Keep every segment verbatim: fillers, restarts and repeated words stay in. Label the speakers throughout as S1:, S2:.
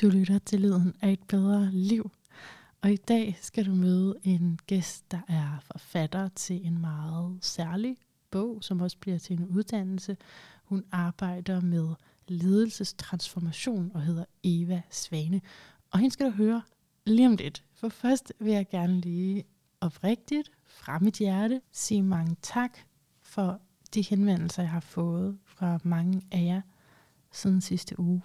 S1: Du lytter til Lyden af et bedre liv. Og i dag skal du møde en gæst, der er forfatter til en meget særlig bog, som også bliver til en uddannelse. Hun arbejder med ledelsestransformation og hedder Eva Svane. Og hende skal du høre lige om lidt. For først vil jeg gerne lige oprigtigt fra mit hjerte sige mange tak for de henvendelser, jeg har fået fra mange af jer siden sidste uge.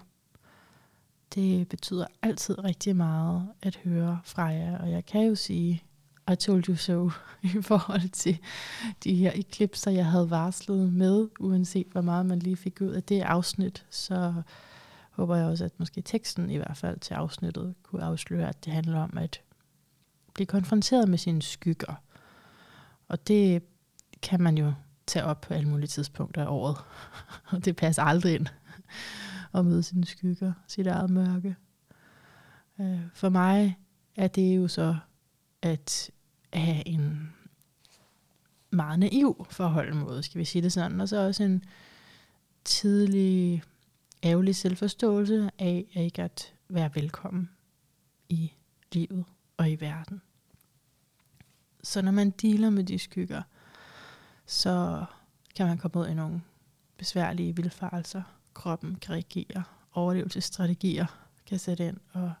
S1: Det betyder altid rigtig meget at høre fra jer, og jeg kan jo sige, I told you so, i forhold til de her eklipser, jeg havde varslet med, uanset hvor meget man lige fik ud af det afsnit, så håber jeg også, at måske teksten i hvert fald til afsnittet kunne afsløre, at det handler om at blive konfronteret med sine skygger. Og det kan man jo tage op på alle mulige tidspunkter af året, og det passer aldrig ind at møde sine skygger, sit eget mørke. For mig er det jo så at have en meget naiv forholdsmåde, skal vi sige det sådan, og så også en tidlig, ærgerlig selvforståelse af ikke at være velkommen i livet og i verden. Så når man dealer med de skygger, så kan man komme ud i nogle besværlige vildfarelser. Kroppen kan reagere, overlevelsesstrategier kan sætte ind, og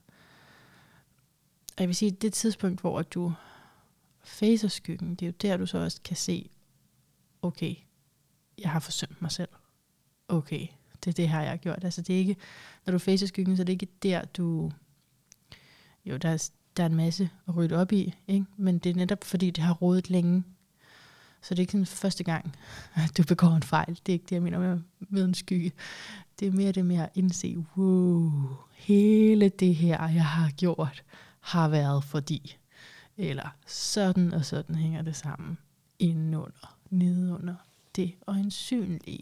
S1: jeg vil sige, det tidspunkt, hvor du facer skyggen, det er jo der, du så også kan se, okay, jeg har forsømt mig selv. Okay, det er det her, jeg har gjort. Altså det er ikke, når du facer skyggen, så er det ikke der, du, jo, der er, der er en masse at rydde op i, ikke? Men det er netop, fordi det har rodet længe. Så det er ikke sådan første gang, at du begår en fejl. Det er ikke det, jeg mener med, med en skygge. Det er mere det med at indse, wow, hele det her, jeg har gjort, har været fordi. Eller sådan og sådan hænger det sammen. Indenunder, nedenunder, det øjensynlige.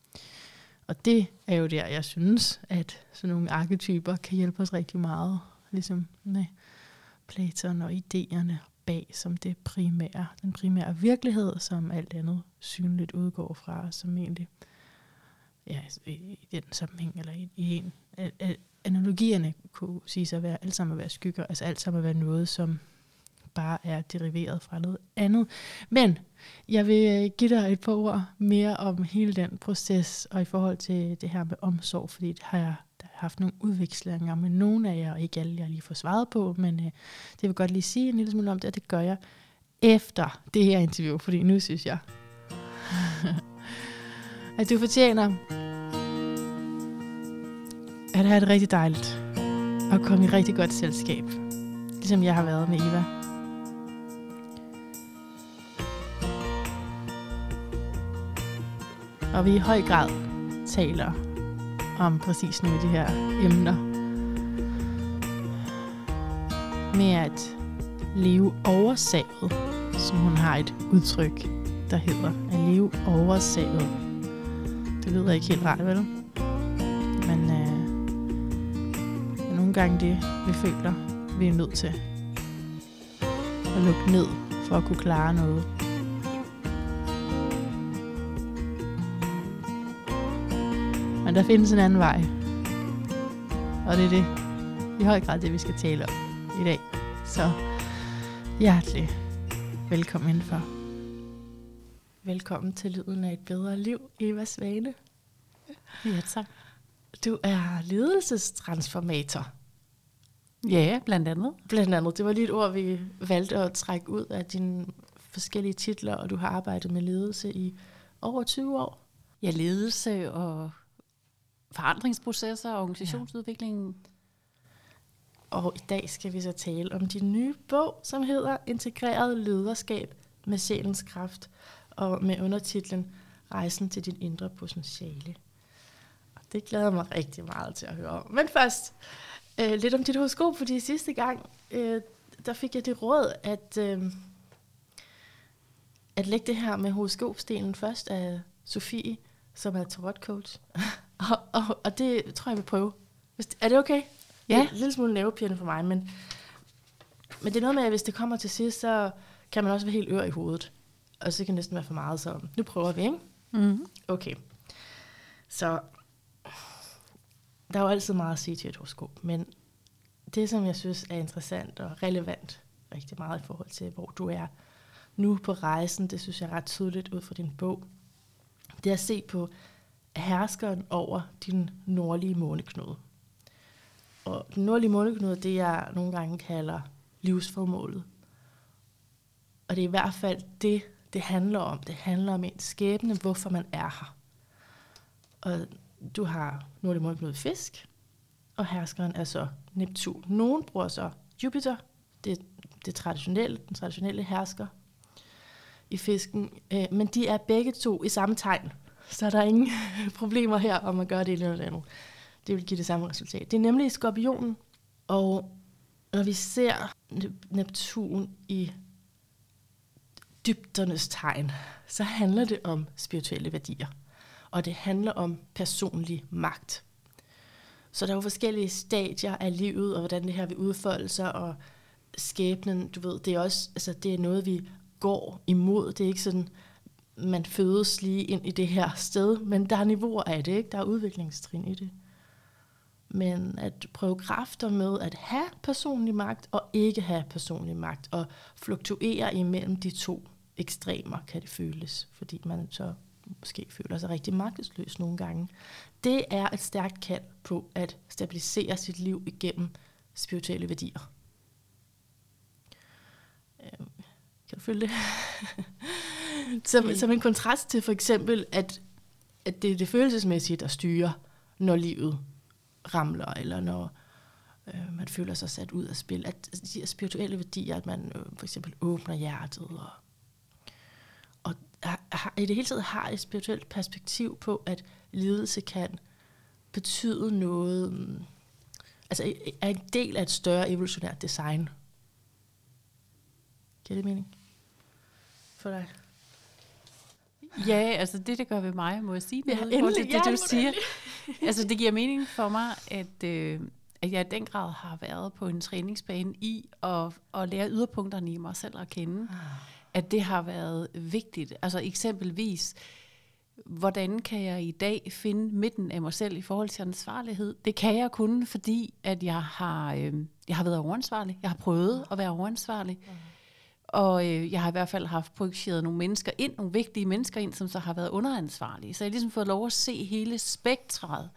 S1: Og det er jo der, jeg synes, at sådan nogle arketyper kan hjælpe os rigtig meget. Ligesom med Platon og idéerne bag som det primære, den primære virkelighed, som alt andet synligt udgår fra, som egentlig, ja, i den sammenhæng, eller i, i en, analogierne kunne sige at være alt sammen at være skygger, altså alt sammen at være noget, som bare er deriveret fra noget andet. Men jeg vil give dig et par ord mere om hele den proces, og i forhold til det her med omsorg, fordi det har jeg der har haft nogle udvekslinger med nogle af jer, og ikke alle, jeg lige får svaret på, men øh, det vil jeg godt lige sige en lille smule om det, og det gør jeg efter det her interview, fordi nu synes jeg, at du fortjener at have det rigtig dejligt, og komme i rigtig godt selskab, ligesom jeg har været med Eva. Og vi i høj grad taler om præcis nogle af de her emner. Med at leve oversaget, som hun har et udtryk, der hedder at leve oversaget. Det lyder ikke helt rart, vel? Men øh, nogle gange det, vi føler, vi er nødt til at lukke ned for at kunne klare noget. Men der findes en anden vej. Og det er det, i høj grad det, vi skal tale om i dag. Så hjertelig velkommen indenfor. Velkommen til Lyden af et bedre liv, Eva Svane.
S2: Ja, tak.
S1: Du er ledelsestransformator.
S2: Ja, blandt andet.
S1: Blandt andet. Det var lige et ord, vi valgte at trække ud af dine forskellige titler, og du har arbejdet med ledelse i over tyve år.
S2: Ja, ledelse og forandringsprocesser og organisationsudviklingen. Ja.
S1: Og i dag skal vi så tale om din nye bog, som hedder Integreret lederskab med sjælens kraft, og med undertitlen Rejsen til din indre potentiale. Og det glæder mig rigtig meget til at høre om. Men først øh, lidt om dit horoskop, fordi sidste gang, øh, der fik jeg det råd, at, øh, at lægge det her med horoskopstenen først af Sofie, som er tarotcoach. og, og, og det tror jeg, jeg vil prøve. Er det okay?
S2: Ja.
S1: Det er en lille smule nervepirrende for mig, men, men det er noget med, at hvis det kommer til sidst, så kan man også være helt ør i hovedet. Og så kan det næsten være for meget, så nu prøver vi, ikke?
S2: Mm-hmm.
S1: Okay. Så der er jo altid meget at sige til et horoskop, men
S3: det, som jeg synes er interessant og relevant rigtig meget i forhold til, hvor du er nu på rejsen, det synes jeg er ret tydeligt ud fra din bog, det er at se på herskeren over din nordlige måneknude. Og den nordlige måneknude, det jeg nogle gange kalder livsformålet. Og det er i hvert fald det, det handler om. Det handler om ens skæbne, hvorfor man er her. Og du har nordlig måneknude fisk, og herskeren er så Neptun. Nogen bruger så Jupiter, det, det traditionelle, den traditionelle hersker i fisken, øh, men de er begge to i samme tegn, så der er ingen problemer her, om at gøre det eller noget andet. Det vil give det samme resultat. Det er nemlig skorpionen, og når vi ser Neptun i dybdernes tegn, så handler det om spirituelle værdier, og det handler om personlig magt. Så der er jo forskellige stadier af livet, og hvordan det her vil udfolde sig, og skæbnen, du ved, det er også, altså det er noget, vi går imod. Det er ikke sådan, man fødes lige ind i det her sted, men der er niveauer af det, ikke? Der er udviklingstrin i det. Men at prøve kræfter med at have personlig magt, og ikke have personlig magt, og fluktuere imellem de to ekstremer, kan det føles, fordi man så måske føler sig rigtig magtesløs nogle gange. Det er et stærkt kald på at stabilisere sit liv igennem spirituelle værdier. Kan du følge det? som, som en kontrast til for eksempel, at, at det er det følelsesmæssige, der styrer, når livet ramler, eller når øh, man føler sig sat ud af spil. At de her spirituelle værdier, at man øh, for eksempel åbner hjertet, og, og har, i det hele taget har et spirituelt perspektiv på, at lidelse kan betyde noget, øh, altså er en del af et større evolutionært design. Giver det mening for dig?
S2: Ja, altså det, der gør ved mig, må jeg sige
S3: Ja,
S2: noget i forhold til det,
S3: ja,
S2: du siger. Altså det giver mening for mig, at, øh, at jeg i den grad har været på en træningsbane i at, at lære yderpunkterne i mig selv at kende. Ah. At det har været vigtigt. Altså eksempelvis, hvordan kan jeg i dag finde midten af mig selv i forhold til ansvarlighed? Det kan jeg kun, fordi at jeg har, øh, jeg har været overansvarlig. Jeg har prøvet at være overansvarlig. Ah. Og øh, jeg har i hvert fald haft projiceret nogle mennesker ind, nogle vigtige mennesker ind, som så har været underansvarlige. Så jeg har ligesom fået lov at se hele spektret,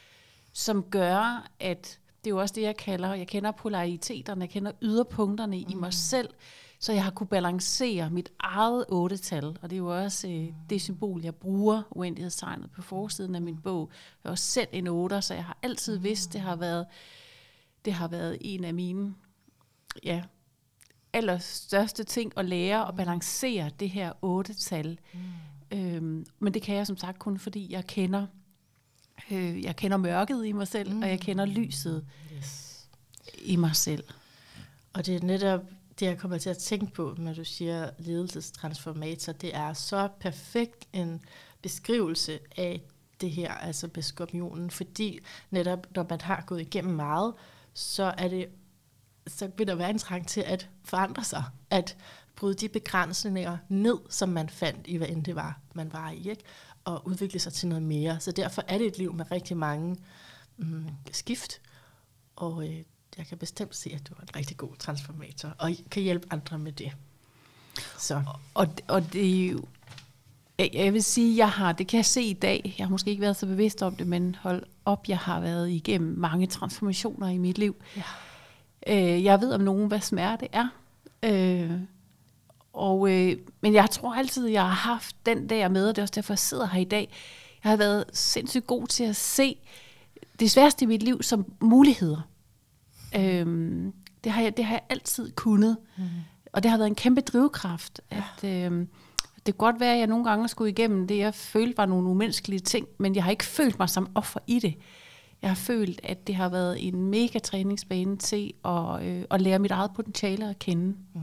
S2: som gør, at det er jo også det, jeg kalder, jeg kender polariteterne, jeg kender yderpunkterne mm. i mig selv, så jeg har kunne balancere mit eget otte-tal, og det er jo også øh, det symbol, jeg bruger, uendelighedstegnet på forsiden af min bog. Jeg er også selv en otter, så jeg har altid vidst, det har været, det har været en af mine, ja, allerstørste ting at lære og balancere det her otte-tal. Mm. Øhm, men det kan jeg som sagt kun, fordi jeg kender, øh, jeg kender mørket i mig selv, mm. og jeg kender lyset yes. i mig selv.
S3: Og det er netop det, jeg kommer til at tænke på, når du siger ledelsestransformator. Det er så perfekt en beskrivelse af det her, altså med skorpionen, fordi netop når man har gået igennem meget, så er det så vil der være en trang til at forandre sig, at bryde de begrænsninger ned, som man fandt i, hvad end det var, man var i, ikke? Og udvikle sig til noget mere. Så derfor er det et liv med rigtig mange mm, skift, og øh, jeg kan bestemt se, at du er en rigtig god transformator, og kan hjælpe andre med det. Så.
S2: Og, og det er jo, jeg vil sige, jeg har, det kan jeg se i dag, jeg har måske ikke været så bevidst om det, men hold op, jeg har været igennem mange transformationer i mit liv. Ja. Jeg ved om nogen, hvad smerte er. Øh, og, øh, men jeg tror altid, jeg har haft den der med, og det er også derfor, jeg sidder her i dag. Jeg har været sindssygt god til at se det sværeste i mit liv som muligheder. Øh, det, har jeg, det har jeg altid kunnet. Mm. Og det har været en kæmpe drivkraft. Ja. At, øh, det kan godt være, at jeg nogle gange skulle igennem det, jeg følte var nogle umenneskelige ting, men jeg har ikke følt mig som offer i det. Jeg har følt, at det har været en mega træningsbane til at, øh, at lære mit eget potentiale at kende. Mm.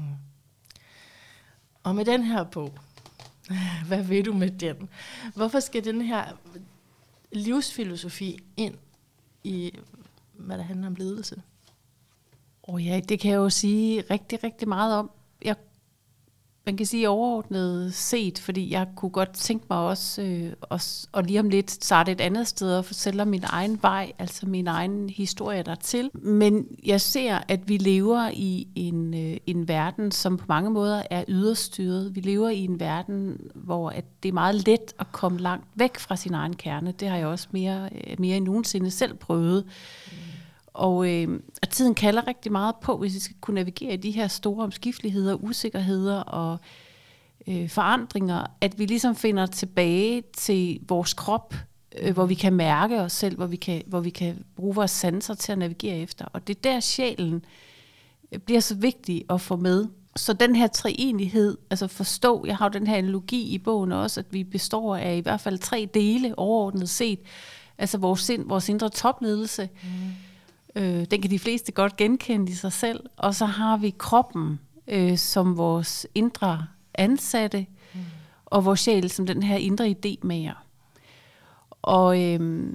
S3: Og med den her bog, hvad ved du med den? Hvorfor skal den her livsfilosofi ind i, hvad der handler om ledelse?
S2: Oh ja, det kan jeg jo sige rigtig, rigtig meget om. Jeg, man kan sige overordnet set, fordi jeg kunne godt tænke mig også, øh, også og lige om lidt starte et andet sted og fortælle min egen vej, altså min egen historie dertil. Men jeg ser, at vi lever i en, øh, en verden, som på mange måder er yderstyret. Vi lever i en verden, hvor at det er meget let at komme langt væk fra sin egen kerne. Det har jeg også mere, mere end nogensinde selv prøvet. Mm. Og, øh, og tiden kalder rigtig meget på, hvis vi skal kunne navigere i de her store omskifteligheder, usikkerheder og øh, forandringer, at vi ligesom finder tilbage til vores krop, øh, hvor vi kan mærke os selv, hvor vi kan, hvor vi kan bruge vores sanser til at navigere efter. Og det er der sjælen bliver så vigtig at få med. Så den her treenighed, altså forstå, jeg har jo den her analogi i bogen også, at vi består af i hvert fald tre dele overordnet set. Altså vores, sind, vores indre topledelse, mm. Øh, den kan de fleste godt genkende i sig selv. Og så har vi kroppen øh, som vores indre ansatte, mm. og vores sjæl som den her indre idémager. Og øh,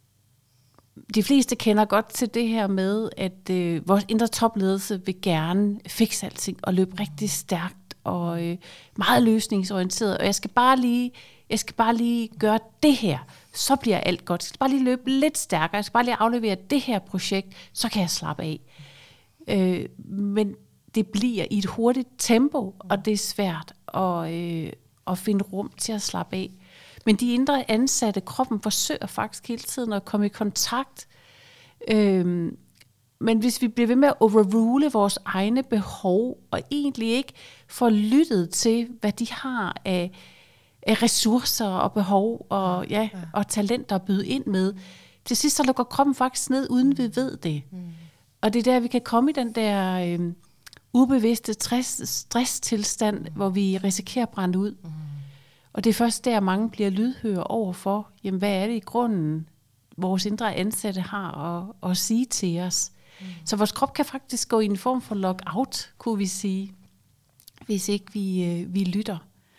S2: de fleste kender godt til det her med, at øh, vores indre topledelse vil gerne fikse alting og løbe rigtig stærkt og øh, meget løsningsorienteret. Og jeg skal bare lige, jeg skal bare lige gøre det her. Så bliver alt godt. Jeg skal bare lige løbe lidt stærkere. Jeg skal bare lige aflevere det her projekt, så kan jeg slappe af. Øh, men det bliver i et hurtigt tempo, og det er svært at, øh, at finde rum til at slappe af. Men de indre ansatte, kroppen forsøger faktisk hele tiden at komme i kontakt. Øh, men hvis vi bliver ved med at overrule vores egne behov, og egentlig ikke får lyttet til, hvad de har af ressourcer og behov og, ja, ja. og talenter at byde ind med. Til sidst så lukker kroppen faktisk ned, uden vi ved det. Mm. Og det er der, vi kan komme i den der øh, ubevidste stress, stresstilstand, mm. hvor vi risikerer at brænde ud. Mm. Og det er først der, mange bliver lydhøre over for, jamen, hvad er det i grunden, vores indre ansatte har at, at sige til os. Mm. Så vores krop kan faktisk gå i en form for lockout, kunne vi sige, hvis ikke vi, øh, vi lytter.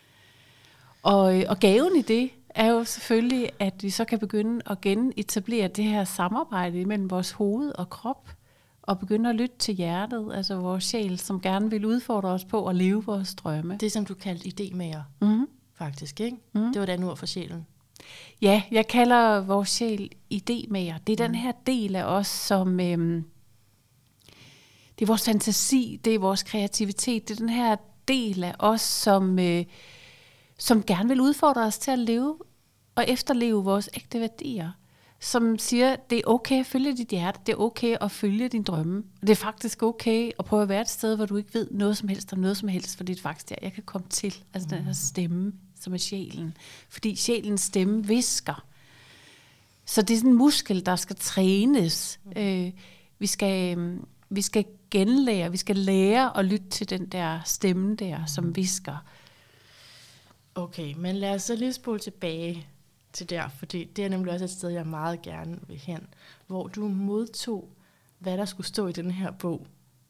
S2: Og, og gaven i det er jo selvfølgelig, at vi så kan begynde at genetablere det her samarbejde mellem vores hoved og krop, og begynde at lytte til hjertet, altså vores sjæl, som gerne vil udfordre os på at leve vores drømme.
S3: Det som du kaldte idémager, mm-hmm. faktisk, ikke? Mm-hmm. Det var et andet ord for sjælen.
S2: Ja, jeg kalder vores sjæl idémager. Det er mm. den her del af os, som øhm, det er vores fantasi, det er vores kreativitet, det er den her del af os, som øh, som gerne vil udfordre os til at leve og efterleve vores ægte værdier. Som siger, det er okay at følge dit hjerte, det er okay at følge din drømme. Det er faktisk okay at prøve at være et sted, hvor du ikke ved noget som helst om noget som helst, fordi det er faktisk der, jeg kan komme til. Altså mm. den her stemme, som er sjælen. Fordi sjælens stemme hvisker. Så det er sådan en muskel, der skal trænes. Mm. Øh, vi skal, vi skal genlære, vi skal lære at lytte til den der stemme der, som hvisker.
S3: Okay, men lad os så lige spole tilbage til der, fordi det er nemlig også et sted, jeg meget gerne vil hen, hvor du modtog, hvad der skulle stå i den her bog.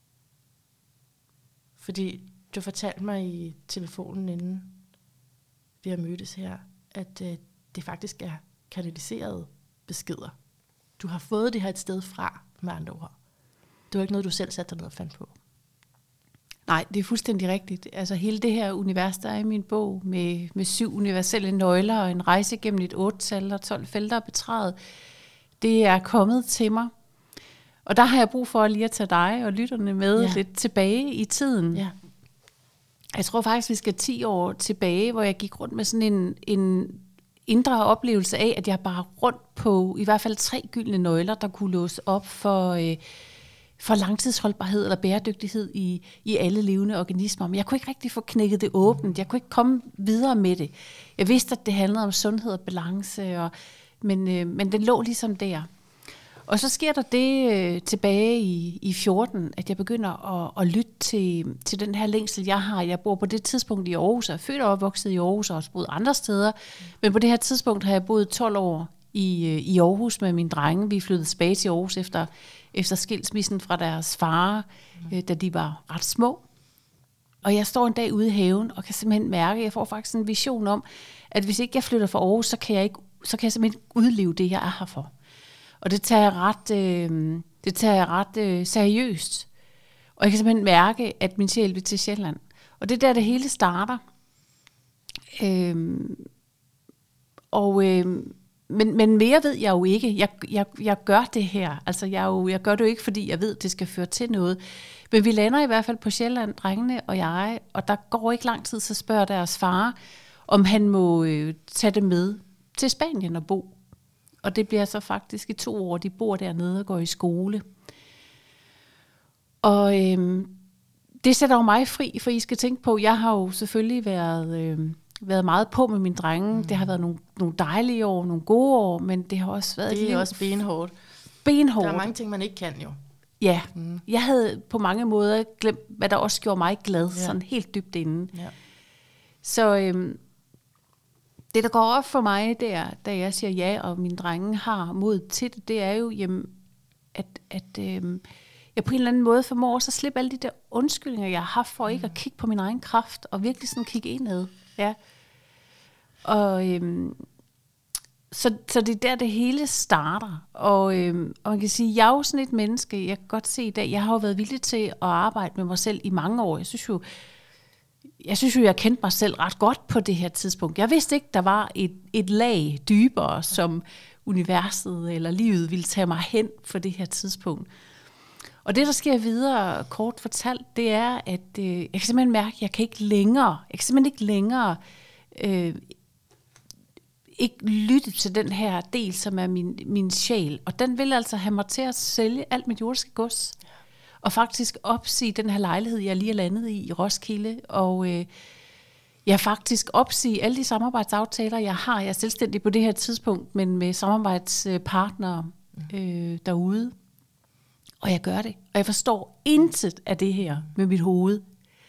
S3: Fordi du fortalte mig i telefonen, inden vi har mødtes her, at øh, det faktisk er kanaliserede beskeder. Du har fået det her et sted fra, med andre ord. Det var ikke noget, du selv satte dig ned og fandt på.
S2: Nej, det er fuldstændig rigtigt. Altså hele det her univers, der er i min bog, med, med syv universelle nøgler og en rejse gennem et otte-tal og tolv felter at betræde, det er kommet til mig. Og der har jeg brug for lige at tage dig og lytterne med ja. lidt tilbage i tiden. Ja. Jeg tror faktisk, vi skal ti år tilbage, hvor jeg gik rundt med sådan en, en indre oplevelse af, at jeg bare rundt på i hvert fald tre gyldne nøgler, der kunne låse op for... Øh, for langtidsholdbarhed eller bæredygtighed i, i alle levende organismer. Men jeg kunne ikke rigtig få knækket det åbent. Jeg kunne ikke komme videre med det. Jeg vidste, at det handlede om sundhed og balance, og, men, øh, men den lå ligesom der. Og så sker der det øh, tilbage i, i fjorten, at jeg begynder at, at lytte til, til den her længsel, jeg har. Jeg bor på det tidspunkt i Aarhus, og er født og opvokset i Aarhus, og også boet andre steder. Men på det her tidspunkt har jeg boet tolv år i, i Aarhus med mine drenge. Vi flyttede tilbage til Aarhus efter efter skilsmissen fra deres far, mm. øh, da de var ret små. Og jeg står en dag ude i haven, og kan simpelthen mærke, at jeg får faktisk en vision om, at hvis ikke jeg flytter fra Aarhus, så kan jeg, ikke, så kan jeg simpelthen ikke udleve det, jeg er her for. Og det tager jeg ret, øh, det tager jeg ret øh, seriøst. Og jeg kan simpelthen mærke, at min sjæl vil til Sjælland. Og det er der, det hele starter. Øhm, og, øhm, men, men mere ved jeg jo ikke. Jeg, jeg, jeg gør det her. Altså, jeg, jo, jeg gør det jo ikke, fordi jeg ved, det skal føre til noget. Men vi lander i hvert fald på Sjælland, drengene og jeg, og der går ikke lang tid, så spørger deres far, om han må øh, tage det med til Spanien og bo. Og det bliver så faktisk i to år, de bor dernede og går i skole. Og øhm, det sætter jo mig fri, for I skal tænke på, jeg har jo selvfølgelig været, øh, været meget på med mine drenge. Mm. Det har været nogle, nogle dejlige år, nogle gode år, men det har også været...
S3: Det er også benhårdt.
S2: Benhårdt.
S3: Der er mange ting, man ikke kan jo.
S2: Ja, mm. jeg havde på mange måder glemt, hvad der også gjorde mig glad, ja. Sådan helt dybt inden.
S3: Ja.
S2: Så øhm, det, der går op for mig der, da jeg siger ja, og mine drenge har mod til det, det er jo, jamen, at, at øhm, jeg på en eller anden måde formår så slippe alle de der undskyldninger, jeg har haft for ikke at kigge på min egen kraft, og virkelig sådan kigge indad. Ja. Og, øhm, så, så det er der, det hele starter. Og, øhm, og man kan sige, jeg er jo sådan et menneske, jeg kan godt se i dag, jeg har jo været villig til at arbejde med mig selv i mange år. Jeg synes jo, jeg synes jo, jeg kendte mig selv ret godt på det her tidspunkt. Jeg vidste ikke, der var et, et lag dybere, som universet eller livet ville tage mig hen for det her tidspunkt. Og det, der sker videre, kort fortalt, det er, at øh, jeg kan simpelthen mærke, at jeg kan ikke længere, jeg kan simpelthen ikke længere øh, ikke lytte til den her del, som er min, min sjæl. Og den vil altså have mig til at sælge alt mit jordiske gods. Ja. Og faktisk opsige den her lejlighed, jeg lige er landet i i Roskilde. Og øh, jeg faktisk opsige alle de samarbejdsaftaler, jeg har. Jeg er selvstændig på det her tidspunkt, men med samarbejdspartnere øh, derude. Og jeg gør det. Og jeg forstår intet af det her med mit hoved.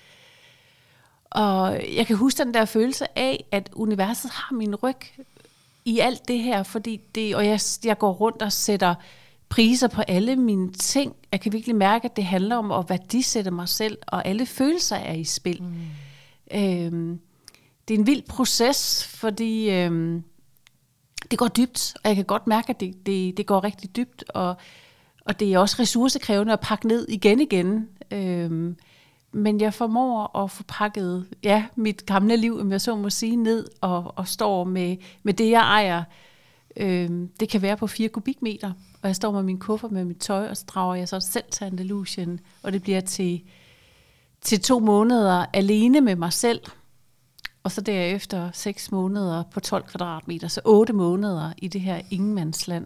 S2: Og jeg kan huske den der følelse af, at universet har min ryg i alt det her, fordi det, og jeg, jeg går rundt og sætter priser på alle mine ting. Jeg kan virkelig mærke, at det handler om at værdisætte mig selv, og alle følelser er i spil. Mm. Øhm, det er en vild proces, fordi øhm, det går dybt, og jeg kan godt mærke, at det, det, det går rigtig dybt, og Og det er også ressourcekrævende at pakke ned igen igen. Øhm, men jeg formår at få pakket ja, mit gamle liv, om jeg så må sige, ned og, og står med, med det, jeg ejer. Øhm, det kan være på fire kubikmeter, og jeg står med min kuffert med mit tøj, og så drager jeg så selv til Andalusien, og det bliver til, til to måneder alene med mig selv. Og så derefter seks måneder på tolv kvadratmeter, så otte måneder i det her ingenmandsland.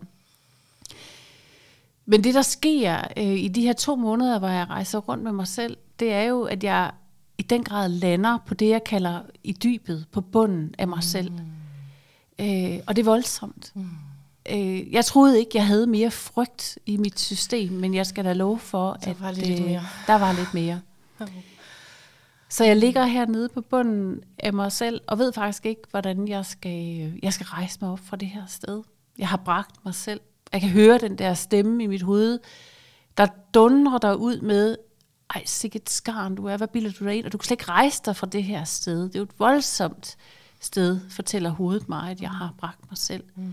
S2: Men det, der sker øh, i de her to måneder, hvor jeg rejser rundt med mig selv, det er jo, at jeg i den grad lander på det, jeg kalder i dybet, på bunden af mig mm. selv. Øh, og det er voldsomt. Mm. Øh, jeg troede ikke, jeg havde mere frygt i mit system, men jeg skal da love for,
S3: der
S2: at
S3: var lidt
S2: øh,
S3: mere.
S2: der var lidt mere. Så jeg ligger hernede på bunden af mig selv, og ved faktisk ikke, hvordan jeg skal, jeg skal rejse mig op fra det her sted. Jeg har bragt mig selv. Jeg kan høre den der stemme i mit hoved, der dundrer der ud med, ej, sikkert skarn du er, hvad bilder du dig ind? Og du kan slet ikke rejse dig fra det her sted. Det er jo et voldsomt sted, fortæller hovedet mig, at jeg har bragt mig selv. Mm.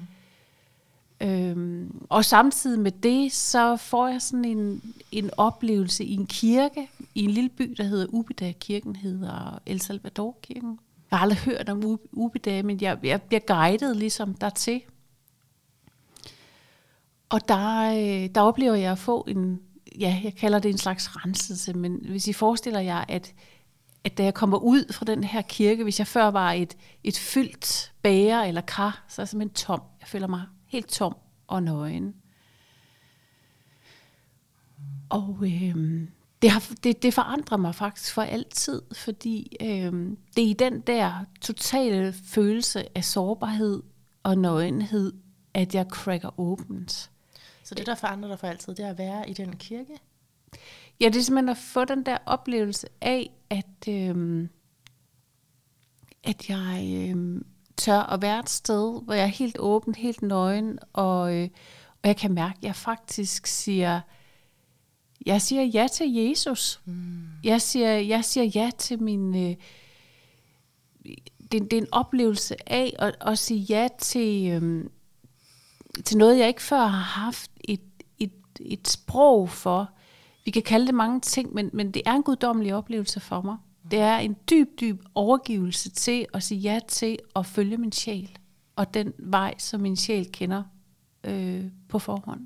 S2: Øhm, og samtidig med det, så får jeg sådan en, en oplevelse i en kirke, i en lille by, der hedder Ubeda. Kirken hedder El Salvador-kirken. Jeg har aldrig hørt om Ubeda, men jeg, jeg bliver guidet ligesom dertil. Og der, der oplever jeg at få en, ja, jeg kalder det en slags renselse, men hvis I forestiller jer, at, at da jeg kommer ud fra den her kirke, hvis jeg før var et, et fyldt bæger eller kar, så er jeg simpelthen tom. Jeg føler mig helt tom og nøgen. Og øh, det, har, det, det forandrer mig faktisk for altid, fordi øh, det er i den der totale følelse af sårbarhed og nøgenhed, at jeg cracker åbent.
S3: Så det, der forandrer dig for altid, det er at være i den kirke?
S2: Ja, det er simpelthen at få den der oplevelse af, at, øh, at jeg øh, tør at være et sted, hvor jeg er helt åben, helt nøgen, og, øh, og jeg kan mærke, at jeg faktisk siger, jeg siger ja til Jesus. Mm. Jeg, siger, jeg siger ja til min... Øh, det, det er en oplevelse af at, at sige ja til... Øh, til noget, jeg ikke før har haft et, et, et sprog for. Vi kan kalde det mange ting, men, men det er en guddommelig oplevelse for mig. Det er en dyb, dyb overgivelse til at sige ja til at følge min sjæl, og den vej, som min sjæl kender øh, på forhånd.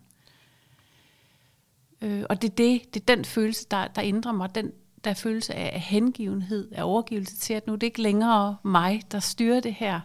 S2: Øh, og det er, det, det er den følelse, der, der ændrer mig, den der følelse af hengivenhed, af overgivelse til, at nu er det ikke længere mig, der styrer det her.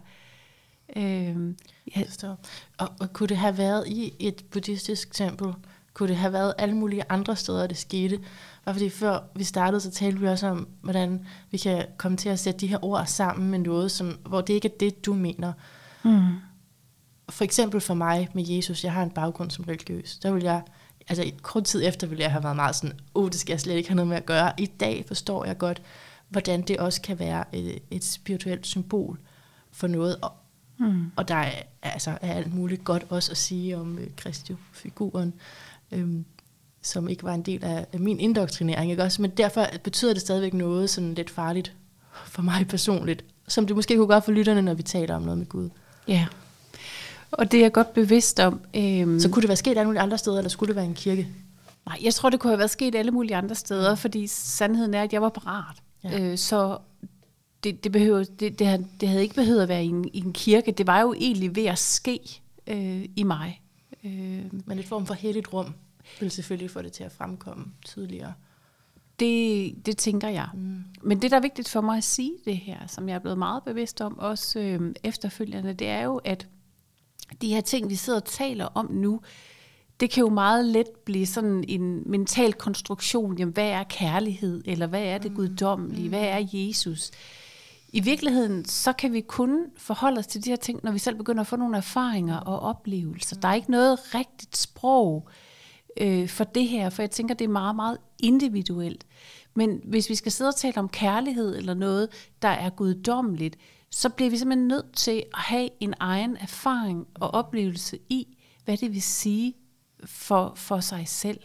S2: Øh,
S3: ja. og, og kunne det have været i et buddhistisk tempel? Kunne det have været alle mulige andre steder, det skete? Bare fordi før vi startede, så talte vi også om, hvordan vi kan komme til at sætte de her ord sammen med noget, som, hvor det ikke er det, du mener.
S2: Mm.
S3: For eksempel for mig med Jesus, jeg har en baggrund som religiøs. Der vil jeg, altså kort tid efter ville jeg have været meget sådan, oh, det skal jeg slet ikke have noget med at gøre. I dag forstår jeg godt, hvordan det også kan være et, et spirituelt symbol for noget. Og, mm. og der er, altså, er alt muligt godt også at sige om øh, Kristofiguren, øhm, som ikke var en del af, af min indoktrinering, ikke også? Men derfor betyder det stadigvæk noget sådan lidt farligt for mig personligt, som det måske kunne gøre for lytterne, når vi taler om noget med Gud.
S2: Ja, og det er jeg godt bevidst om. Øhm,
S3: Så kunne det være sket alle mulige andre steder, eller skulle det være en kirke?
S2: Nej, jeg tror, det kunne have været sket alle mulige andre steder, fordi sandheden er, at jeg var parat. Ja. Øh, så det, det, behøver, det, det, havde, det havde ikke behøvet at være i en, i en kirke. Det var jo egentlig ved at ske øh, i mig. Øh,
S3: Men et form for helligt rum vil selvfølgelig få det til at fremkomme tydeligere.
S2: Det, det tænker jeg.
S3: Mm.
S2: Men det, der er vigtigt for mig at sige det her, som jeg er blevet meget bevidst om, også øh, efterfølgende, det er jo, at de her ting, vi sidder og taler om nu, det kan jo meget let blive sådan en mental konstruktion. Jamen, hvad er kærlighed? Eller hvad er det mm. guddommelige? Hvad er Jesus? I virkeligheden, så kan vi kun forholde os til de her ting, når vi selv begynder at få nogle erfaringer og oplevelser. Der er ikke noget rigtigt sprog øh, for det her, for jeg tænker, det er meget, meget individuelt. Men hvis vi skal sidde og tale om kærlighed eller noget, der er guddommeligt, så bliver vi simpelthen nødt til at have en egen erfaring og oplevelse i, hvad det vil sige for, for sig selv.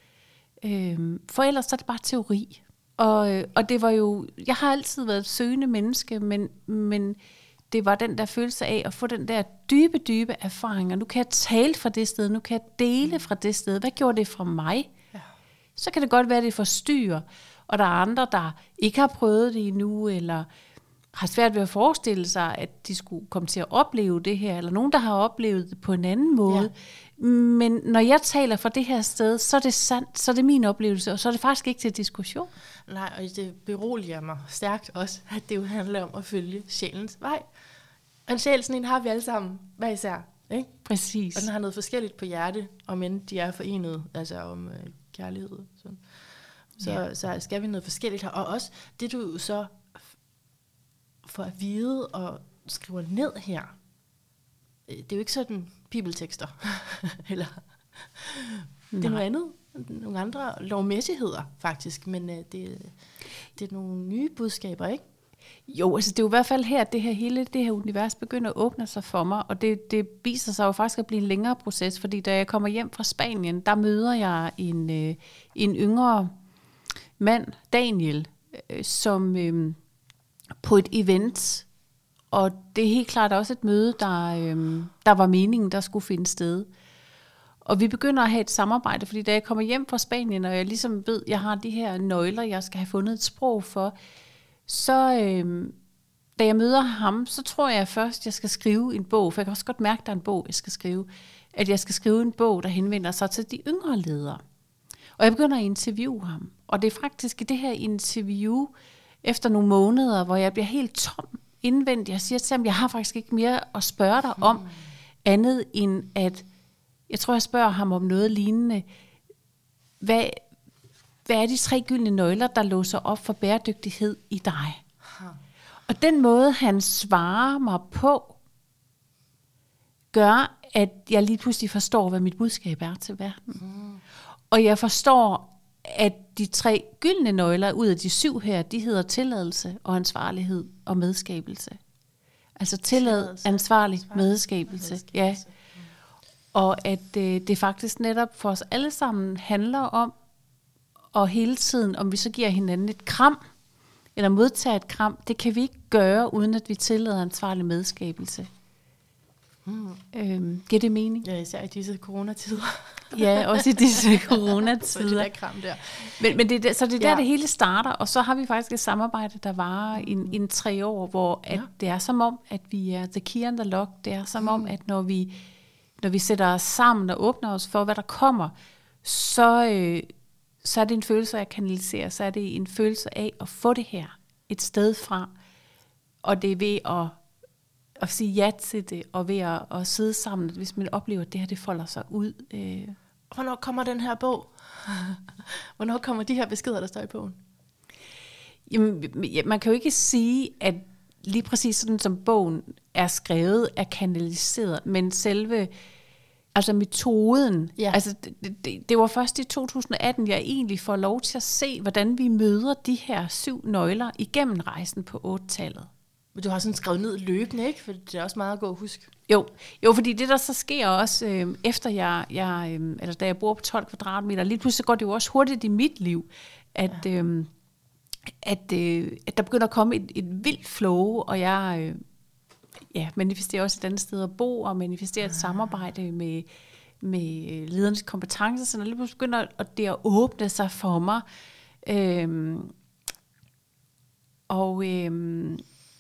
S2: Øhm, for ellers er det bare teori. Og, og det var jo, jeg har altid været et søgende menneske, men, men det var den der følelse af at få den der dybe, dybe erfaring. Og nu kan jeg tale fra det sted, nu kan jeg dele fra det sted. Hvad gjorde det fra mig? Ja. Så kan det godt være, at det forstyrrer. Og der er andre, der ikke har prøvet det endnu, eller har svært ved at forestille sig, at de skulle komme til at opleve det her, eller nogen, der har oplevet det på en anden måde. Ja. Men når jeg taler fra det her sted, så er det sandt, så er det min oplevelse, og så er det faktisk ikke til diskussion.
S3: Nej, og det beroliger mig stærkt også, at det jo handler om at følge sjælens vej. Og en sjæl, sådan en har vi alle sammen, hver især. Ikke?
S2: Præcis.
S3: Og den har noget forskelligt på hjerte, om end de er forenet, altså om øh, kærlighed. Sådan. Så, ja. så skal vi noget forskelligt her. Og også det, du så for at vide og skriver ned her, det er jo ikke sådan bibeltekster, eller det er noget andet, nogle andre lovmæssigheder faktisk, men øh, det, det er nogle nye budskaber, ikke?
S2: Jo, altså det er jo i hvert fald her, det her hele det her univers begynder at åbne sig for mig, og det, det viser sig jo faktisk at blive en længere proces, fordi da jeg kommer hjem fra Spanien, der møder jeg en, øh, en yngre mand, Daniel, øh, som øh, på et event, og det er helt klart også et møde, der, øh, der var meningen, der skulle finde sted. Og vi begynder at have et samarbejde, fordi da jeg kommer hjem fra Spanien, og jeg ligesom ved, jeg har de her nøgler, jeg skal have fundet et sprog for, så øh, da jeg møder ham, så tror jeg først, jeg skal skrive en bog, for jeg kan også godt mærke, at der er en bog, jeg skal skrive, at jeg skal skrive en bog, der henvender sig til de yngre ledere. Og jeg begynder at interviewe ham. Og det er faktisk i det her interview, efter nogle måneder, hvor jeg bliver helt tom indvendigt. Jeg siger til ham, jeg har faktisk ikke mere at spørge dig om, mm. andet end at, jeg tror, jeg spørger ham om noget lignende. Hvad, hvad er de tre gyldne nøgler, der låser op for bæredygtighed i dig? Hmm. Og den måde, han svarer mig på, gør, at jeg lige pludselig forstår, hvad mit budskab er til verden. Mm. Og jeg forstår, at de tre gyldne nøgler ud af de syv her, de hedder tilladelse og ansvarlighed og medskabelse. Altså tillad, ansvarlig, medskabelse. medskabelse. Ja. Mm. Og at øh, det faktisk netop for os alle sammen handler om, og hele tiden, om vi så giver hinanden et kram, eller modtager et kram, det kan vi ikke gøre, uden at vi tillader ansvarlig medskabelse. Mm. Øhm, giver det mening?
S3: Ja, især i disse coronatider.
S2: Ja, også i disse coronatider.
S3: Så det der kram der.
S2: Men, men det, så det er der,
S3: Ja.
S2: det hele starter, og så har vi faktisk et samarbejde, der varer i en, en tre år, hvor at
S3: Ja.
S2: det er som om, at vi er the key and the lock. Det er som om, at når vi, når vi sætter os sammen og åbner os for, hvad der kommer, så, øh, så er det en følelse af at kanalisere, så er det en følelse af at få det her et sted fra, og det er ved at, at sige ja til det, og ved at, at sidde sammen, hvis man oplever, at det her det folder sig ud. Øh.
S3: Hvornår kommer den her bog? Hvornår kommer de her beskeder, der står i bogen?
S2: Jamen, man kan jo ikke sige, at lige præcis sådan som bogen er skrevet, er kanaliseret, men selve, altså metoden,
S3: Ja.
S2: altså det, det, det var først i to tusind atten, jeg egentlig får lov til at se, hvordan vi møder de her syv nøgler igennem rejsen på otte-tallet.
S3: Men du har sådan skrevet ned løbende, ikke? For det er også meget at gå og huske.
S2: Jo, jo, fordi det der så sker også, øh, efter jeg, jeg øh, eller da jeg bor på tolv kvadratmeter, lige pludselig går det jo også hurtigt i mit liv, at, ja. øh, at, øh, at der begynder at komme et, et vildt flow, og jeg øh, ja, manifesterer også et andet sted at bo, og manifesterer et samarbejde med, med ledernes kompetencer, så når lige pludselig begynder at det at åbne sig for mig. Øh, og øh,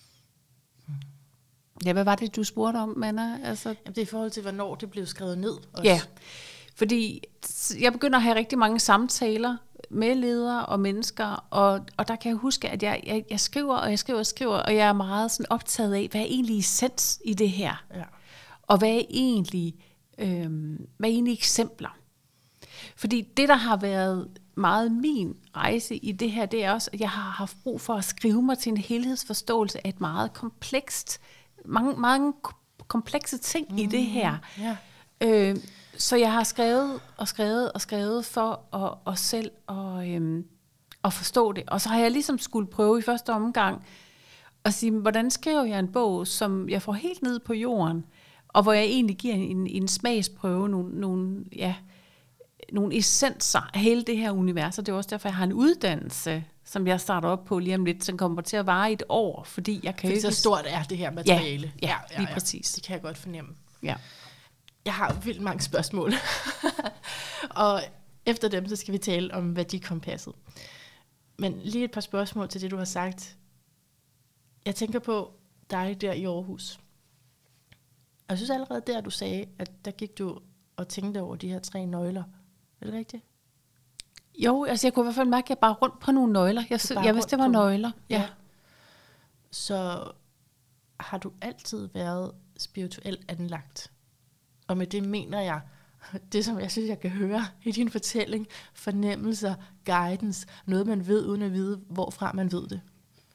S2: ja, hvad var det, du spurgte om, Manna? Altså,
S3: Jamen, det er i forhold til, hvornår det blev skrevet ned. Også.
S2: ja, fordi jeg begynder at have rigtig mange samtaler med ledere og mennesker, og, og der kan jeg huske, at jeg, jeg, jeg skriver, og jeg skriver og skriver, og jeg er meget sådan optaget af, hvad er egentlig essens i det her?
S3: Ja.
S2: Og hvad er egentlig, øh, hvad er egentlig eksempler? Fordi det, der har været meget min rejse i det her, det er også, at jeg har haft brug for at skrive mig til en helhedsforståelse af et meget komplekst, mange, mange komplekse ting mm, i det her.
S3: Ja.
S2: Øh, så jeg har skrevet og skrevet og skrevet for at, at selv at, øhm, at forstå det. Og så har jeg ligesom skulle prøve i første omgang at sige, hvordan skriver jeg en bog, som jeg får helt ned på jorden, og hvor jeg egentlig giver en, en smagsprøve, nogle, nogle, ja, nogle essenser af hele det her univers. Og det er også derfor, jeg har en uddannelse, som jeg starter op på lige om lidt, som kommer til at vare et år, fordi jeg kan
S3: Fordi
S2: ikke...
S3: så stort er det her materiale.
S2: Ja, ja, lige præcis.
S3: Det kan jeg godt fornemme.
S2: Ja.
S3: Jeg har vildt mange spørgsmål. Og efter dem, så skal vi tale om værdikompasset. Men lige et par spørgsmål til det, du har sagt. Jeg tænker på dig der i Aarhus. Og jeg synes allerede der, du sagde, at der gik du og tænkte over de her tre nøgler. Er det rigtigt?
S2: Jo, altså jeg kunne i hvert fald mærke, at jeg bare rundt på nogle nøgler. Jeg, jeg, jeg vidste, det var
S3: på,
S2: nøgler. Ja.
S3: Ja. Så har du altid været spirituelt anlagt? Og med det mener jeg, det som jeg synes, jeg kan høre i din fortælling, fornemmelser, guidance, noget man ved, uden at vide, hvorfra man ved det.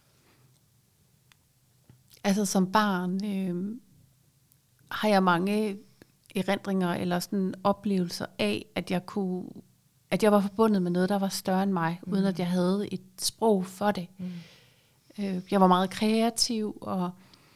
S2: Altså som barn øh, har jeg mange erindringer eller sådan oplevelser af, at jeg kunne, at jeg var forbundet med noget, der var større end mig, mm. uden at jeg havde et sprog for det. Mm. Øh, jeg var meget kreativ, og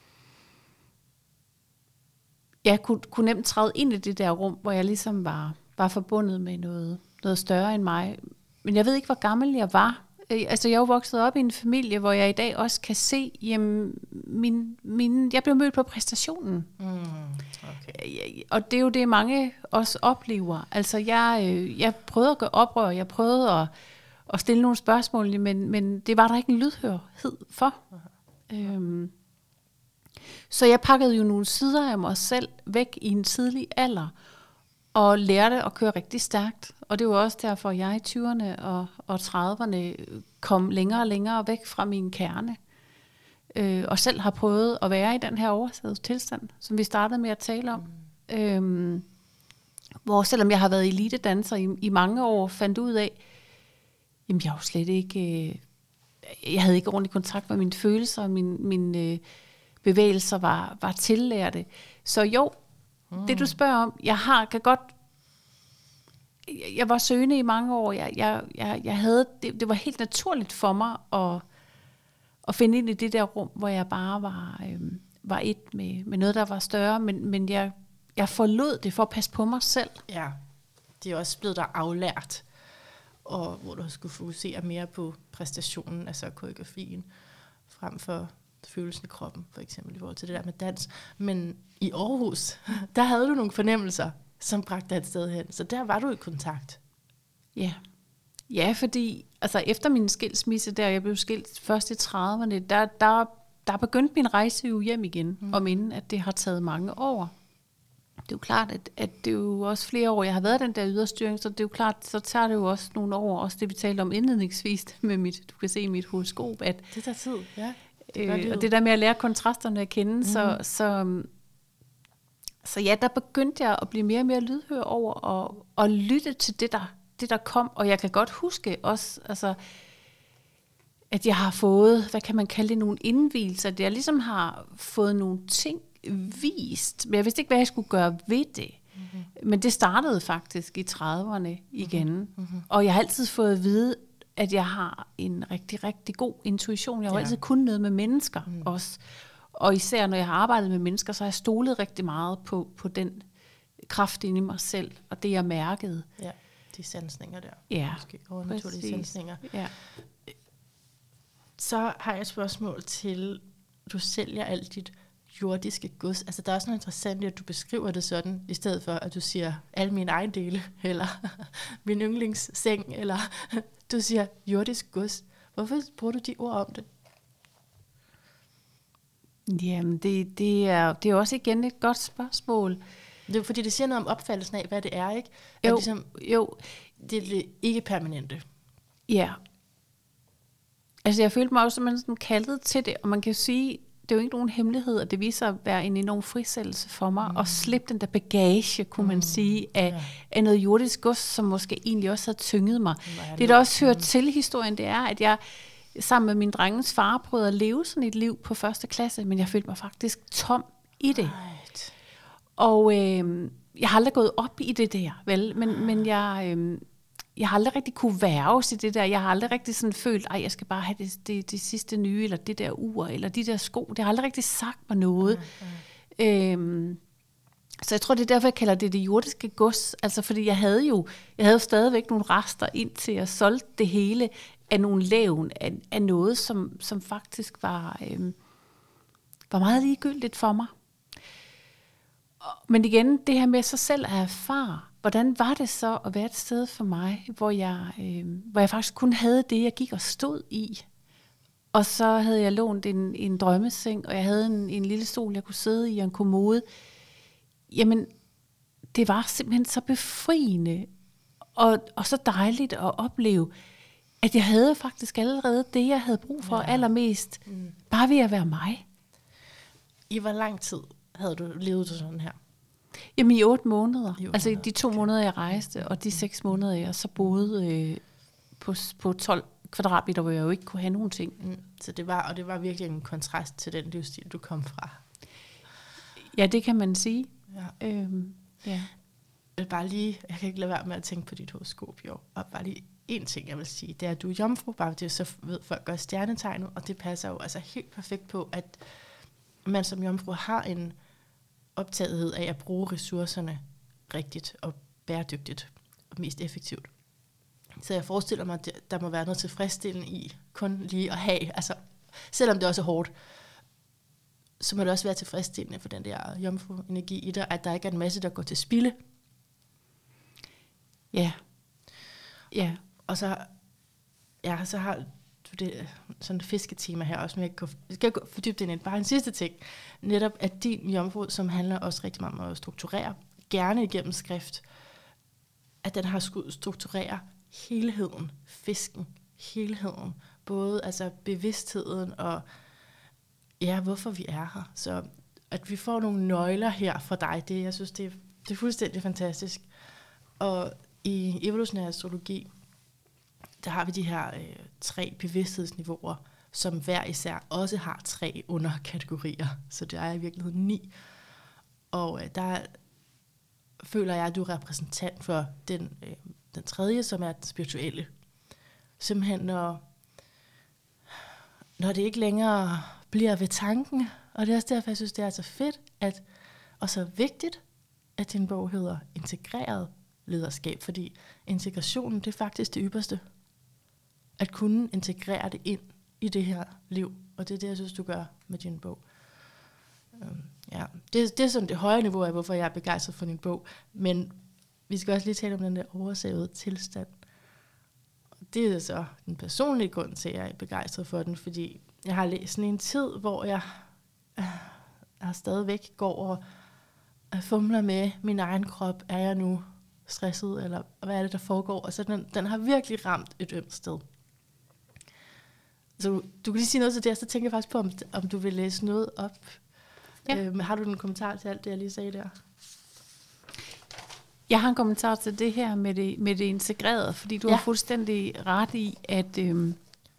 S2: jeg kunne, kunne nemt træde ind i det der rum, hvor jeg ligesom var, var forbundet med noget, noget større end mig. Men jeg ved ikke, hvor gammel jeg var. Altså, jeg er jo vokset op i en familie, hvor jeg i dag også kan se, jamen, min, min, jeg blev mødt på præstationen.
S3: Mm, okay.
S2: Og det er jo det, mange også oplever. Altså, jeg, jeg prøvede at gøre oprør, jeg prøvede at, at stille nogle spørgsmål, men, men det var der ikke en lydhørhed for. Uh-huh. Øhm, så jeg pakkede jo nogle sider af mig selv væk i en tidlig alder, og lærte at køre rigtig stærkt. Og det var også derfor, at jeg i tyverne og, og trediverne kom længere og længere væk fra min kerne. Øh, og selv har prøvet at være i den her oversættelsestilstand, som vi startede med at tale om. Mm. Øhm, hvor selvom jeg har været elitedanser i, i mange år, fandt ud af, jamen jeg var slet ikke... Øh, jeg havde ikke ordentlig kontakt med mine følelser, og mine, mine øh, bevægelser var, var tillærte. Så jo, mm. det du spørger om, jeg har, kan godt... Jeg var søgende i mange år. Jeg, jeg, jeg, jeg havde, det, det var helt naturligt for mig at, at finde ind i det der rum, hvor jeg bare var, øhm, var et med, med noget, der var større. Men, men jeg, jeg forlod det for at passe på mig selv.
S3: Ja, det er også blevet der aflært, og hvor du skulle fokusere mere på præstationen, altså koreografien, frem for følelsen i kroppen, for eksempel i forhold til det der med dans. Men i Aarhus, der havde du nogle fornemmelser, som bragte dig et sted hen. Så der var du i kontakt.
S2: Ja. Ja, fordi altså efter min skilsmisse, der jeg blev skilt først i trediverne, der, der, der begyndte min rejse jo hjem igen, mm. om inden at det har taget mange år. Det er jo klart, at, at det er jo også flere år, jeg har været den der yderstyring, så det er jo klart, så tager det jo også nogle år, også det vi talte om indledningsvis med mit, du kan se i mit horoskop, at
S3: det tager tid, ja.
S2: Det øh, og det der med at lære kontrasterne at kende, mm. så, så, så ja, der begyndte jeg at blive mere og mere lydhør over og, og lytte til det der, det, der kom, og jeg kan godt huske også, altså, at jeg har fået, hvad kan man kalde det, nogle indvielser, at jeg ligesom har fået nogle ting vist, men jeg vidste ikke, hvad jeg skulle gøre ved det. Mm-hmm. Men det startede faktisk i trediverne igen. Mm-hmm. Og jeg har altid fået at vide, at jeg har en rigtig, rigtig god intuition. Jeg har ja. altid kunnet noget med mennesker mm. også. Og især når jeg har arbejdet med mennesker, så har jeg stolet rigtig meget på, på den kraft inde i mig selv, og det jeg mærkede.
S3: Ja, de sansninger der.
S2: Ja,
S3: måske overnaturlige sansninger.
S2: Ja.
S3: Så har jeg et spørgsmål til, du sælger alt dit jordiske gods. Altså der er også noget interessant, at du beskriver det sådan, i stedet for at du siger alle mine ejendele, eller min yndlingsseng, eller du siger jordisk gods. Hvorfor bruger du de ord om det?
S2: Jamen, det, det, er, det er også igen et godt spørgsmål.
S3: Det er fordi, det siger noget om opfattelsen af, hvad det er, ikke?
S2: Jo,
S3: at ligesom,
S2: jo.
S3: Det er det ikke permanente.
S2: Ja. Altså, jeg følte mig også som sådan kaldet til det, og man kan jo sige, det er jo ikke nogen hemmelighed, og det viser at være en enorm frisættelse for mig, mm. at slippe den der bagage, kunne mm. man sige, af, ja. af noget jordisk gods, som måske egentlig også havde tynget mig. Det, det der også hører mm. til historien, det er, at jeg sammen med min drengens far prøvede at leve sådan et liv på første klasse, men jeg følte mig faktisk tom i det.
S3: Right.
S2: Og øh, jeg har aldrig gået op i det der, vel, men, men jeg... Øh, Jeg har aldrig rigtig kunne værves i det der. Jeg har aldrig rigtig sådan følt, at jeg skal bare have det, det, det sidste nye, eller det der ur, eller de der sko. Det har aldrig rigtig sagt mig noget. Mm, mm. Øhm, så jeg tror, det er derfor, jeg kalder det det jordiske gods. Altså, fordi jeg havde jo, jeg havde jo stadigvæk nogle rester, indtil jeg solgte det hele af nogle levn, af, af noget, som, som faktisk var, øhm, var meget ligegyldigt for mig. Men igen, det her med sig selv at erfare, hvordan var det så at være et sted for mig, hvor jeg, øh, hvor jeg faktisk kun havde det, jeg gik og stod i. Og så havde jeg lånt en, en drømmeseng, og jeg havde en, en lille stol, jeg kunne sidde i, og en kommode. Jamen, det var simpelthen så befriende, og, og så dejligt at opleve, at jeg havde faktisk allerede det, jeg havde brug for ja. allermest, mm. bare ved at være mig.
S3: I hvor lang tid havde du levet sådan her?
S2: Jamen i otte måneder. I otte altså
S3: måneder.
S2: De to okay. måneder, jeg rejste, og de seks måneder, jeg så boede øh, på, på tolv kvadratmeter, hvor jeg jo ikke kunne have nogen ting.
S3: Mm. Så det var, og det var virkelig en kontrast til den livsstil, du kom fra.
S2: Ja, det kan man sige.
S3: Ja.
S2: Øhm, ja.
S3: Jeg vil bare lige, jeg kan ikke lade være med at tænke på dit horoskop i år, og bare lige en ting, jeg vil sige, det er, at du er jomfru, bare det så ved folk gør stjernetegnet, og det passer jo altså helt perfekt på, at man som jomfru har en optagethed af at bruge ressourcerne rigtigt og bæredygtigt og mest effektivt. Så jeg forestiller mig, at der må være noget tilfredsstillende i kun lige at have, altså selvom det også er hårdt, så må det også være tilfredsstillende for den der jomfru-energi i dig, at der ikke er en masse, der går til spilde.
S2: Ja. Ja.
S3: Og så, ja, så har du det sådan et fisketema her også, men jeg kan, jeg skal fordybe det ind. Bare en sidste ting. Netop at din jomfru, som handler også rigtig meget om at strukturere, gerne igennem skrift, at den har skulle strukturere helheden, fisken, helheden, både altså bevidstheden og ja, hvorfor vi er her. Så at vi får nogle nøgler her fra dig, det jeg synes, det er, det er fuldstændig fantastisk. Og i evolutionær astrologi, der har vi de her øh, tre bevidsthedsniveauer, som hver især også har tre underkategorier. Så det er i virkeligheden ni. Og øh, der føler jeg, at du er repræsentant for den, øh, den tredje, som er den spirituelle. Simpelthen når, når det ikke længere bliver ved tanken. Og det er også derfor, jeg synes, det er så fedt, at, og så vigtigt, at din bog hedder Integreret lederskab. Fordi integrationen, det er faktisk det ypperste. At kunne integrere det ind i det her liv, Og det er det, jeg synes, du gør med din bog. Um, ja. det, det er sådan det høje niveau af, hvorfor jeg er begejstret for din bog. Men vi skal også lige tale om den der oversavede tilstand. Det er så den personlige grund til, at jeg er begejstret for den, fordi jeg har læst sådan en tid, hvor jeg, øh, jeg stadigvæk går og øh, fumler med min egen krop. Er jeg nu stresset, eller hvad er det, der foregår? Og så den, den har virkelig ramt et ømt sted. Så du kan lige sige noget til det, og så tænker jeg faktisk på, om, om du vil læse noget op. Ja. Øh, har du en kommentar til alt det, jeg lige sagde der?
S2: Jeg har en kommentar til det her med det, med det integrerede, fordi du ja. har fuldstændig ret i, at, øhm,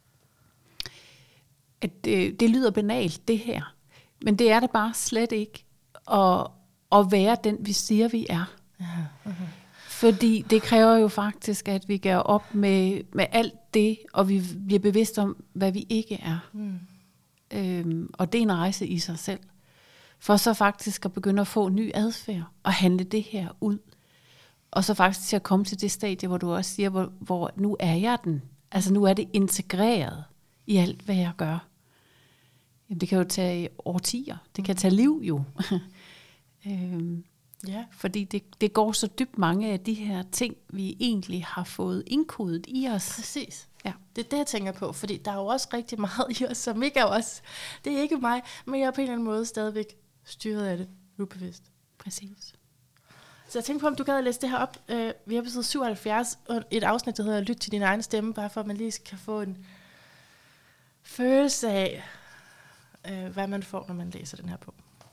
S2: at øh, det lyder banalt, det her. Men det er det bare slet ikke at, at være den, vi siger, vi er. Ja. Okay. Fordi det kræver jo faktisk, at vi gør op med, med alt det, og vi bliver bevidste om, hvad vi ikke er. Mm. Øhm, og det er en rejse i sig selv. For så faktisk at begynde at få ny adfærd og handle det her ud. Og så faktisk til at komme til det stadie, hvor du også siger, hvor, hvor nu er jeg den. Altså nu er det integreret i alt, hvad jeg gør. Jamen, det kan jo tage årtier. Det kan tage liv jo. øhm, ja. Fordi det, det går så dybt mange af de her ting, vi egentlig har fået indkodet i os.
S3: Præcis. Ja. Det er det, jeg tænker på. Fordi der er jo også rigtig meget i os, som ikke er os. Det er ikke mig, men jeg er på en eller anden måde stadigvæk styret af det. Ubevidst.
S2: Præcis.
S3: Så jeg tænkte på, om du gad at læse det her op. Uh, vi har på side syvoghalvfjerds, og et afsnit, der hedder Lyt til din egen stemme, bare for at man lige kan få en følelse af, uh, hvad man får, når man læser den her bog.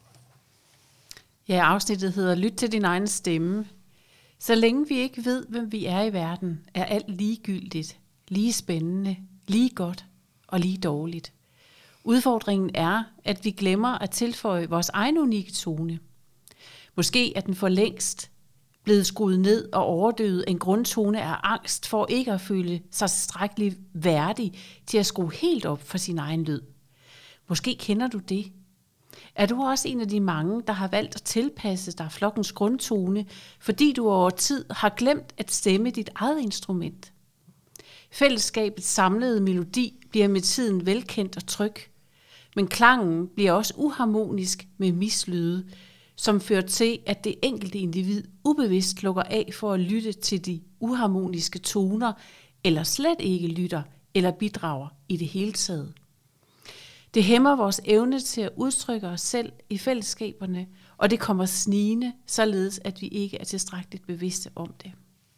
S2: Ja, afsnittet hedder Lyt til din egen stemme. Så længe vi ikke ved, hvem vi er i verden, er alt ligegyldigt, lige spændende, lige godt og lige dårligt. Udfordringen er, at vi glemmer at tilføje vores egen unikke tone. Måske er den for længst blevet skruet ned og overdøvet en grundtone af angst for ikke at føle sig tilstrækkeligt værdig til at skrue helt op for sin egen lyd. Måske kender du det. Er du også en af de mange, der har valgt at tilpasse dig flokkens grundtone, fordi du over tid har glemt at stemme dit eget instrument? Fællesskabets samlede melodi bliver med tiden velkendt og tryg, men klangen bliver også uharmonisk med mislyde, som fører til, at det enkelte individ ubevidst lukker af for at lytte til de uharmoniske toner, eller slet ikke lytter eller bidrager i det hele taget. Det hæmmer vores evne til at udtrykke os selv i fællesskaberne, og det kommer snigende, således at vi ikke er tilstrækkeligt bevidste om det.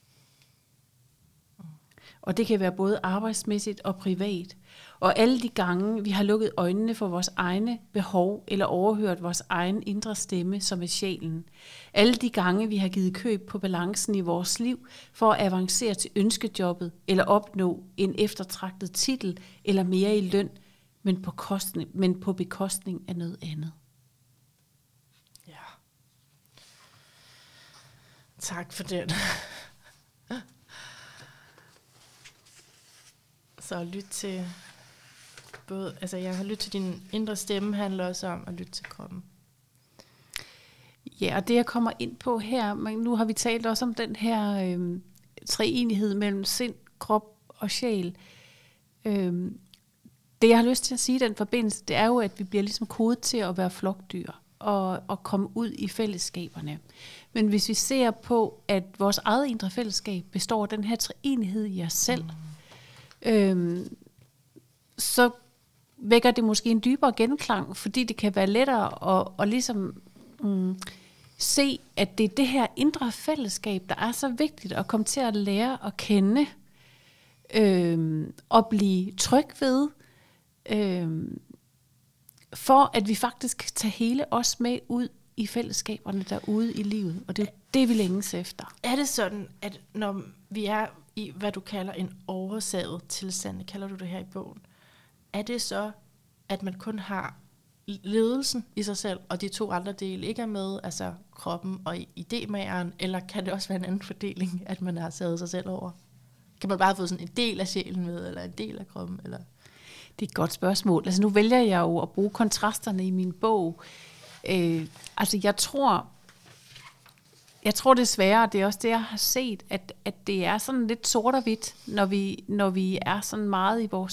S2: Og det kan være både arbejdsmæssigt og privat. Og alle de gange, vi har lukket øjnene for vores egne behov, eller overhørt vores egen indre stemme, som er sjælen. Alle de gange, vi har givet køb på balancen i vores liv, for at avancere til ønskejobbet, eller opnå en eftertragtet titel, eller mere i løn, men på, kostning, men på bekostning af noget andet.
S3: Ja. Tak for den. Så lyt til både, altså jeg har lyttet til din indre stemme, handler også om at lytte til kroppen.
S2: Ja, og det jeg kommer ind på her, men nu har vi talt også om den her øh, treenighed mellem sind, krop og sjæl. Øh, det jeg har lyst til at sige i den forbindelse, det er jo, at vi bliver ligesom kodet til at være flokdyr og, og komme ud i fællesskaberne. Men hvis vi ser på, at vores eget indre fællesskab består af den her treenighed i os selv, mm. Øhm, så vækker det måske en dybere genklang, fordi det kan være lettere at, at ligesom mm, se, at det er det her indre fællesskab, der er så vigtigt at komme til at lære at kende, øhm, og blive tryg ved, øhm, for at vi faktisk kan tage hele os med ud i fællesskaberne derude i livet, og det er det, vi længes efter.
S3: Er det sådan, at når vi er i, hvad du kalder en oversaget tilstand, kalder du det her i bogen, er det så, at man kun har ledelsen i sig selv, og de to andre dele ikke er med, altså kroppen og idémageren, eller kan det også være en anden fordeling, at man har savet sig selv over? Kan man bare få sådan en del af sjælen med, eller en del af kroppen? Eller?
S2: Det er et godt spørgsmål. Altså nu vælger jeg jo at bruge kontrasterne i min bog. Øh, altså jeg tror, jeg tror desværre, det er også det, jeg har set, at, at det er sådan lidt sort og hvidt, når vi, når vi er sådan meget i vores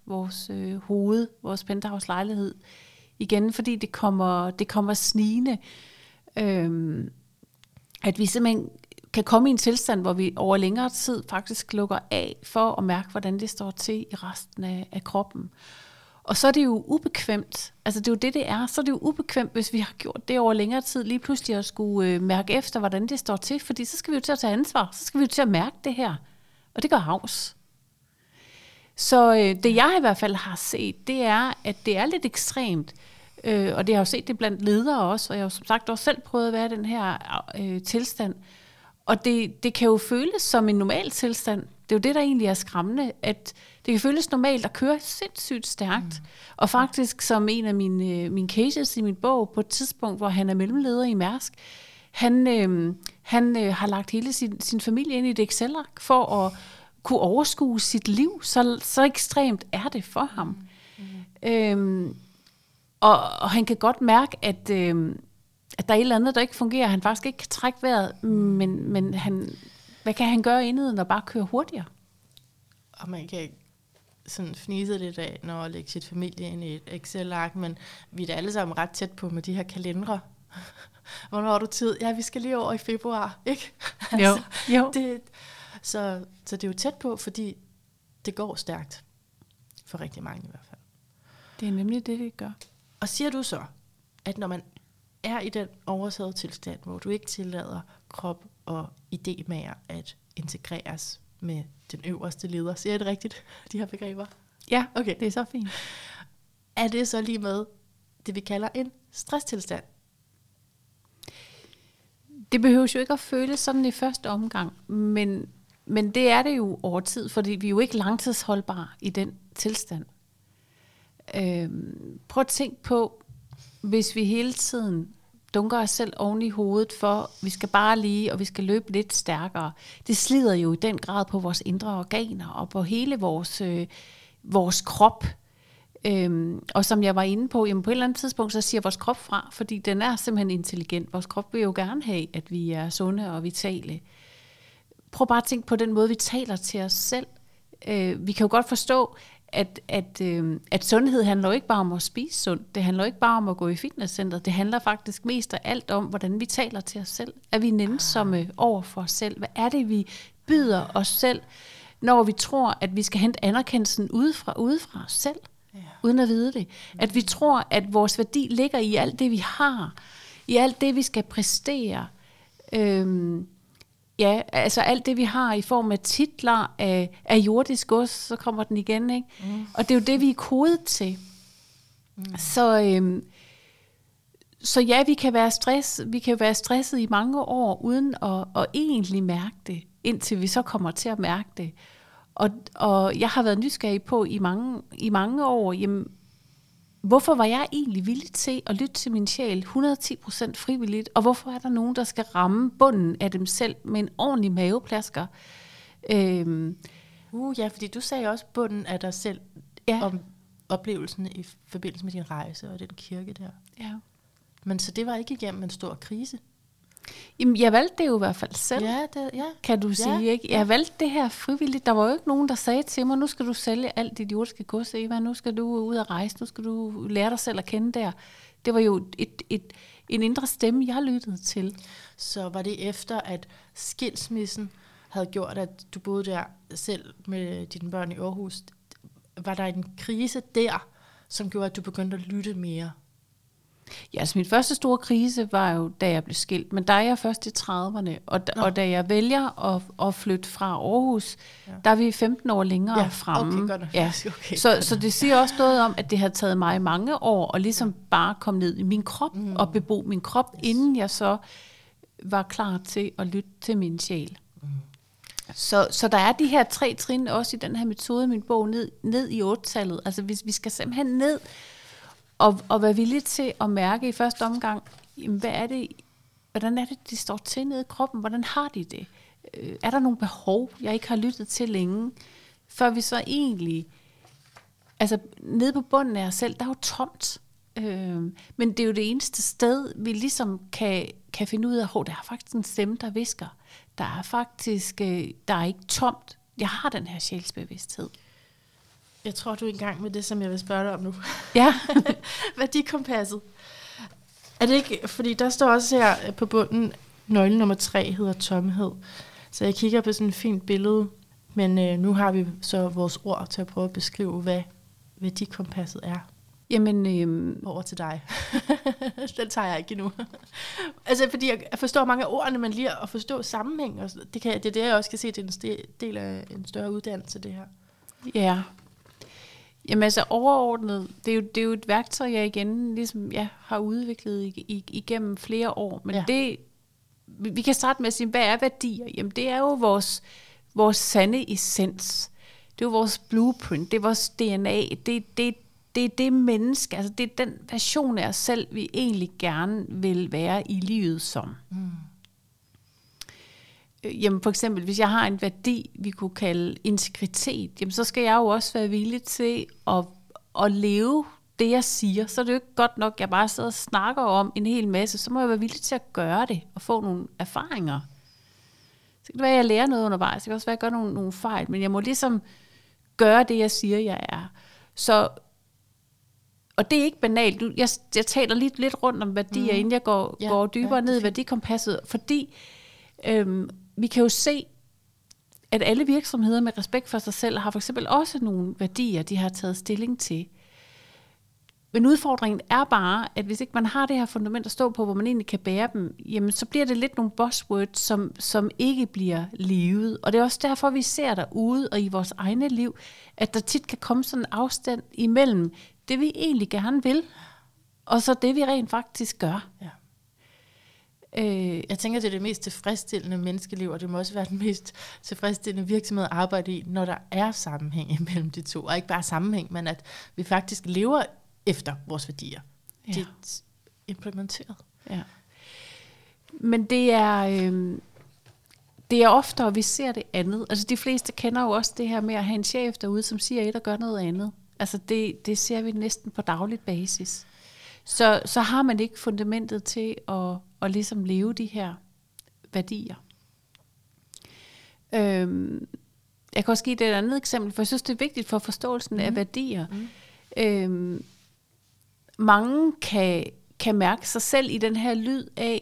S2: vores øh, hoved, vores penthouse-lejlighed igen, fordi det kommer, det kommer snigende. Øhm, at vi simpelthen kan komme i en tilstand, hvor vi over længere tid faktisk lukker af for at mærke, hvordan det står til i resten af, af kroppen. Og så er det jo ubekvemt, altså det er jo det, det er, så er det jo ubekvemt, hvis vi har gjort det over længere tid, lige pludselig at skulle øh, mærke efter, hvordan det står til, fordi så skal vi jo til at tage ansvar, så skal vi jo til at mærke det her, og det gør havs. Så øh, det jeg i hvert fald har set, det er, at det er lidt ekstremt, øh, og det har jeg jo set det blandt ledere også, og jeg har jo som sagt også selv prøvet at være i den her øh, tilstand, og det, det kan jo føles som en normal tilstand. Det er jo det, der egentlig er skræmmende, at det kan føles normalt at køre sindssygt stærkt. Mm. Og faktisk som en af mine, mine cases i min bog, på et tidspunkt, hvor han er mellemleder i Mærsk, han, øh, han øh, har lagt hele sin, sin familie ind i et Excel-ark for at kunne overskue sit liv. Så, så ekstremt er det for ham. Mm. Øhm, og, og han kan godt mærke, at... Øh, at der er et eller andet, der ikke fungerer. Han faktisk ikke kan trække vejret, men, men han, hvad kan han gøre inden, når bare køre hurtigere?
S3: Og man kan sådan fnise lidt af, når at lægge sit familie ind i et Excel-ark, men vi er da alle sammen ret tæt på med de her kalendere. Hvornår har du tid? Ja, vi skal lige over i februar, ikke? altså,
S2: jo. jo.
S3: Det, så, så det er jo tæt på, fordi det går stærkt. For rigtig mange i hvert fald.
S2: Det er nemlig det, det gør.
S3: Og siger du så, at når man er i den oversaget tilstand, hvor du ikke tillader krop og idémager at integreres med den øverste leder. Siger jeg det rigtigt, de her begreber?
S2: Ja,
S3: okay.
S2: Det er så fint.
S3: Er det så lige med det, vi kalder en stresstilstand?
S2: Det behøver jo ikke at føles sådan i første omgang, men, men det er det jo over tid, fordi vi er jo ikke langtidsholdbare i den tilstand. Øhm, prøv at tænke på, hvis vi hele tiden dunker os selv oven i hovedet for, vi skal bare lige, og vi skal løbe lidt stærkere. Det slider jo i den grad på vores indre organer, og på hele vores, øh, vores krop. Øhm, og som jeg var inde på, jamen på et eller andet tidspunkt, så siger vores krop fra, fordi den er simpelthen intelligent. Vores krop vil jo gerne have, at vi er sunde og vitale. Prøv bare at tænke på den måde, vi taler til os selv. Øh, vi kan jo godt forstå, At, at, øh, at sundhed handler jo ikke bare om at spise sundt. Det handler jo ikke bare om at gå i fitnesscenteret. Det handler faktisk mest af alt om, hvordan vi taler til os selv. Er vi nænsomme over for os selv? Hvad er det, vi byder os selv, når vi tror, at vi skal hente anerkendelsen udefra, udefra os selv, ja. Uden at vide det? At vi tror, at vores værdi ligger i alt det, vi har. I alt det, vi skal præstere. Øhm, Ja, altså alt det, vi har i form af titler af, af jordisk gods, så kommer den igen, ikke? Mm. Og det er jo det, vi er kodet til. Mm. Så, øhm, så ja, vi kan være stress, vi kan være stresset i mange år, uden at, at egentlig mærke det, indtil vi så kommer til at mærke det. Og, og jeg har været nysgerrig på i mange, i mange år, jamen, hvorfor var jeg egentlig villig til at lytte til min sjæl hundrede og ti procent frivilligt? Og hvorfor er der nogen, der skal ramme bunden af dem selv med en ordentlig maveplasker? Øhm,
S3: uh, ja, fordi du sagde også bunden af dig selv, ja. Om oplevelsen i forbindelse med din rejse og den kirke der.
S2: Ja.
S3: Men så det var ikke igennem en stor krise?
S2: Jamen, jeg valgte det jo i hvert fald selv,
S3: ja, det, ja.
S2: kan du sige.
S3: Ja,
S2: ikke? Jeg valgte det her frivilligt. Der var jo ikke nogen, der sagde til mig, nu skal du sælge alt dit jordiske gods, Eva. Nu skal du ud og rejse. Nu skal du lære dig selv at kende der. Det var jo et, et, en indre stemme, jeg lyttede til.
S3: Så var det efter, at skilsmissen havde gjort, at du boede der selv med dine børn i Aarhus. Var der en krise der, som gjorde, at du begyndte at lytte mere?
S2: Ja, altså min første store krise var jo, da jeg blev skilt, men der er jeg først i trediverne, og, og da jeg vælger at, at flytte fra Aarhus, ja. Der er vi femten år længere
S3: ja,
S2: fremme.
S3: Okay, godt.
S2: Ja.
S3: Okay.
S2: Så, så det siger også noget om, at det har taget mig mange år, at ligesom bare komme ned i min krop, mm. og bebo min krop, yes. inden jeg så var klar til at lytte til min sjæl. Mm. Så, så der er de her tre trin også i den her metode i min bog, ned, ned i otte-tallet. Altså hvis vi skal simpelthen ned, Og, og være villig til at mærke i første omgang, jamen, hvad er det, hvordan er det, de står til nede i kroppen? Hvordan har de det? Øh, er der nogle behov, jeg ikke har lyttet til længe? Før vi så egentlig, altså nede på bunden af os selv, der er jo tomt. Øh, men det er jo det eneste sted, vi ligesom kan, kan finde ud af, at der er faktisk en stemme, der visker. Der er faktisk, øh, der er ikke tomt. Jeg har den her sjælsbevidsthed.
S3: Jeg tror, du er i gang med det, som jeg vil spørge dig om nu.
S2: Ja.
S3: Værdikompasset. Er det ikke, fordi der står også her på bunden, nøgle nummer tre hedder tomhed. Så jeg kigger på sådan et fint billede, men øh, nu har vi så vores ord til at prøve at beskrive, hvad værdikompasset er.
S2: Jamen, øhm,
S3: over til dig. Den tager jeg ikke endnu. Altså, fordi jeg forstår mange af ordene, men lige at forstå sammenhæng, og det, kan, det er det, jeg også kan se, det er en del af en større uddannelse, det her.
S2: Ja. Jamen altså overordnet, det er jo, det er jo et værktøj, jeg igen ligesom, ja, har udviklet i, i, igennem flere år. Men ja. det, vi, vi kan starte med at sige, hvad er værdier? Jamen det er jo vores, vores sande essens. Det er jo vores blueprint, det er vores D N A, det, det, det er det menneske, altså det er den version af os selv, vi egentlig gerne vil være i livet som. Mm. Jamen for eksempel, hvis jeg har en værdi, vi kunne kalde integritet, jamen så skal jeg jo også være villig til at, at leve det, jeg siger. Så er det jo ikke godt nok, at jeg bare sidder og snakker om en hel masse. Så må jeg være villig til at gøre det og få nogle erfaringer. Så kan det være, at jeg lærer noget undervejs. Det kan også være, at jeg gør nogle, nogle fejl. Men jeg må ligesom gøre det, jeg siger, jeg er. Så, og det er ikke banalt. Jeg, jeg taler lidt, lidt rundt om værdier, mm. inden jeg går, ja, går dybere ja, ned i værdikompasset. Fordi øhm, vi kan jo se, at alle virksomheder med respekt for sig selv har for eksempel også nogle værdier, de har taget stilling til. Men udfordringen er bare, at hvis ikke man har det her fundament at stå på, hvor man egentlig kan bære dem, jamen så bliver det lidt nogle buzzwords, som, som ikke bliver levet. Og det er også derfor, vi ser derude og i vores egne liv, at der tit kan komme sådan en afstand imellem det, vi egentlig gerne vil, og så det, vi rent faktisk gør. Ja.
S3: Øh, jeg tænker, det er det mest tilfredsstillende menneskeliv, og det må også være den mest tilfredsstillende virksomhed at arbejde i, når der er sammenhæng imellem de to. Og ikke bare sammenhæng, men at vi faktisk lever efter vores værdier. Ja. Det er implementeret.
S2: Ja. Men det er, øh, det er oftere, vi ser det andet. Altså de fleste kender jo også det her med at have en chef derude, som siger et og gør noget andet. Altså det, det ser vi næsten på dagligt basis. Så, så har man ikke fundamentet til at, at ligesom leve de her værdier. Øhm, jeg kan også give det et andet eksempel, for jeg synes, det er vigtigt for forståelsen mm. af værdier. Mm. Øhm, mange kan, kan mærke sig selv i den her lyd af,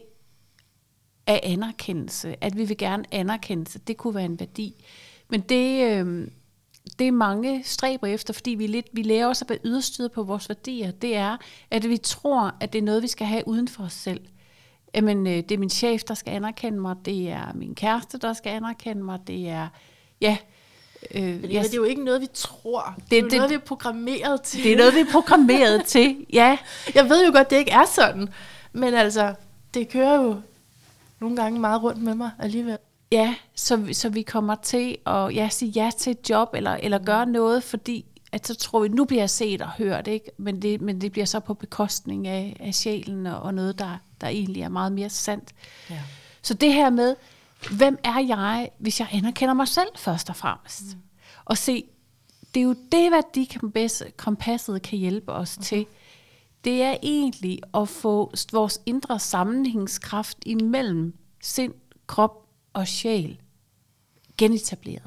S2: af anerkendelse, at vi vil gerne anerkendelse. Det kunne være en værdi. Men det... Øhm, det mange stræber efter, fordi vi, lidt, vi lærer også at være yderstyret på vores værdier, det er, at vi tror, at det er noget, vi skal have uden for os selv. Jamen, det er min chef, der skal anerkende mig, det er min kæreste, der skal anerkende mig, det er, ja...
S3: Øh, det, jeg, det er jo ikke noget, vi tror. Det, det er jo
S2: det,
S3: noget, vi er programmeret til.
S2: Det er noget, vi er programmeret til, ja.
S3: Jeg ved jo godt, det ikke er sådan, men altså, det kører jo nogle gange meget rundt med mig alligevel.
S2: Ja, så, så vi kommer til at ja, sige ja til et job, eller, eller gøre noget, fordi at så tror vi, nu bliver jeg set og hørt, ikke? Men, det, men det bliver så på bekostning af, af sjælen, og, og noget, der, der egentlig er meget mere sandt. Ja. Så det her med, hvem er jeg, hvis jeg anerkender mig selv først og fremmest? Mm. Og se, det er jo det, hvad de kompasset kan hjælpe os mm. til. Det er egentlig at få vores indre sammenhængskraft imellem sind, krop og sjæl genetableret.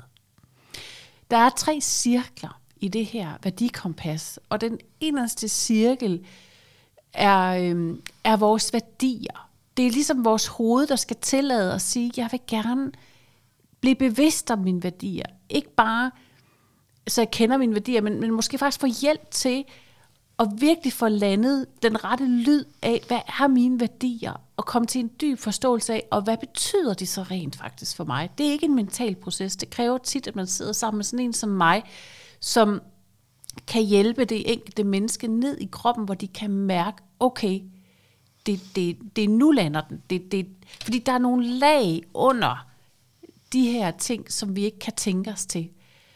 S2: Der er tre cirkler i det her værdikompas, og den eneste cirkel er, øhm, er vores værdier. Det er ligesom vores hoved, der skal tillade at sige, jeg vil gerne blive bevidst om mine værdier. Ikke bare, så jeg kender mine værdier, men, men måske faktisk få hjælp til at virkelig få landet den rette lyd af, hvad er mine værdier, og komme til en dyb forståelse af, og hvad betyder de så rent faktisk for mig. Det er ikke en mental proces. Det kræver tit, at man sidder sammen med sådan en som mig, som kan hjælpe det enkelte menneske ned i kroppen, hvor de kan mærke, okay, det, det, det nu lander den. Det, det, fordi der er nogle lag under de her ting, som vi ikke kan tænke os til.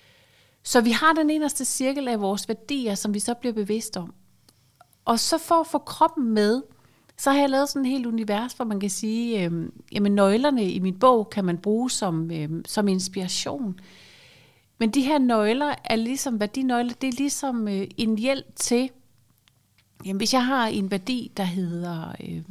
S2: Så vi har den eneste cirkel af vores værdier, som vi så bliver bevidst om. Og så for at få kroppen med, så har jeg lavet sådan et helt univers, hvor man kan sige, øh, jamen nøglerne i min bog kan man bruge som, øh, som inspiration. Men de her nøgler er ligesom, værdinøgler, det er ligesom øh, en hjælp til, jamen hvis jeg har en værdi, der hedder øh,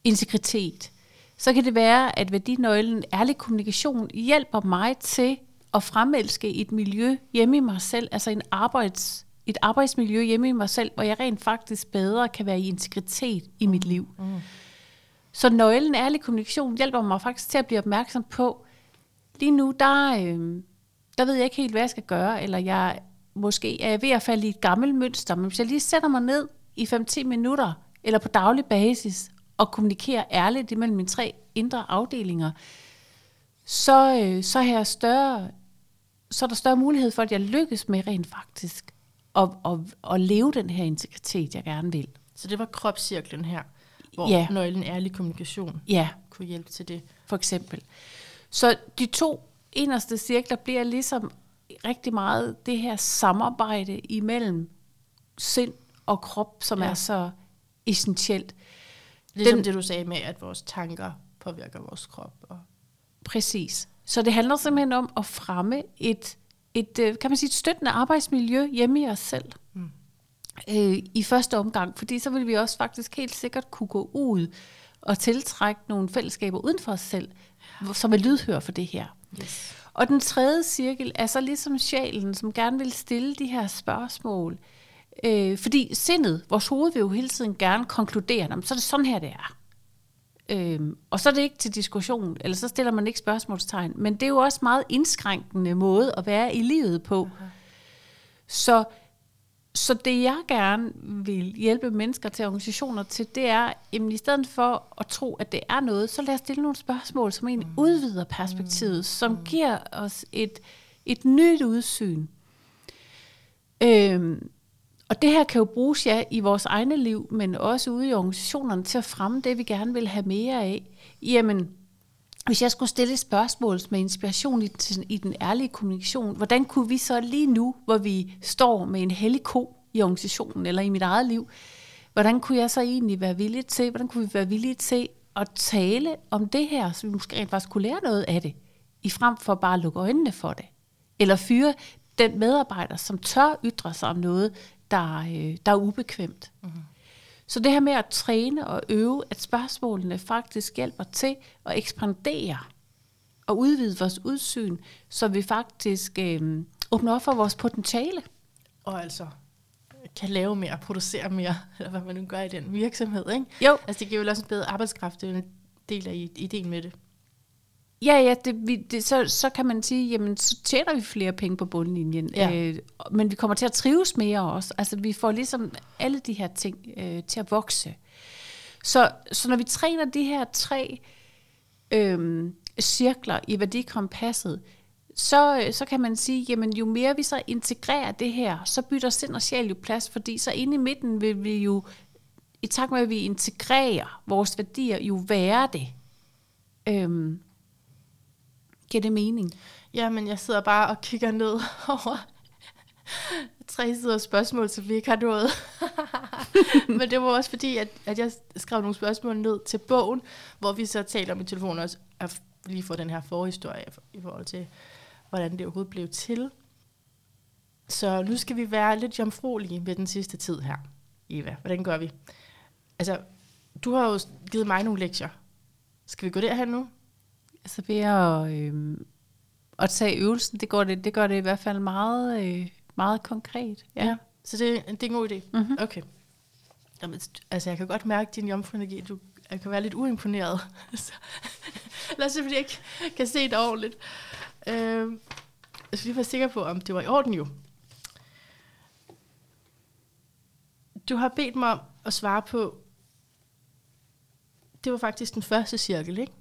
S2: integritet, så kan det være, at værdinøglen, ærlig kommunikation, hjælper mig til at fremelske et miljø hjemme i mig selv, altså en arbejds, et arbejdsmiljø hjemme i mig selv, hvor jeg rent faktisk bedre kan være i integritet i mit liv.
S3: Mm.
S2: Så nøglen ærlig kommunikation hjælper mig faktisk til at blive opmærksom på, lige nu, der, øh, der ved jeg ikke helt, hvad jeg skal gøre, eller jeg måske er ved at falde i et gammelt mønster, men hvis jeg lige sætter mig ned i fem til ti minutter, eller på daglig basis, og kommunikerer ærligt imellem mine tre indre afdelinger, så, øh, så, har jeg større, så er der større mulighed for, at jeg lykkes med rent faktisk at, at, at leve den her integritet, jeg gerne vil.
S3: Så det var kropscirklen her, hvor
S2: Ja.
S3: nøglen ærlig kommunikation
S2: Ja,
S3: kunne hjælpe til det.
S2: for eksempel. Så de to inderste cirkler bliver ligesom rigtig meget det her samarbejde imellem sind og krop, som
S3: Ja.
S2: er så essentielt.
S3: Ligesom
S2: Den-
S3: det, du sagde med, at vores tanker påvirker vores krop. Og
S2: Præcis. Så det handler simpelthen om at fremme et, et øh, kan man sige, et støttende arbejdsmiljø hjemme i os selv.
S3: Mm.
S2: Øh, I første omgang, fordi så vil vi også faktisk helt sikkert kunne gå ud og tiltrække nogle fællesskaber uden for os selv, hvor- som er lydhør for det her.
S3: yes.
S2: Og den tredje cirkel er så ligesom sjælen, som gerne vil stille de her spørgsmål. Øh, fordi sindet, vores hoved, vil jo hele tiden gerne konkludere, "Nå, men så er det sådan her, det er. Øhm, og så er det ikke til diskussion, eller så stiller man ikke spørgsmålstegn. Men det er jo også meget indskrænkende måde at være i livet på.
S3: Aha.
S2: Så, så det jeg gerne vil hjælpe mennesker til, organisationer til, det er, jamen, i stedet for at tro, at det er noget, så lad os stille nogle spørgsmål, som egentlig
S3: Mm.
S2: udvider perspektivet,
S3: Mm.
S2: som
S3: Mm.
S2: giver os et, et nyt udsyn. Øhm, og det her kan jo bruges ja, i vores egne liv, men også ude i organisationerne til at fremme det, vi gerne vil have mere af. Jamen, hvis jeg skulle stille et spørgsmål med inspiration i, i den ærlige kommunikation, hvordan kunne vi så lige nu, hvor vi står med en hellig ko i organisationen eller i mit eget liv, hvordan kunne jeg så egentlig være villig til, hvordan kunne vi være villige til at tale om det her, så vi måske rent faktisk kunne lære noget af det, i frem for bare at lukke øjnene for det, eller fyre den medarbejder, som tør ytre sig om noget, der, øh, der er ubekvemt.
S3: Mm-hmm.
S2: Så det her med at træne og øve, at spørgsmålene faktisk hjælper til at ekspandere og udvide vores udsyn, så vi faktisk øh, åbner op for vores potentiale.
S3: Og altså kan lave mere, producere mere, eller hvad man nu gør i den virksomhed, ikke?
S2: Jo,
S3: Altså det giver jo også en bedre arbejdskraft, det er jo en del af ideen med det.
S2: ja, ja, det, vi, det, så, så kan man sige, jamen så tjener vi flere penge på bundlinjen,
S3: Ja.
S2: øh, men vi kommer til at trives mere også. Altså vi får ligesom alle de her ting øh, til at vokse. Så, så når vi træner de her tre øh, cirkler i værdikompasset, så, så kan man sige, jamen jo mere vi så integrerer det her, så bytter sind og sjæl jo plads, fordi så inde i midten vil vi jo, i takt med at vi integrerer vores værdier, jo være det. Øh, Giver det mening?
S3: Ja, men jeg sidder bare og kigger ned over tre sider spørgsmål, som vi ikke har nået. Men det var også fordi, at, at jeg skrev nogle spørgsmål ned til bogen, hvor vi så taler om i telefonen også, at lige få den her forhistorie i forhold til, hvordan det overhovedet blev til. Så nu skal vi være lidt jomfruelige med den sidste tid her, Eva. Hvordan gør vi? Altså, du har jo givet mig nogle lektier. Skal vi gå derhen nu?
S2: Altså ved at, øh, at tage øvelsen, det gør det, det gør det i hvert fald meget, øh, meget konkret. Ja.
S3: Ja. Så det, det er en god idé?
S2: Mm-hmm.
S3: Okay. Jamen, altså, jeg kan godt mærke din jomfruenergi. Du jeg kan være lidt uimponeret. Så, lad os se, fordi jeg ikke kan se det ordentligt. Øh, jeg skal lige være sikker på, om det var i orden jo. Du har bedt mig om at svare på, det var faktisk den første cirkel, ikke?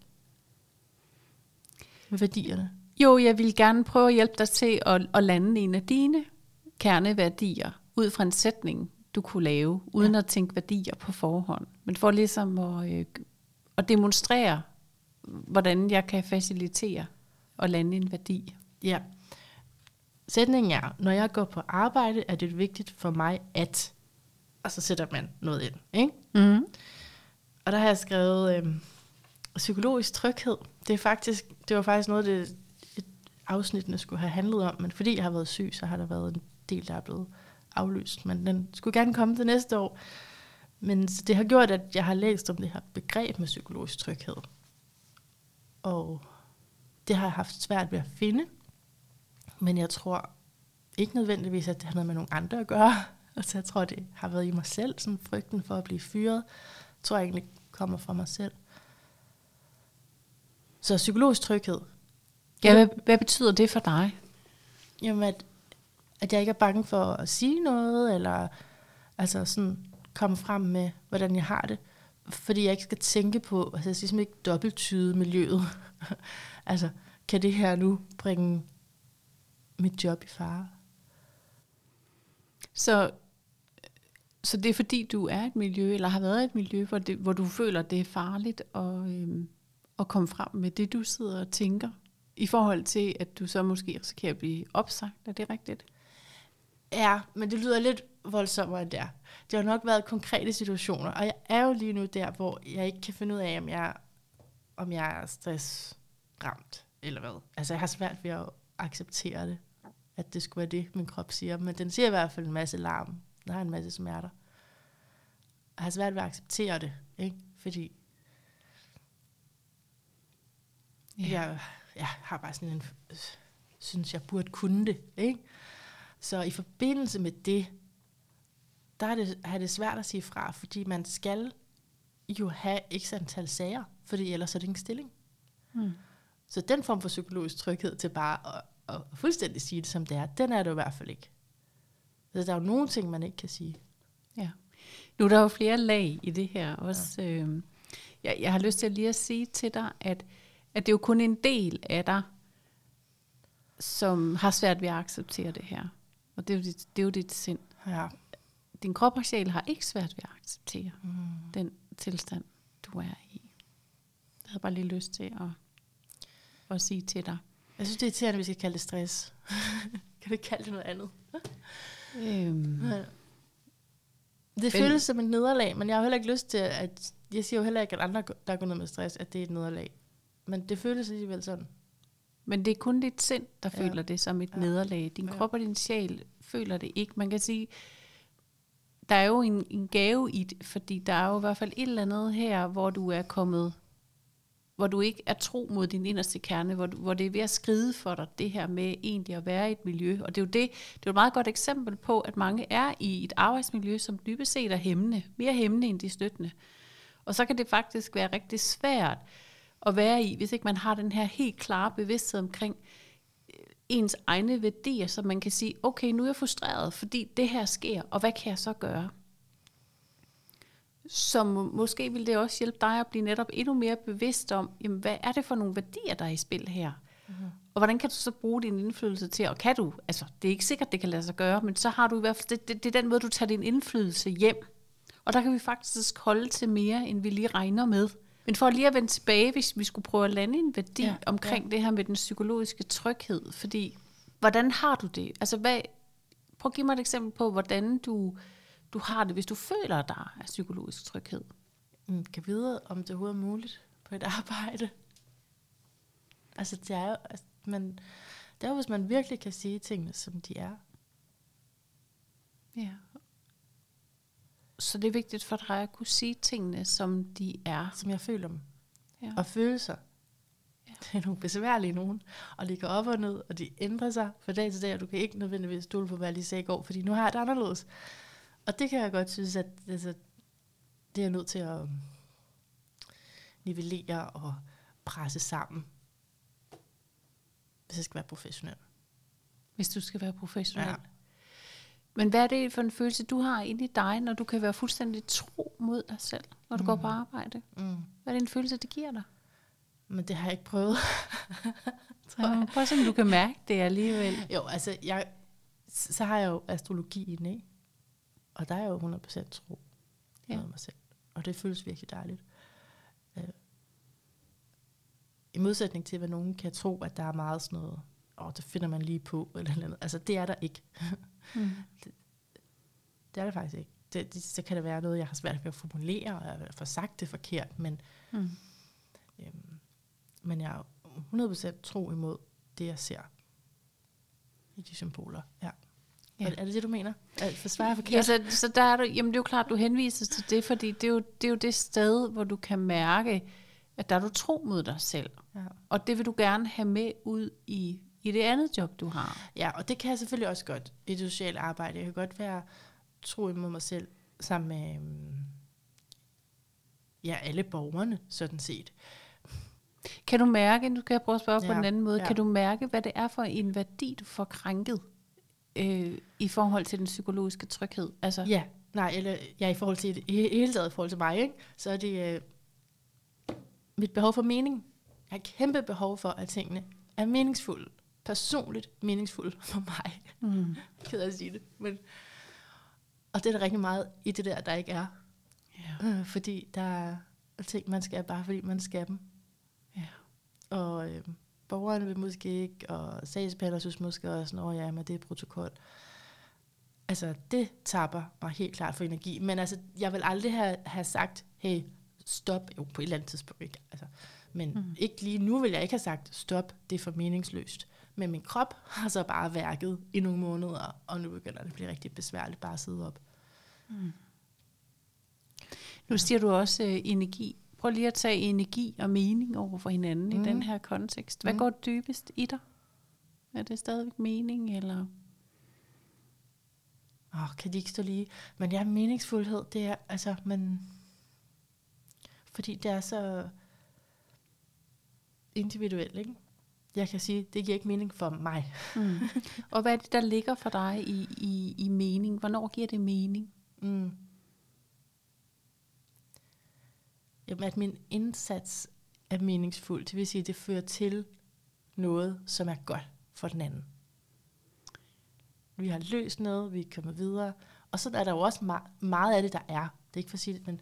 S3: Med værdierne.
S2: Jo, jeg vil gerne prøve at hjælpe dig til at, at lande en af dine kerneværdier ud fra en sætning, du kunne lave, uden ja. at tænke værdier på forhånd. Men for ligesom at, øh, at demonstrere, hvordan jeg kan facilitere og lande en værdi.
S3: Ja. Sætningen er, når jeg går på arbejde, er det vigtigt for mig at... Og så sætter man noget ind, ikke?
S2: Mm.
S3: Og der har jeg skrevet øh, psykologisk tryghed. Det er faktisk, det var faktisk noget, det et afsnittene skulle have handlet om, men fordi jeg har været syg, så har der været en del, der er blevet aflyst. Men den skulle gerne komme til næste år. Men det har gjort, at jeg har læst om det her begreb med psykologisk tryghed. Og det har jeg haft svært ved at finde. Men jeg tror ikke nødvendigvis, at det har noget med nogle andre at gøre. Altså jeg tror, det har været i mig selv, sådan frygten for at blive fyret. Jeg tror jeg egentlig kommer fra mig selv. Så psykologisk tryghed.
S2: Ja, hvad, hvad betyder det for dig?
S3: Jamen, at, at jeg ikke er bange for at sige noget, eller altså sådan komme frem med, hvordan jeg har det. Fordi jeg ikke skal tænke på, altså jeg siger ikke dobbelttyde miljøet. Altså, kan det her nu bringe mit job i fare?
S2: Så, så det er fordi, du er et miljø, eller har været i et miljø, hvor, det, hvor du føler, det er farligt at, øhm, at komme frem med det, du sidder og tænker, i forhold til, at du så måske risikerer at blive opsagt. Er det rigtigt?
S3: Ja, men det lyder lidt voldsommere end der. Det har nok været konkrete situationer, og jeg er jo lige nu der, hvor jeg ikke kan finde ud af, om jeg, om jeg er stressramt, eller hvad. Altså, jeg har svært ved at acceptere det, at det skulle være det, min krop siger. Men den siger i hvert fald en masse larm. Den har en masse smerter. Jeg har svært ved at acceptere det, ikke? Fordi ja. jeg, jeg har bare sådan en, synes jeg burde kunne det, ikke? Så i forbindelse med det, der er det, er det svært at sige fra, fordi man skal jo have x antal sager, fordi ellers er det ingen stilling. Mm. Så den form for psykologisk tryghed til bare at, at fuldstændig sige det, som det er, den er det i hvert fald ikke. Så der er jo nogle ting, man ikke kan sige.
S2: Ja. Nu er der jo flere lag i det her også. Ja. Øh, jeg, jeg har lyst til at lige at sige til dig, at, at det er jo kun en del af dig, som har svært ved at acceptere det her. Og det er jo dit, det er jo dit sind.
S3: Ja.
S2: Din krop og sjæl har ikke svært ved at acceptere mm. den tilstand, du er i. Jeg havde bare lige lyst til at, at sige til dig.
S3: Jeg synes, det er irriterende, at vi skal kalde det stress. Kan vi kalde det noget andet?
S2: øhm.
S3: Ja. Det føles som et nederlag, men jeg har heller ikke lyst til, at... Jeg siger jo heller ikke, at andre, der går ned med stress, at det er et nederlag. Men det føles alligevel sådan.
S2: Men det er kun dit sind, der ja. føler det som et ja. nederlag. Din
S3: ja.
S2: krop og din sjæl føler det ikke. Man kan sige, der er jo en, en gave i det, fordi der er jo i hvert fald et eller andet her, hvor du er kommet, hvor du ikke er tro mod din inderste kerne, hvor, du, hvor det er ved at skride for dig, det her med egentlig at være i et miljø. Og det er jo det, det er jo et meget godt eksempel på, at mange er i et arbejdsmiljø, som dybest set er hæmmende, mere hæmmende end de støttende. Og så kan det faktisk være rigtig svært at være i, hvis ikke man har den her helt klare bevidsthed omkring ens egne værdier, så man kan sige, okay, nu er jeg frustreret, fordi det her sker, og hvad kan jeg så gøre? Så måske vil det også hjælpe dig at blive netop endnu mere bevidst om, jamen, hvad er det for nogle værdier, der er i spil her? Mm-hmm. Og hvordan kan du så bruge din indflydelse til, og kan du, altså det er ikke sikkert, det kan lade sig gøre, men så har du i hvert fald, det, det, det er den måde, du tager din indflydelse hjem. Og der kan vi faktisk holde til mere, end vi lige regner med. Men for lige at vende tilbage, hvis vi skulle prøve at lande en værdi ja, omkring ja. det her med den psykologiske tryghed, fordi hvordan har du det? Altså hvad, prøv at give mig et eksempel på, hvordan du, du har det, hvis du føler dig af psykologisk tryghed.
S3: Jeg kan vide, om det overhovedet er muligt på et arbejde. Altså det er jo, altså, man, det er jo, hvis man virkelig kan sige tingene, som de er.
S2: Ja. Så det er vigtigt for dig at kunne sige tingene, som de er.
S3: Som jeg føler dem.
S2: Ja.
S3: Og følelser. Ja. Det er nogle besværlige nogen. Og de går op og ned, og de ændrer sig fra dag til dag, og du kan ikke nødvendigvis stole på, hvad jeg lige sagde i går, fordi nu har jeg det anderledes. Og det kan jeg godt synes, at altså, det er jeg nødt til at nivellere og presse sammen, hvis jeg skal være professionel.
S2: Hvis du skal være professionel.
S3: Ja.
S2: Men hvad er det for en følelse, du har inde i dig, når du kan være fuldstændig tro mod dig selv, når du mm. går på arbejde? Mm. Hvad er det en følelse, det giver dig?
S3: Men det har jeg ikke prøvet.
S2: Ja, prøv at se, om du kan mærke det alligevel.
S3: Jo, altså, jeg, så har jeg jo astrologien, ikke? Og der er jeg jo hundrede procent tro ja. mod mig selv. Og det føles virkelig dejligt. Uh, I modsætning til, hvad nogen kan tro, at der er meget sådan noget, åh, det finder man lige på, eller andet. Altså, det er der ikke. Mm. det, det er det faktisk ikke. Det, det, så kan det være noget, jeg har svært ved at formulere, og jeg får sagt det forkert, men, mm. øhm, men jeg er hundrede procent tro imod det, jeg ser i de symboler. Ja. Ja. Er, er det det, du mener? Forsvarer jeg forkert?
S2: Ja, så, så der er du, jamen det er jo klart, du henviser til det, fordi det er, jo, det er jo det sted, hvor du kan mærke, at der er du tro mod dig selv. Ja. Og det vil du gerne have med ud i i det andet job, du har.
S3: Ja, og det kan jeg selvfølgelig også godt i det sociale arbejde. Jeg kan godt være tro imod mig selv sammen med øhm, ja, alle borgerne, sådan set.
S2: Kan du mærke, nu kan jeg prøve at spørge ja, på en anden måde,
S3: ja.
S2: kan du mærke, hvad det er for en værdi, du får krænket øh, i forhold til den psykologiske tryghed? Altså,
S3: Ja, nej, eller ja, i forhold til i hele taget i forhold til mig, ikke? Så er det øh, mit behov for mening. Jeg har kæmpe behov for, at tingene er meningsfulde. Personligt meningsfulde for mig.
S2: Mm.
S3: Ked af at sige det. Men, og det er der rigtig meget i det der, der ikke er.
S2: Ja.
S3: Øh, fordi der er ting, man skal bare, fordi man skal dem.
S2: Ja.
S3: Og øh, borgerne vil måske ikke, og sagsbehandler synes måske også, at ja, men det er protokol. Altså, det tapper mig helt klart for energi. Men altså, jeg vil aldrig have, have sagt, hey, stop, jo, på et eller andet tidspunkt, ikke? Altså, men mm. ikke lige nu vil jeg ikke have sagt, stop, det er for meningsløst. Men min krop har så bare værket i nogle måneder, og nu begynder det at blive rigtig besværligt bare at sidde op.
S2: Mm. Nu siger du også øh, energi. Prøv lige at tage energi og mening over for hinanden mm. i den her kontekst. Hvad mm. går dybest i dig? Er det stadigvæk mening, eller?
S3: Åh, oh, kan de ikke stå lige? Men ja, meningsfuldhed, det er, altså, men fordi det er så individuelt, ikke? Jeg kan sige, det giver ikke mening for mig.
S2: Mm. Og hvad er det, der ligger for dig i, i, i mening? Hvornår giver det mening?
S3: Mm. Jamen, at min indsats er meningsfuld, det vil sige, at det fører til noget, som er godt for den anden. Vi har løst noget, vi er kommet videre, og så er der jo også meget, meget af det, der er. Det er ikke for at sige det, men,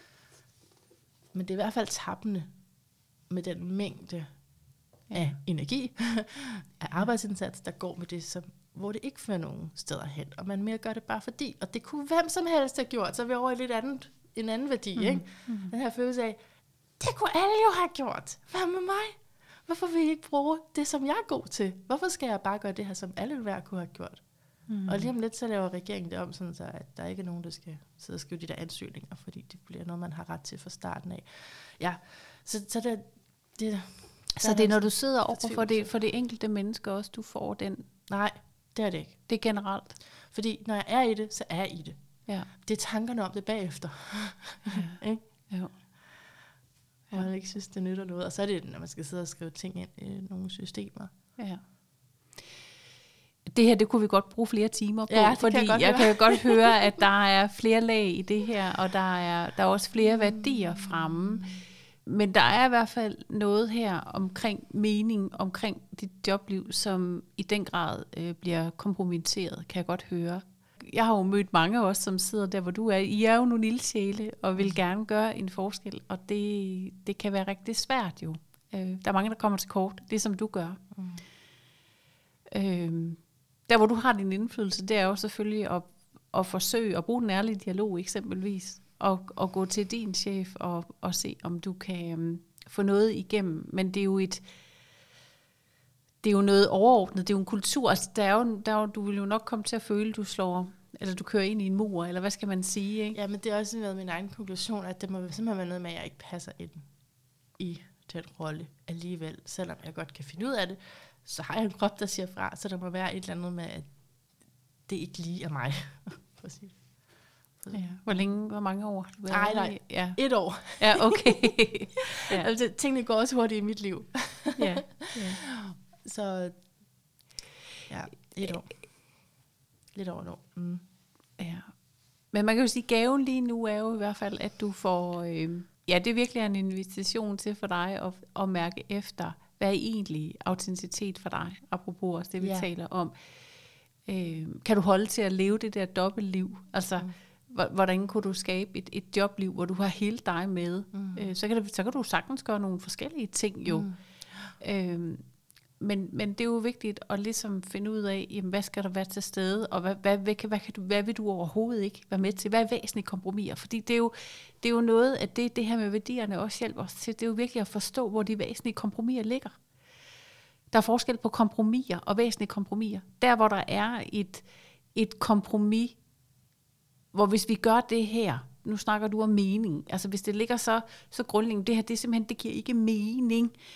S3: men det er i hvert fald tappende med den mængde af energi, af arbejdsindsats, der går med det, som, hvor det ikke fører nogen steder hen, og man mere gør det bare fordi, og det kunne hvem som helst have gjort, så er vi over i lidt andet, en anden værdi, mm. ikke? Mm. Den her følelse af, det kunne alle jo have gjort. Hvad med mig? Hvorfor vil I ikke bruge det, som jeg er god til? Hvorfor skal jeg bare gøre det her, som alle hver kunne have gjort? Mm. Og lige om lidt, så laver regeringen det om, sådan så at der ikke er nogen, der skal sidde og skrive de der ansøgninger, fordi det bliver noget, man har ret til fra starten af. Ja, så, så det, det
S2: Så det er, når du sidder over for det, for det enkelte menneske også, du får den?
S3: Nej, det er det ikke.
S2: Det er generelt?
S3: Fordi når jeg er i det, så er jeg i det.
S2: Ja.
S3: Det er tankerne om det bagefter.
S2: Ja.
S3: Ikke?
S2: Ja.
S3: Og jeg ikke synes, det nytter noget. Og så er det, når man skal sidde og skrive ting ind i nogle systemer.
S2: Ja. Det her, det kunne vi godt bruge flere timer på,
S3: ja,
S2: fordi
S3: kan jeg,
S2: jeg kan jo godt høre, at der er flere lag i det her, og der er, der er også flere værdier fremme. Men der er i hvert fald noget her omkring mening, omkring dit jobliv, som i den grad øh, bliver kompromitteret, kan jeg godt høre. Jeg har jo mødt mange også, som sidder der, hvor du er. I er jo nogle ildsjæle og vil gerne gøre en forskel, og det, det kan være rigtig svært jo. Øh, der er mange, der kommer til kort, det som du gør. Mm. Øh, der, hvor du har din indflydelse, det er jo selvfølgelig at, at forsøge at bruge den ærlige dialog eksempelvis, og, og gå til din chef og, og se, om du kan um, få noget igennem. Men det er jo et, det er jo noget overordnet, det er jo en kultur. Altså, der er jo, der er jo, du vil jo nok komme til at føle, du slår, eller du kører ind i en mur, eller hvad skal man sige, ikke?
S3: Ja, men det er også været min egen konklusion, at det må simpelthen være noget med, at jeg ikke passer ind i den rolle alligevel. Selvom jeg godt kan finde ud af det, så har jeg en krop, der siger fra, så der må være et eller andet med, at det ikke lige er mig. Præcis.
S2: Ja. Hvor længe, hvor mange år har du været?
S3: Nej, nej.
S2: Ja.
S3: Et år.
S2: Ja, okay. Ja.
S3: Altså, tingene går også hurtigt i mit liv.
S2: Ja. Ja.
S3: Så ja, et år. Lidt over nu. Mm.
S2: Ja. Men man kan jo sige, at gaven lige nu er jo i hvert fald, at du får, øh, ja, det er virkelig en invitation til for dig at, at mærke efter, hvad er egentlig autenticitet for dig, apropos også det, vi ja. taler om. Øh, kan du holde til at leve det der dobbeltliv? Altså, mm. hvordan kunne du skabe et, et jobliv, hvor du har hele dig med? Mm. Øh, så, kan det, så kan du sagtens gøre nogle forskellige ting jo. Mm. Øh, men, men det er jo vigtigt at ligesom finde ud af, jamen, hvad skal der være til stede, og hvad, hvad, hvad, hvad, kan du, hvad vil du overhovedet ikke være med til? Hvad er væsentlige kompromiser? Fordi det er jo, det er jo noget af det, det her med værdierne også hjælper os til. Det er jo virkelig at forstå, hvor de væsentlige kompromiser ligger. Der er forskel på kompromiser og væsentlige kompromiser. Der, hvor der er et, et kompromis, hvor hvis vi gør det her, nu snakker du om mening, altså hvis det ligger så, så grundlæggende, det her, det er simpelthen, det giver ikke mening,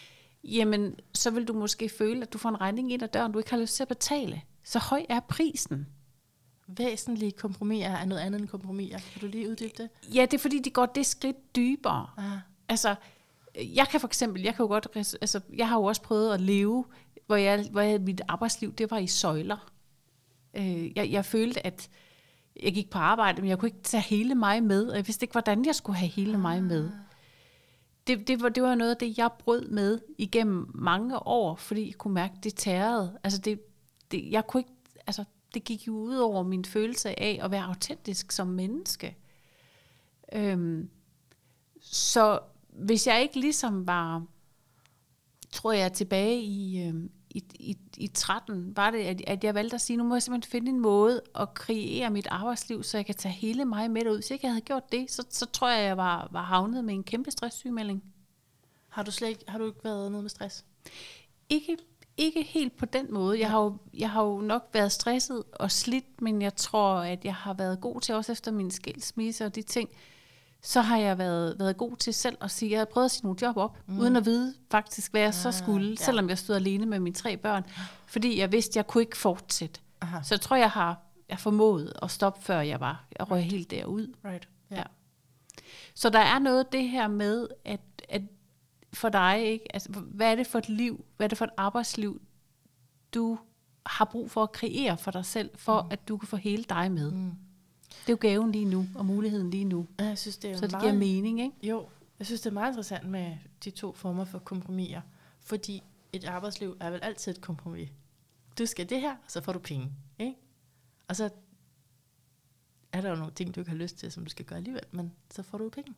S2: jamen så vil du måske føle, at du får en regning ind ad døren, du ikke har lyst til at betale. Så høj er prisen.
S3: Væsentlige kompromiser er noget andet end kompromiser. Kan du lige uddybe det?
S2: Ja, det er fordi, de går det skridt dybere.
S3: Ah.
S2: Altså, jeg kan for eksempel, jeg kan jo godt, altså, jeg har jo også prøvet at leve, hvor jeg, hvor jeg mit arbejdsliv, det var i søjler. Øh, jeg, jeg følte, at jeg gik på arbejde, men jeg kunne ikke tage hele mig med, og jeg vidste ikke, hvordan jeg skulle have hele mig med. Det, det, var, det var noget af det, jeg brød med igennem mange år, fordi jeg kunne mærke, det tærede. Altså, det, det, jeg kunne ikke, altså, det gik jo ud over min følelse af at være autentisk som menneske. Øhm, så hvis jeg ikke ligesom var, tror jeg tilbage i, øhm, i, i, i tretten, var det, at, at jeg valgte at sige, nu må jeg simpelthen finde en måde at kreere mit arbejdsliv, så jeg kan tage hele mig med derud. Hvis ikke jeg havde gjort det, så, så tror jeg, jeg var, var havnet med en kæmpe stresssygemelding.
S3: Har du slet ikke, har du ikke været nede med stress?
S2: Ikke, ikke helt på den måde. Jeg har, jo, jeg har jo nok været stresset og slidt, men jeg tror, at jeg har været god til, også efter min skilsmisse og de ting, så har jeg været, været god til selv at sige, at jeg har prøvet at sige nogle job op, mm. uden at vide faktisk, hvad jeg ja, så skulle, ja. selvom jeg stod alene med mine tre børn, fordi jeg vidste, at jeg kunne ikke fortsætte. Aha. Så jeg tror, jeg har jeg formået at stoppe, før jeg var. Jeg røg helt derud.
S3: Right. Yeah.
S2: Ja. Så der er noget det her med, at, at for dig, ikke? Altså, hvad er det for et liv, hvad er det for et arbejdsliv, du har brug for at kreere for dig selv, for mm. at du kan få hele dig med. Mm. Det er jo gaven lige nu, og muligheden lige nu.
S3: Ja, jeg synes, det er
S2: så det
S3: meget,
S2: giver mening, ikke?
S3: Jo, jeg synes, det er meget interessant med de to former for kompromiser. Fordi et arbejdsliv er vel altid et kompromis. Du skal det her, så får du penge. Ikke? Og så er der jo nogle ting, du ikke har lyst til, som du skal gøre alligevel, men så får du penge.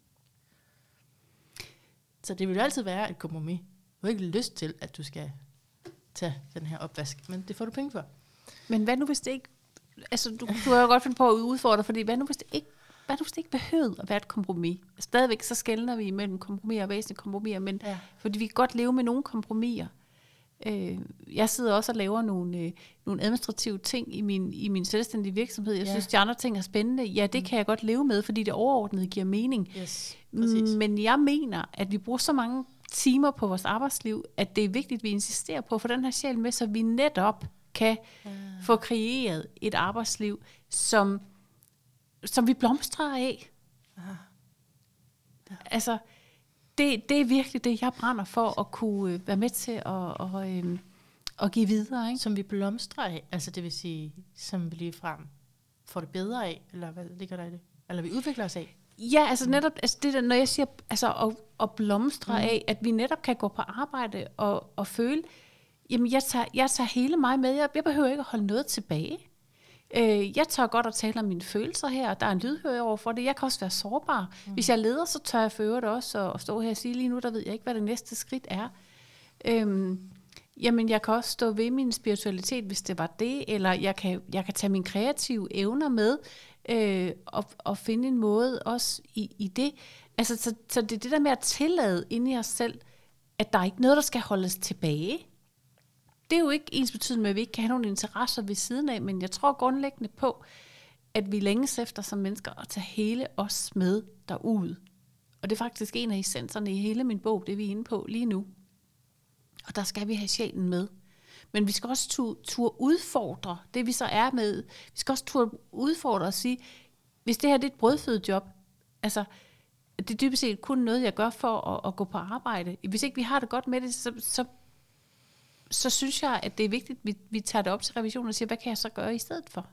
S3: Så det vil jo altid være et kompromis. Du har ikke lyst til, at du skal tage den her opvask, men det får du penge for.
S2: Men hvad nu, hvis det ikke... Altså, du, du har jo godt finde på at udfordre, fordi hvad nu, hvis det ikke, hvad nu, hvis det ikke behøvede at være et kompromis? Stadigvæk så skelner vi mellem kompromiser og væsentlige kompromiser, men ja. fordi vi kan godt leve med nogle kompromiser. Øh, jeg sidder også og laver nogle, øh, nogle administrative ting i min, i min selvstændige virksomhed. Jeg ja. synes, de andre ting er spændende. Ja, det mm. kan jeg godt leve med, fordi det overordnede giver mening.
S3: Yes,
S2: men jeg mener, at vi bruger så mange timer på vores arbejdsliv, at det er vigtigt, at vi insisterer på at få den her sjæl med, så vi netop kan ja. få kreeret et arbejdsliv, som, som vi blomstrer af. Ja. Ja. Altså, det, det er virkelig det, jeg brænder for at kunne være med til at, at, at, at give videre. Ikke?
S3: Som vi blomstrer af, altså det vil sige, som vi lige frem får det bedre af, eller hvad ligger der i det? Eller vi udvikler os af?
S2: Ja, altså netop, altså det der, når jeg siger altså at, at blomstre mm. af, at vi netop kan gå på arbejde og, og føle, jamen jeg tager, jeg tager hele mig med, jeg, jeg behøver ikke at holde noget tilbage. Øh, jeg tør godt at tale om mine følelser her, der er en lydhør over for det, jeg kan også være sårbar. Mm. Hvis jeg leder, så tør jeg for øvrigt også at stå her og sige, lige nu, der ved jeg ikke, hvad det næste skridt er. Øhm, jamen jeg kan også stå ved min spiritualitet, hvis det var det, eller jeg kan, jeg kan tage mine kreative evner med, øh, og, og finde en måde også i, i det. Altså, så, så det er det der med at tillade inde i os selv, at der er ikke noget, der skal holdes tilbage. Det er jo ikke ens betydende med, at vi ikke kan have nogle interesser ved siden af, men jeg tror grundlæggende på, at vi længes efter som mennesker at tage hele os med derud. Og det er faktisk en af essenserne i hele min bog, det vi er inde på lige nu. Og der skal vi have sjælen med. Men vi skal også turde, turde udfordre det, vi så er med. Vi skal også turde udfordre og sige, hvis det her det er et brødfødejob, altså det er dybest set kun noget, jeg gør for at, at gå på arbejde. Hvis ikke vi har det godt med det, så, så, så synes jeg, at det er vigtigt, at vi, vi tager det op til revision og siger, hvad kan jeg så gøre i stedet for?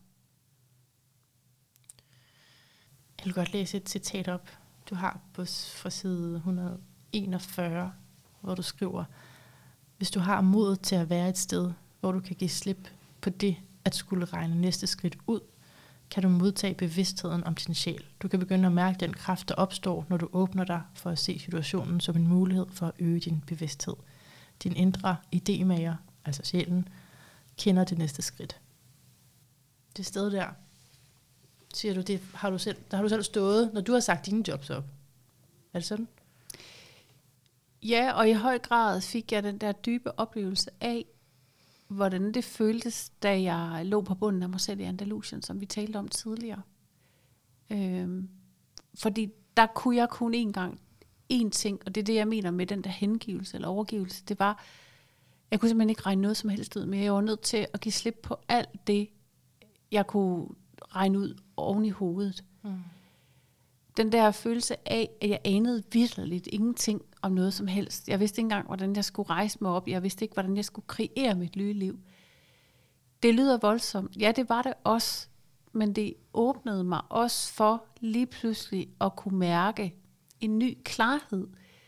S3: Jeg vil godt læse et citat op, du har på, fra side et hundrede og enogfyrre, hvor du skriver, hvis du har modet til at være et sted, hvor du kan give slip på det, at skulle regne næste skridt ud, kan du modtage bevidstheden om din sjæl. Du kan begynde at mærke den kraft, der opstår, når du åbner dig for at se situationen som en mulighed for at øge din bevidsthed. Din indre idémager, altså sjælen, kender det næste skridt. Det sted der, siger du, det har du selv, der har du selv stået, når du har sagt dine jobs op. Er det sådan?
S2: Ja, og i høj grad fik jeg den der dybe oplevelse af, hvordan det føltes, da jeg lå på bunden af mig selv i Andalusien, som vi talte om tidligere. Øhm, fordi der kunne jeg kun en gang, én ting, og det er det, jeg mener med den der hengivelse eller overgivelse, det var, jeg kunne simpelthen ikke regne noget som helst ud mere. Jeg var nødt til at give slip på alt det, jeg kunne regne ud oven i hovedet. Mm. Den der følelse af, at jeg anede vitterligt ingenting om noget som helst. Jeg vidste ikke engang, hvordan jeg skulle rejse mig op. Jeg vidste ikke, hvordan jeg skulle kreere mit nye liv. Det lyder voldsomt. Ja, det var det også. Men det åbnede mig også for lige pludselig at kunne mærke en ny klarhed.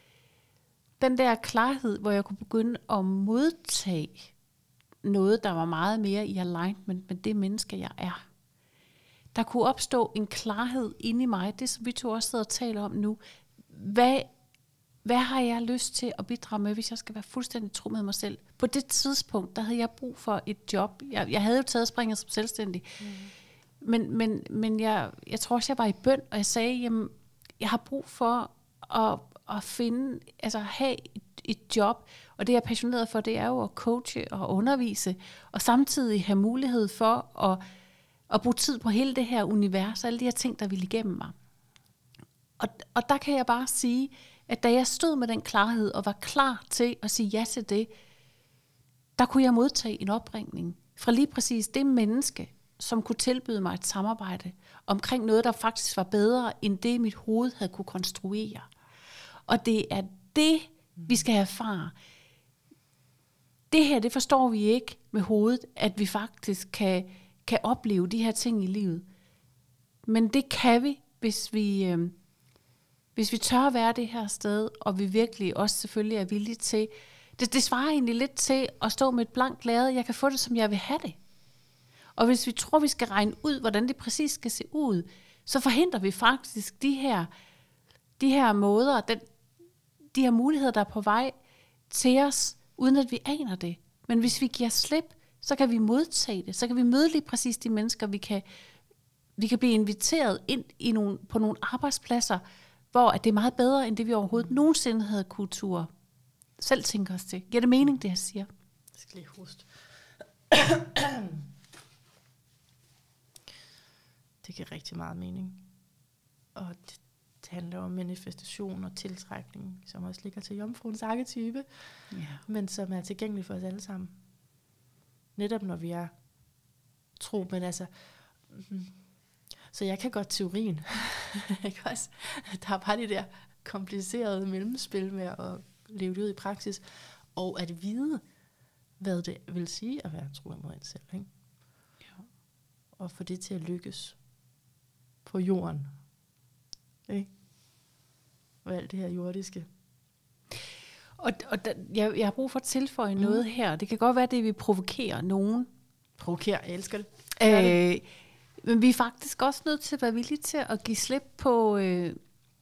S2: Den der klarhed, hvor jeg kunne begynde at modtage noget, der var meget mere i alignment med det menneske, jeg er. Der kunne opstå en klarhed inde i mig, det som vi to også sidder og taler om nu. Hvad, hvad har jeg lyst til at bidrage med, hvis jeg skal være fuldstændig tro med mig selv? På det tidspunkt, der havde jeg brug for et job. Jeg, jeg havde jo taget springet som selvstændig. Mm. Men, men, men jeg, jeg tror også, jeg var i bøn, og jeg sagde, jamen, jeg har brug for at, at finde, altså have et, et job. Og det, jeg er passioneret for, det er jo at coache og undervise, og samtidig have mulighed for at og bruge tid på hele det her univers, og alle de her ting, der ville igennem mig. Og, og der kan jeg bare sige, at da jeg stod med den klarhed, og var klar til at sige ja til det, der kunne jeg modtage en opringning fra lige præcis det menneske, som kunne tilbyde mig et samarbejde omkring noget, der faktisk var bedre, end det mit hoved havde kunne konstruere. Og det er det, vi skal erfare. Det her, det forstår vi ikke med hovedet, at vi faktisk kan kan opleve de her ting i livet. Men det kan vi, hvis vi, øh, hvis vi tør at være det her sted, og vi virkelig også selvfølgelig er villige til. Det, det svarer egentlig lidt til at stå med et blankt lærred. Jeg kan få det, som jeg vil have det. Og hvis vi tror, vi skal regne ud, hvordan det præcis skal se ud, så forhindrer vi faktisk de her, de her måder, den, de her muligheder, der er på vej til os, uden at vi aner det. Men hvis vi giver slip, så kan vi modtage det. Så kan vi møde lige præcis de mennesker, vi kan, vi kan blive inviteret ind i nogle, på nogle arbejdspladser, hvor at det er meget bedre, end det vi overhovedet nogensinde havde kultur. Selv tænker os til. Giver det mening, det jeg siger?
S3: Jeg skal lige hoste. Det giver rigtig meget mening. Og det, det handler om manifestation og tiltrækning, som også ligger til jomfruens arketype, ja. Men som er tilgængelig for os alle sammen. Netop når vi er tro, men altså, mm, så jeg kan godt teorien, ikke også? Der er bare det der komplicerede mellemspil med at leve det ud i praksis, og at vide, hvad det vil sige at være tro imod en selv, ikke? Ja. Og få det til at lykkes på jorden, ikke? Og alt det her jordiske.
S2: Og, og da, jeg, jeg har brug for at tilføje mm. noget her. Det kan godt være, det vil provokere nogen.
S3: Provokere, jeg elsker det.
S2: Øh, men vi er faktisk også nødt til at være villige til at give slip på, øh,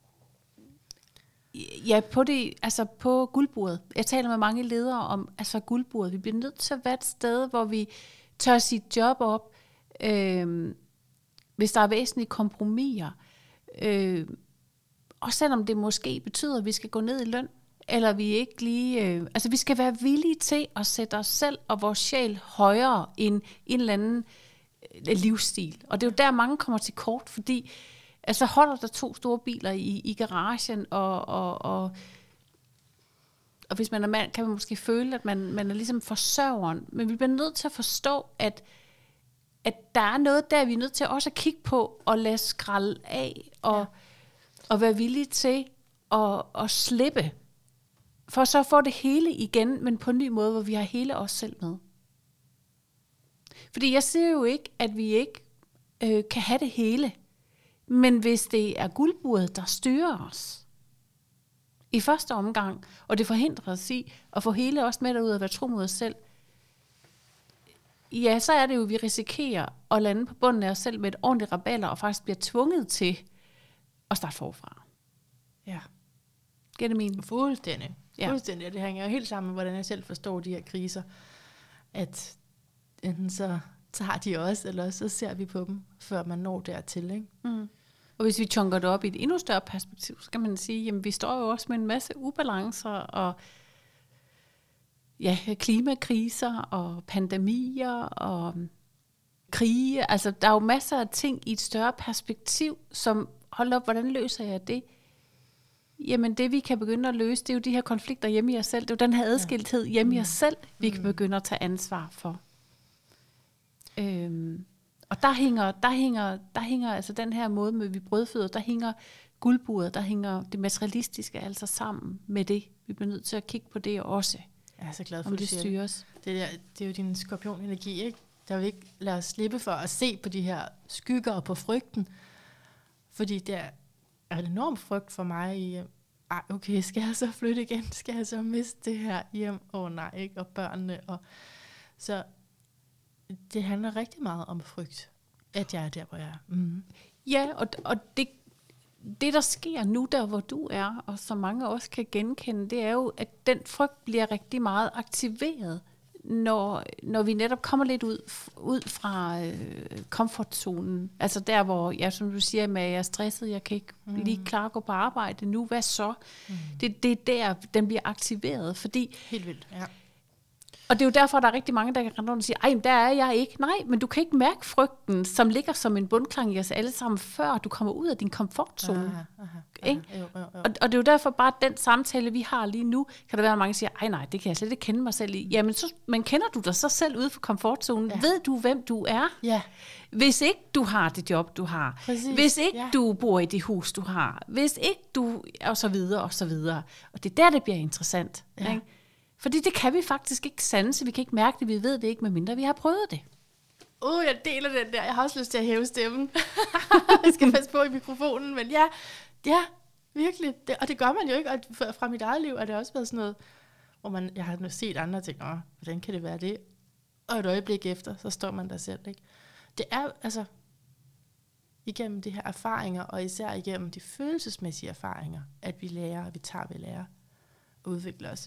S2: ja, på, det, altså på guldbordet. Jeg taler med mange ledere om altså guldbordet. Vi bliver nødt til at være et sted, hvor vi tør sit job op, øh, hvis der er væsentlige kompromiser. Øh, og selvom det måske betyder, at vi skal gå ned i løn, eller vi ikke lige, øh, altså vi skal være villige til at sætte os selv og vores sjæl højere end en eller anden øh, livsstil. Og det er jo der, mange kommer til kort, fordi altså holder der to store biler i, i garagen, og, og, og, og hvis man er mand, kan man måske føle, at man, man er ligesom forsørgeren. Men vi bliver nødt til at forstå, at, at der er noget der, vi er nødt til også at kigge på, og lade skralde af, og, ja. og være villige til at, at slippe. For så får det hele igen, men på en ny måde, hvor vi har hele os selv med. Fordi jeg siger jo ikke, at vi ikke øh, kan have det hele. Men hvis det er guldbordet, der styrer os i første omgang, og det forhindrer os i at få hele os med derud og være tro mod os selv, ja, så er det jo, at vi risikerer at lande på bunden af os selv med et ordentligt raballer, og faktisk bliver tvunget til at starte forfra.
S3: Ja.
S2: Giver det mening?
S3: Fuldstændig.
S2: Ja.
S3: Fuldstændig, og det hænger jo helt sammen med, hvordan jeg selv forstår de her kriser, at enten så tager de os, eller så ser vi på dem, før man når dertil, ikke?
S2: Mm. Og hvis vi chunker det op i et endnu større perspektiv, så kan man sige, jamen vi står jo også med en masse ubalancer, og ja, klimakriser, og pandemier, og krige, altså der er jo masser af ting i et større perspektiv, som, hold op, hvordan løser jeg det? jamen det vi kan begynde at løse, det er jo de her konflikter hjemme i os selv. Det er jo den her adskilthed hjemme i os selv, vi kan begynde at tage ansvar for. Øhm, og der hænger, der hænger, der hænger altså den her måde med vi brødføder, der hænger guldburet, der hænger det materialistiske altså sammen med det. Vi bliver nødt til at kigge på det også.
S3: Jeg er så glad for,
S2: om
S3: at du
S2: det
S3: siger
S2: styres.
S3: Det, det, der, det er jo din skorpionenergi, ikke? Der vil ikke lade os slippe for at se på de her skygger og på frygten. Fordi der er en enorm frygt for mig i, ej, okay, skal jeg så flytte igen? Skal jeg så miste det her hjem? Åh oh, nej, ikke? Og børnene. Og så det handler rigtig meget om frygt, at jeg er der, hvor jeg er. Mm.
S2: Ja, og, og det, det, der sker nu, der hvor du er, og som mange også kan genkende, det er jo, at den frygt bliver rigtig meget aktiveret, når, når vi netop kommer lidt ud, ud fra øh, komfortzonen. Altså der, hvor jeg, som du siger, med, jeg er stresset, jeg kan ikke mm. lige klare at gå på arbejde nu, hvad så? Mm. Det, det er der, den bliver aktiveret, fordi...
S3: Helt vildt, ja.
S2: Og det er jo derfor, at der er rigtig mange, der kan rende rundt og sige, ej, men der er jeg ikke. Nej, men du kan ikke mærke frygten, som ligger som en bundklang i os alle sammen, før du kommer ud af din komfortzone. Aha, aha, aha, jo, jo, jo. Og, og det er jo derfor bare, den samtale, vi har lige nu, kan der være, at mange siger, ej nej, det kan jeg slet ikke kende mig selv i. Jamen, så, men kender du dig så selv ude for komfortzonen? Ja. Ved du, hvem du er?
S3: Ja.
S2: Hvis ikke du har det job, du har.
S3: Præcis.
S2: Hvis ikke
S3: ja.
S2: du bor i det hus, du har. Hvis ikke du... Og så videre, og så videre. Og det er der, det bliver interessant. Ja. Ikke? Fordi det kan vi faktisk ikke sanse, vi kan ikke mærke det, vi ved det ikke, medmindre vi har prøvet det.
S3: Åh, oh, jeg deler den der. Jeg har også lyst til at hæve stemmen. Jeg skal passe på i mikrofonen, men ja, ja, virkelig. Det, og det gør man jo ikke, og fra mit eget liv er det også været sådan noget, hvor man, jeg har set andre ting, åh, hvordan kan det være det? Og et øjeblik efter, så står man der selv, ikke? Det er altså, igennem de her erfaringer, og især igennem de følelsesmæssige erfaringer, at vi lærer, at vi tager, vi lærer og udvikler os.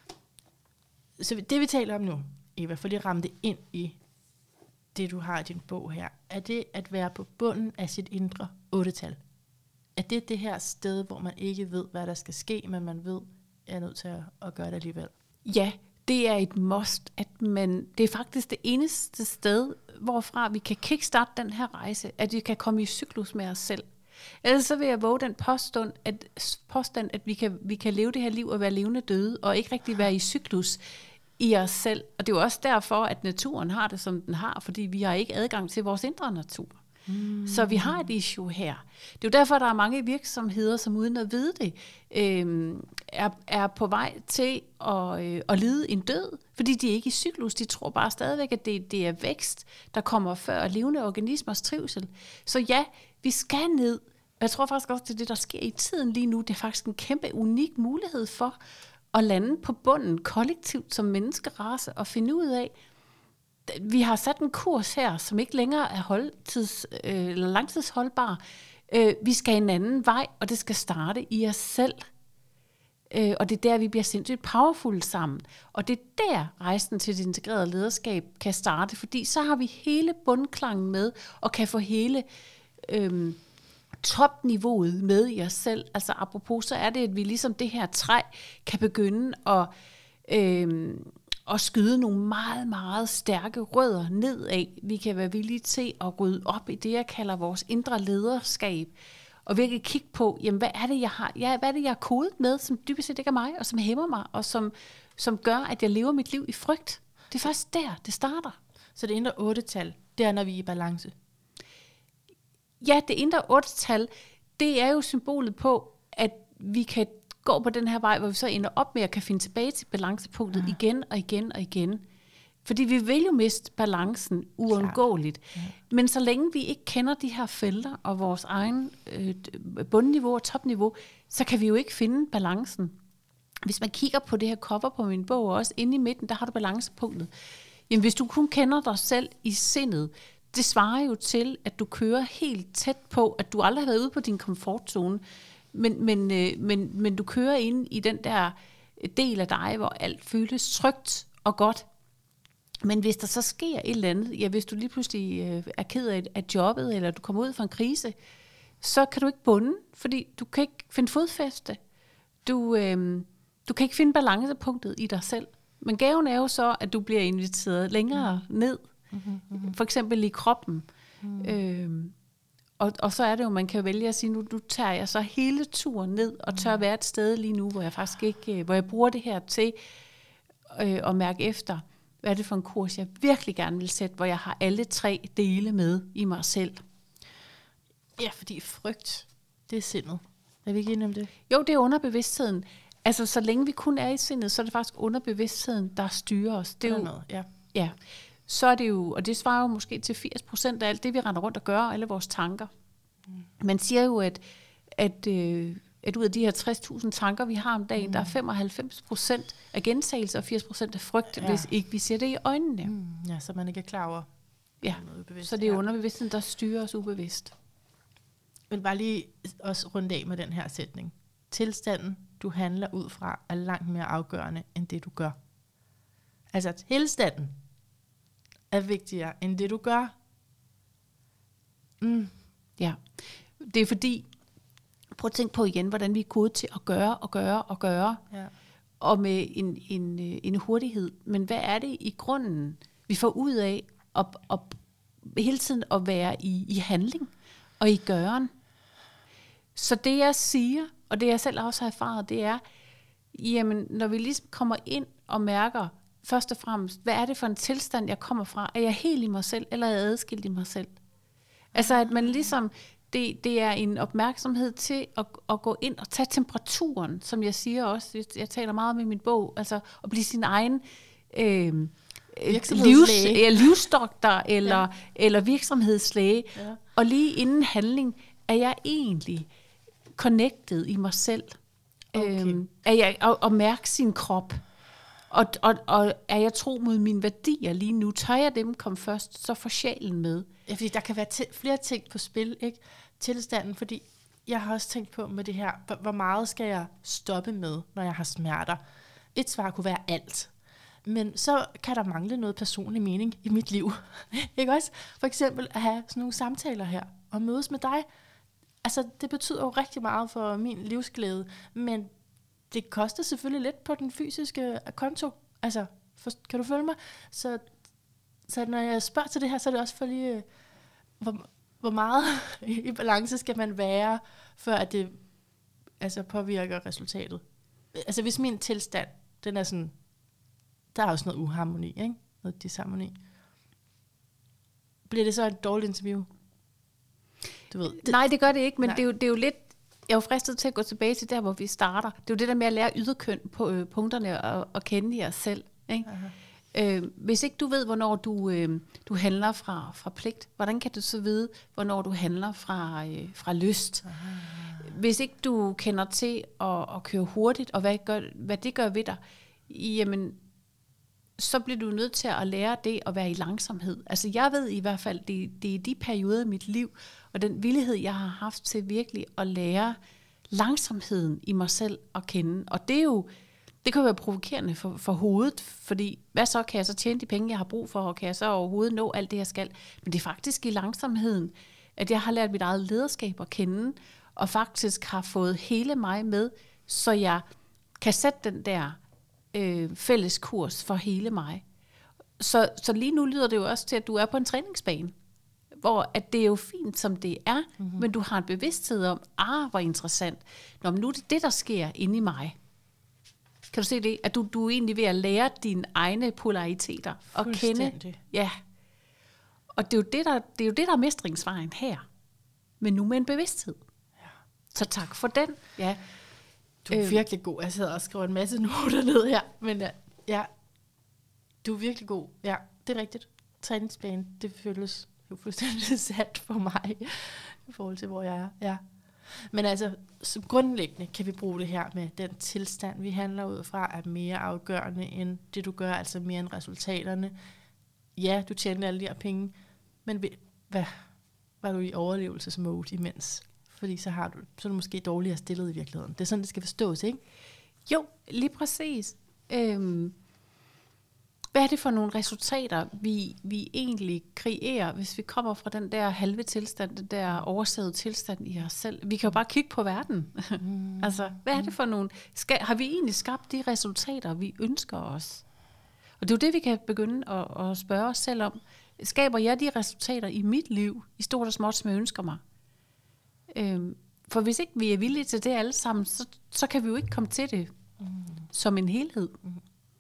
S3: Så det vi taler om nu, Eva, for lige at ramme det ind i det, du har i din bog her, er det at være på bunden af sit indre ottetal. Er det det her sted, hvor man ikke ved, hvad der skal ske, men man ved, at jeg er nødt til at, at gøre det alligevel?
S2: Ja, det er et must, at man, det er faktisk det eneste sted, hvorfra vi kan kickstarte den her rejse, at vi kan komme i cyklus med os selv. Ellers så vil jeg våge den påstand, at, påstand, at vi, kan, vi kan leve det her liv og være levende døde, og ikke rigtig være i cyklus i os selv. Og det er jo også derfor, at naturen har det, som den har, fordi vi har ikke adgang til vores indre natur. Mm. Så vi har et issue her. Det er jo derfor, at der er mange virksomheder, som uden at vide det, øh, er, er på vej til at, øh, at lide en død, fordi de er ikke i cyklus. De tror bare stadigvæk, at det, det er vækst, der kommer før levende organismers trivsel. Så ja, vi skal ned. Jeg tror faktisk også, at det, det, der sker i tiden lige nu, det er faktisk en kæmpe unik mulighed for at lande på bunden kollektivt som menneskerace og finde ud af, vi har sat en kurs her, som ikke længere er holdtids, øh, eller langtidsholdbar. Øh, vi skal en anden vej, og det skal starte i os selv. Øh, og det er der, vi bliver sindssygt powerful sammen. Og det er der, rejsen til det integrerede lederskab kan starte, fordi så har vi hele bundklangen med, og kan få hele øh, topniveauet med i os selv. Altså apropos, så er det, at vi ligesom det her træ, kan begynde at... Øh, og skyde nogle meget, meget stærke rødder nedad. Vi kan være villige til at rydde op i det, jeg kalder vores indre lederskab, og virkelig kigge på, jamen, hvad er det, jeg har, ja, hvad er det, jeg er kodet med, som dybest set ikke er mig, og som hæmmer mig, og som, som gør, at jeg lever mit liv i frygt. Det er først der, det starter.
S3: Så det indre otte-tal, det er, når vi er i balance?
S2: Ja, det indre otte-tal, det er jo symbolet på, at vi kan gå på den her vej, hvor vi så ender op med at kan finde tilbage til balancepunktet ja. igen og igen og igen. Fordi vi vil jo miste balancen uundgåeligt. Ja. Men så længe vi ikke kender de her felter og vores egen øh, bundniveau og topniveau, så kan vi jo ikke finde balancen. Hvis man kigger på det her cover på min bog, også inde i midten, der har du balancepunktet. Jamen hvis du kun kender dig selv i sindet, det svarer jo til, at du kører helt tæt på, at du aldrig har været ude på din komfortzone, Men, men, øh, men, men du kører ind i den der del af dig, hvor alt føles trygt og godt. Men hvis der så sker et eller andet, ja, hvis du lige pludselig øh, er ked af, af jobbet, eller du kommer ud fra en krise, så kan du ikke bunde, fordi du kan ikke finde fodfæste. Du, øh, du kan ikke finde balancepunktet i dig selv. Men gaven er jo så, at du bliver inviteret længere mm. ned, mm-hmm, mm-hmm. for eksempel i kroppen. Mm. Øh, og, og så er det jo, man kan vælge at sige, nu, nu tager jeg så hele turen ned, og tør være et sted lige nu, hvor jeg faktisk ikke, hvor jeg bruger det her til øh, at mærke efter, hvad er det for en kurs, jeg virkelig gerne vil sætte, hvor jeg har alle tre dele med i mig selv.
S3: Ja, fordi frygt, det er sindet. Er vi ikke enige om det?
S2: Jo, det er underbevidstheden. Altså, så længe vi kun er i sindet, så er det faktisk underbevidstheden, der styrer os. Det er jo,
S3: noget, ja.
S2: ja. Så er det jo, og det svarer jo måske til firs procent af alt det, vi render rundt og gør, alle vores tanker. Mm. Man siger jo, at, at, øh, at ud af de her tres tusind tanker, vi har om dagen, mm. der er femoghalvfems procent af gentagelse og firs procent af frygt, ja. Hvis ikke vi ser det i øjnene.
S3: Mm. Ja, så man ikke er klar over.
S2: Ja, så det er underbevidstheden, der styrer os ubevidst.
S3: Jeg vil bare lige også runde af med den her sætning. Tilstanden, du handler ud fra, er langt mere afgørende, end det du gør. Altså, tilstanden er vigtigere, end det du gør.
S2: Mm. Ja, det er fordi, prøv at tænke på igen, hvordan vi er gået til at gøre og gøre og gøre,
S3: ja.
S2: Og med en, en, en hurtighed. Men hvad er det i grunden, vi får ud af at, at hele tiden at være i, i handling og i gøren? Så det jeg siger, og det jeg selv også har erfaret, det er, jamen når vi ligesom kommer ind og mærker, først og fremmest, hvad er det for en tilstand, jeg kommer fra? Er jeg helt i mig selv, eller er jeg adskilt i mig selv? Altså at man ligesom, det, det er en opmærksomhed til at, at gå ind og tage temperaturen, som jeg siger også, jeg, jeg taler meget om i min bog, altså at blive sin egen øh, livs, livsdoktor eller, ja. eller virksomhedslæge, ja. Og lige inden handling, er jeg egentlig connected i mig selv? Okay. Øhm, er jeg at, at mærke sin krop? Og, og, og er jeg tro mod mine værdier lige nu? Tør jeg dem komme først, så får sjælen med?
S3: Ja, fordi der kan være t- flere ting på spil, ikke? Tilstanden, fordi jeg har også tænkt på med det her, hvor meget skal jeg stoppe med, når jeg har smerter? Et svar kunne være alt. Men så kan der mangle noget personlig mening i mit liv. Ikke også? For eksempel at have sådan nogle samtaler her, og mødes med dig. Altså, det betyder jo rigtig meget for min livsglæde, men det koster selvfølgelig lidt på den fysiske konto. Altså, for, kan du følge mig? Så, så når jeg spørger til det her, så er det også for lige, hvor, hvor meget i balance skal man være, før at det altså, påvirker resultatet. Altså, hvis min tilstand, den er sådan, der er også noget uharmoni, ikke? Noget disharmoni. Bliver det så et dårligt interview? Du ved,
S2: det, Nej, det gør det ikke, men det er, jo, det er jo lidt, jeg er jo fristet til at gå tilbage til der, hvor vi starter. Det er jo det der med at lære yderkøn på øh, punkterne og, og kende i os selv. Ikke? Øh, hvis ikke du ved, hvornår du, øh, du handler fra, fra pligt, hvordan kan du så vide, hvornår du handler fra, øh, fra lyst? Aha. Hvis ikke du kender til at, at køre hurtigt, og hvad, gør, hvad det gør ved dig, jamen, så bliver du nødt til at lære det at være i langsomhed. Altså jeg ved i hvert fald, det, det er de perioder i mit liv, og den villighed, jeg har haft til virkelig at lære langsomheden i mig selv at kende. Og det er jo, det kan jo være provokerende for, for hovedet, fordi hvad så, kan jeg så tjene de penge, jeg har brug for, og kan jeg så overhovedet nå alt det, jeg skal? Men det er faktisk i langsomheden, at jeg har lært mit eget lederskab at kende, og faktisk har fået hele mig med, så jeg kan sætte den der øh, fælles kurs for hele mig. Så, så lige nu lyder det jo også til, at du er på en træningsbane, hvor at det er jo fint, som det er, mm-hmm. men du har en bevidsthed om, ah, hvor interessant. Nå, men nu er det det, der sker inde i mig. Kan du se det? At du, du er egentlig ved at lære dine egne polariteter at kende. Ja. Og det er, jo det, der, det er jo det, der er mestringsvejen her. Men nu med en bevidsthed. Ja. Så tak for den. Ja.
S3: Du er øh. virkelig god. Jeg sidder og skriver en masse noter ned her. Men ja, ja, du er virkelig god. Ja, det er rigtigt. Træningsbane, det føles jo fuldstændig sat for mig i forhold til, hvor jeg er. Ja. Men altså, så grundlæggende kan vi bruge det her med den tilstand, vi handler ud fra, er mere afgørende end det, du gør, altså mere end resultaterne. Ja, du tjener alle de her penge, men hvad var du i overlevelsesmode imens? Fordi så, har du, så er du måske dårligere stillet i virkeligheden. Det er sådan, det skal forstås, ikke?
S2: Jo, lige præcis. Øhm, hvad er det for nogle resultater, vi, vi egentlig kreerer, hvis vi kommer fra den der halve tilstand, den der oversættede tilstand i os selv? Vi kan jo bare kigge på verden. Mm. Altså, hvad er det for nogle... Skal, har vi egentlig skabt de resultater, vi ønsker os? Og det er jo det, vi kan begynde at, at spørge os selv om. Skaber jeg de resultater i mit liv, i stort og småt, som jeg ønsker mig? Øhm, for hvis ikke vi er villige til det alle sammen, så, så kan vi jo ikke komme til det mm. som en helhed. Mm.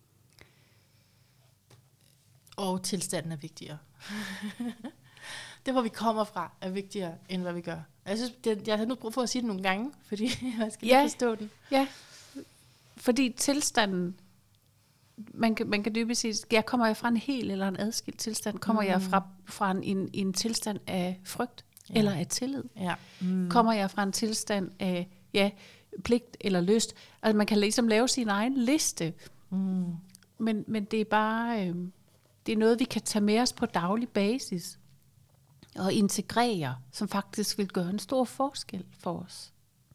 S3: Og tilstanden er vigtigere. Det, hvor vi kommer fra, er vigtigere, end hvad vi gør. Jeg synes, det, jeg har nu brug for at sige det nogle gange, fordi jeg skal ja. forstå den.
S2: Ja, fordi tilstanden, man kan, man kan dybest set, jeg kommer jeg fra en hel eller en adskilt tilstand, kommer mm. jeg fra, fra en, en, en tilstand af frygt, ja. eller af tillid?
S3: Ja. Mm.
S2: Kommer jeg fra en tilstand af ja, pligt eller lyst? Altså man kan ligesom lave sin egen liste, mm. men, men det er bare, øh, det er noget, vi kan tage med os på daglig basis, og integrere, som faktisk vil gøre en stor forskel for os.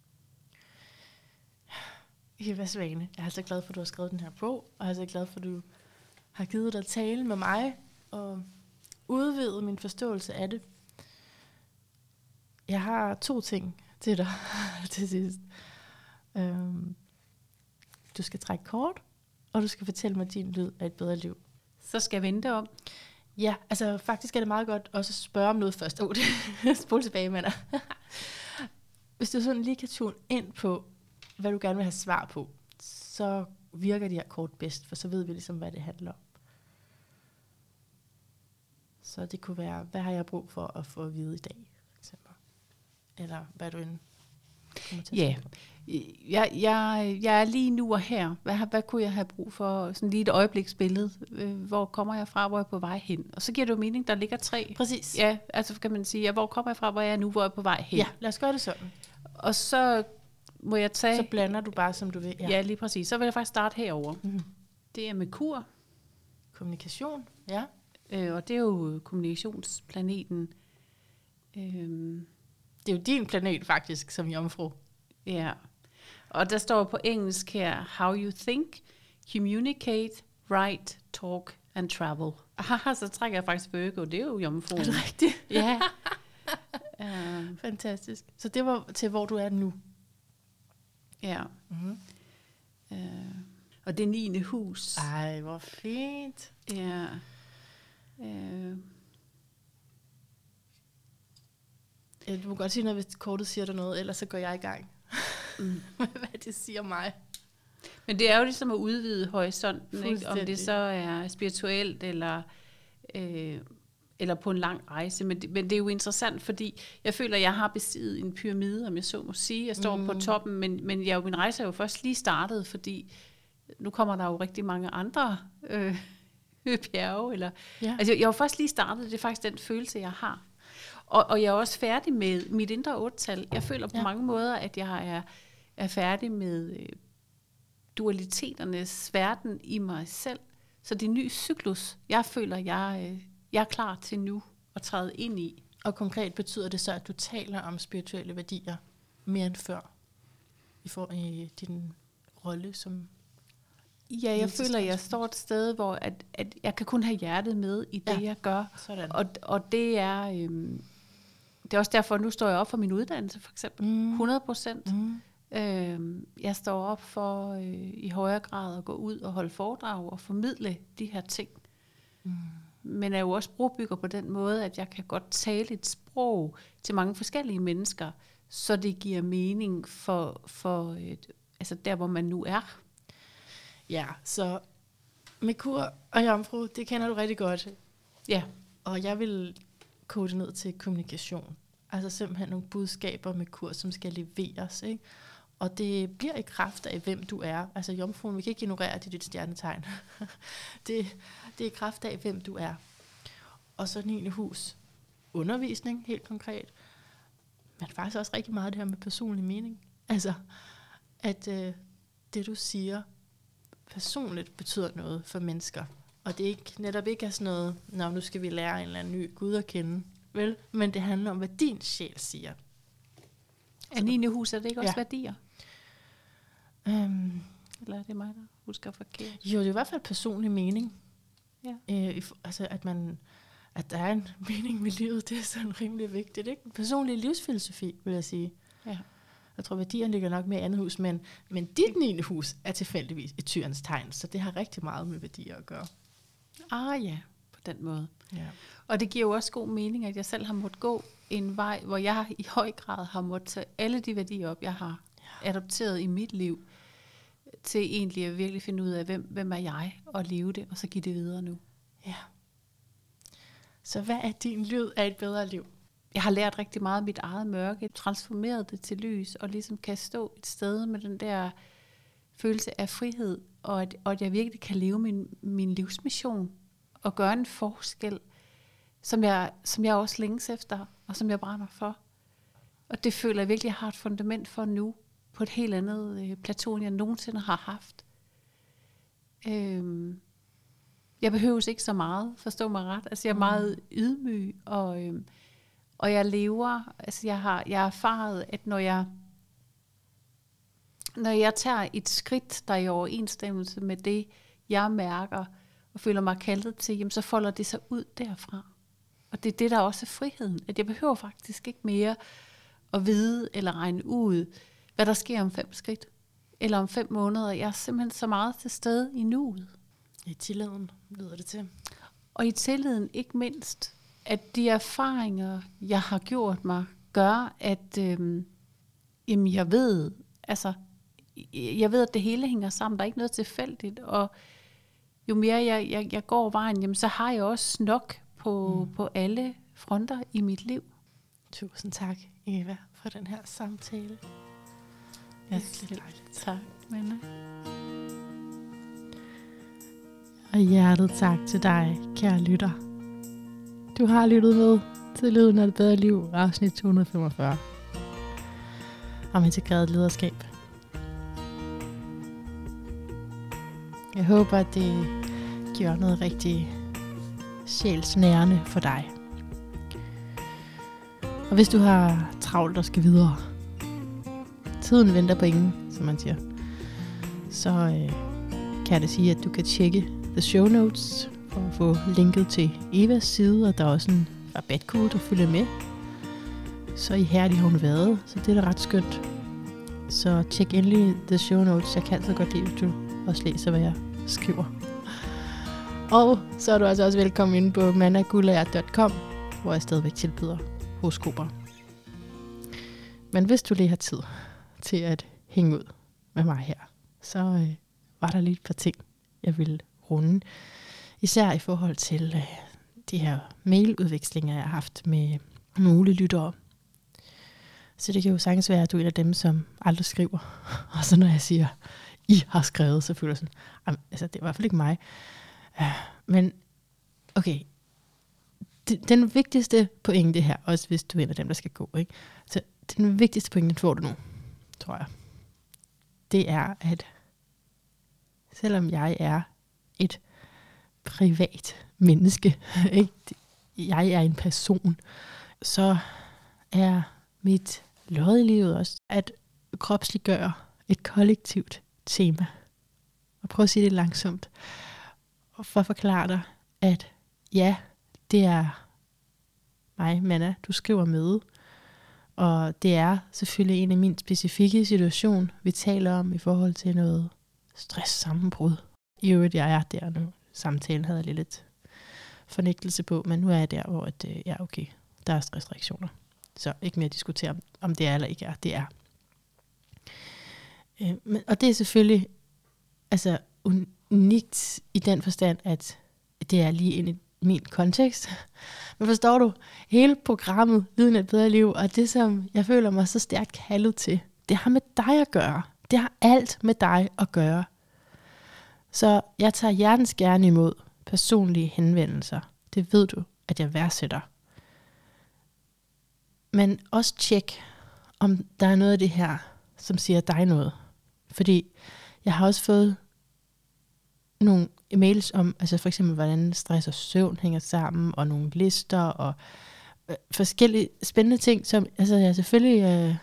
S3: Eva Svane, jeg er så glad for, at du har skrevet den her bog, og jeg er så glad for, at du har givet dig at tale med mig, og udvidet min forståelse af det. Jeg har to ting til dig til sidst. Øhm, du skal trække kort, og du skal fortælle mig din lyd af et bedre liv.
S2: Så skal jeg vente om.
S3: Ja, altså faktisk er det meget godt også at spørge om noget først. Åh, oh, spol tilbage med dig. Hvis du sådan lige kan tune ind på, hvad du gerne vil have svar på, så virker de her kort bedst, for så ved vi ligesom, hvad det handler om. Så det kunne være, hvad har jeg brug for at få at vide i dag, for eksempel. Eller hvad du end kommer til at
S2: yeah.
S3: på.
S2: Jeg, jeg, jeg er lige nu og her. Hvad, hvad kunne jeg have brug for? Sådan lige et øjebliksbillede. Hvor kommer jeg fra? Hvor er jeg på vej hen? Og så giver det jo mening, der ligger tre.
S3: Præcis.
S2: Ja, altså kan man sige, ja, hvor kommer jeg fra? Hvor er jeg nu? Hvor er jeg på vej hen?
S3: Ja, lad os gøre det sådan.
S2: Og så må jeg tage...
S3: Så blander du bare, som du vil.
S2: Ja, ja lige præcis. Så vil jeg faktisk starte herover. Mm-hmm. Det er Merkur.
S3: Kommunikation, ja.
S2: Øh, og det er jo kommunikationsplaneten. Øhm.
S3: Det er jo din planet faktisk, som jomfru.
S2: Ja. Og der står på engelsk her, how you think, communicate, write, talk and travel. Aha, så trækker jeg faktisk Virgo, det er jo jomfruen.
S3: Er det rigtigt?
S2: Ja. um.
S3: Fantastisk. Så det var til, hvor du er nu.
S2: Ja.
S3: Mm-hmm.
S2: Uh. Og det niende hus.
S3: Ej, hvor fint.
S2: Ja. Uh.
S3: Ja, du må godt sige noget, hvis kortet siger dig noget, ellers så går jeg i gang. Mm. Hvad det siger mig.
S2: Men det er jo ligesom at udvide horisonten, ikke? Om det så er spirituelt eller, øh, eller på en lang rejse. Men det, men det er jo interessant, fordi jeg føler, at jeg har bestiget en pyramide, om jeg så må sige. Jeg står mm. på toppen, men, men jeg, min rejse er jo først lige startet, fordi nu kommer der jo rigtig mange andre øh, bjerge. Eller, ja. Altså, jeg er jo først lige startet, det er faktisk den følelse, jeg har. Og, og jeg er også færdig med mit indre otte-tal. Jeg føler på ja. mange måder, at jeg er, er færdig med øh, dualiteternes verden i mig selv. Så det er en ny cyklus, jeg føler, jeg, øh, jeg er klar til nu at træde ind i.
S3: Og konkret betyder det så, at du taler om spirituelle værdier mere end før i, for, i din rolle som...
S2: Ja, jeg føler, at jeg står et sted, hvor at, at jeg kan kun have hjertet med i det, ja. jeg gør.
S3: Sådan.
S2: Og, og det er... Øhm, det er også derfor, nu står jeg op for min uddannelse, for eksempel. Mm. hundrede procent. Mm. Øhm, jeg står op for øh, i højere grad at gå ud og holde foredrag og formidle de her ting. Mm. Men er jo også brorbygger på den måde, at jeg kan godt tale et sprog til mange forskellige mennesker, så det giver mening for, for et, altså der, hvor man nu er.
S3: Ja, så Merkur og jomfru, det kender du rigtig godt.
S2: Ja.
S3: Og jeg vil kode det ned til kommunikation. Altså simpelthen nogle budskaber med kurs, som skal leveres, ikke? Og det bliver i kraft af, hvem du er. Altså jomfruen, vi kan ikke ignorere det, dit stjernetegn. det, det er i kraft af, hvem du er. Og så niende hus. Undervisning, helt konkret. Men faktisk også rigtig meget det her med personlig mening. Altså, at øh, det du siger personligt betyder noget for mennesker. Og det ikke, netop ikke er sådan noget, nå, nu skal vi lære en eller anden ny Gud at kende. Vel? Men det handler om, hvad din sjæl siger.
S2: Er niende hus, er det ikke også ja. værdier?
S3: Um,
S2: Eller er det mig, der husker forkert?
S3: Jo, det er i hvert fald personlig mening.
S2: Ja.
S3: Øh, altså, at, man, at der er en mening med livet, det er sådan rimelig vigtigt. Ikke? Personlig livsfilosofi, vil jeg sige.
S2: Ja.
S3: Jeg tror, værdierne ligger nok med i andet hus, men, men dit niende hus er tilfældigvis et tyrens tegn, så det har rigtig meget med værdier at gøre.
S2: Ah ja, på den måde.
S1: Ja.
S2: Og det giver jo også god mening, at jeg selv har måttet gå en vej, hvor jeg i høj grad har måttet tage alle de værdier op, jeg har ja. adopteret i mit liv, til egentlig at virkelig finde ud af, hvem, hvem er jeg, og leve det, og så give det videre nu.
S3: Ja. Så hvad er din lyd af et bedre liv?
S2: Jeg har lært rigtig meget af mit eget mørke, transformeret det til lys, og ligesom kan stå et sted med den der følelse af frihed, og at, og at jeg virkelig kan leve min, min livsmission, og gøre en forskel, som jeg, som jeg også længes efter, og som jeg brænder for. Og det føler jeg virkelig, jeg har et fundament for nu, på et helt andet øh, plateau, end jeg nogensinde har haft. Øhm, jeg behøves ikke så meget, forstå mig ret. Altså jeg er meget ydmyg, og, øhm, og jeg lever, altså jeg har, jeg har erfaret, at når jeg, når jeg tager et skridt, der er i overensstemmelse med det, jeg mærker, og føler mig kaldet til, jamen så folder det sig ud derfra. Og det er det, der også er friheden. At jeg behøver faktisk ikke mere at vide eller regne ud, hvad der sker om fem skridt. Eller om fem måneder. Jeg er simpelthen så meget til stede i nuet.
S3: I tilliden lyder det til.
S2: Og i tilliden ikke mindst, at de erfaringer, jeg har gjort mig, gør, at øhm, jamen jeg ved, altså, jeg ved, at det hele hænger sammen. Der er ikke noget tilfældigt. Og jo mere jeg, jeg, jeg går vejen, jamen, så har jeg også nok på, mm. på alle fronter i mit liv.
S3: Tusind tak, Eva, for den her samtale.
S2: Ja, det er dejligt. Tak, Manna.
S1: Og hjertet tak til dig, kære lytter. Du har lyttet med til Lyden af et bedre liv, afsnit to hundrede femogfyrre. Om integreret lederskab. Jeg håber, at det gør noget rigtig sjælsnærende for dig. Og hvis du har travlt og skal videre, tiden venter på ingen, som man siger, så øh, kan jeg da sige, at du kan tjekke the show notes for at få linket til Evas side, og der er også en rabatkode, der følger med. Så ihærdig har hun været, så det er da ret skønt. Så tjek endelig the show notes. Jeg kan altid godt lide, at du også læser, hvad jeg skriver. Og så er du altså også velkommen inde på manna guldager punktum com, hvor jeg stadigvæk tilbyder horoskoper. Men hvis du lige har tid til at hænge ud med mig her, så øh, var der lige et par ting, jeg ville runde. Især i forhold til øh, de her mailudvekslinger, jeg har haft med nogle lyttere. Så det kan jo sagtens være, at du er en af dem, som aldrig skriver. Og så når jeg siger, I har skrevet, så føler jeg sådan, altså det er i hvert fald ikke mig. Uh, men okay, D- den vigtigste pointe her, også hvis du er en af dem, der skal gå, ikke? Så den vigtigste pointe, får du nu, tror jeg, det er, at selvom jeg er et privat menneske, ikke? Jeg er en person, så er mit lod i livet også at kropsliggøre et kollektivt tema. Og prøv at sige det langsomt. Og for at forklare dig, at ja, det er mig, Manna, du skriver med. Og det er selvfølgelig en af mine specifikke situationer, vi taler om i forhold til noget stresssammenbrud. I øvrigt, jeg er der nu. Samtalen havde jeg lidt fornægtelse på, men nu er jeg der, hvor at, ja, okay, der er stressreaktioner. Så ikke mere at diskutere, om, om det er eller ikke er. Det er. Øh, men, og det er selvfølgelig altså unikt i den forstand, at det er lige ind i min kontekst. Men forstår du, hele programmet Lyden af et bedre liv, og det som jeg føler mig så stærkt kaldet til, det har med dig at gøre. Det har alt med dig at gøre. Så jeg tager hjertens gerne imod personlige henvendelser. Det ved du, at jeg værdsætter. Men også tjek, om der er noget af det her, som siger dig noget. Fordi jeg har også fået nogle e-mails om, altså for eksempel, hvordan stress og søvn hænger sammen, og nogle lister, og øh, forskellige spændende ting, som altså, jeg selvfølgelig øh,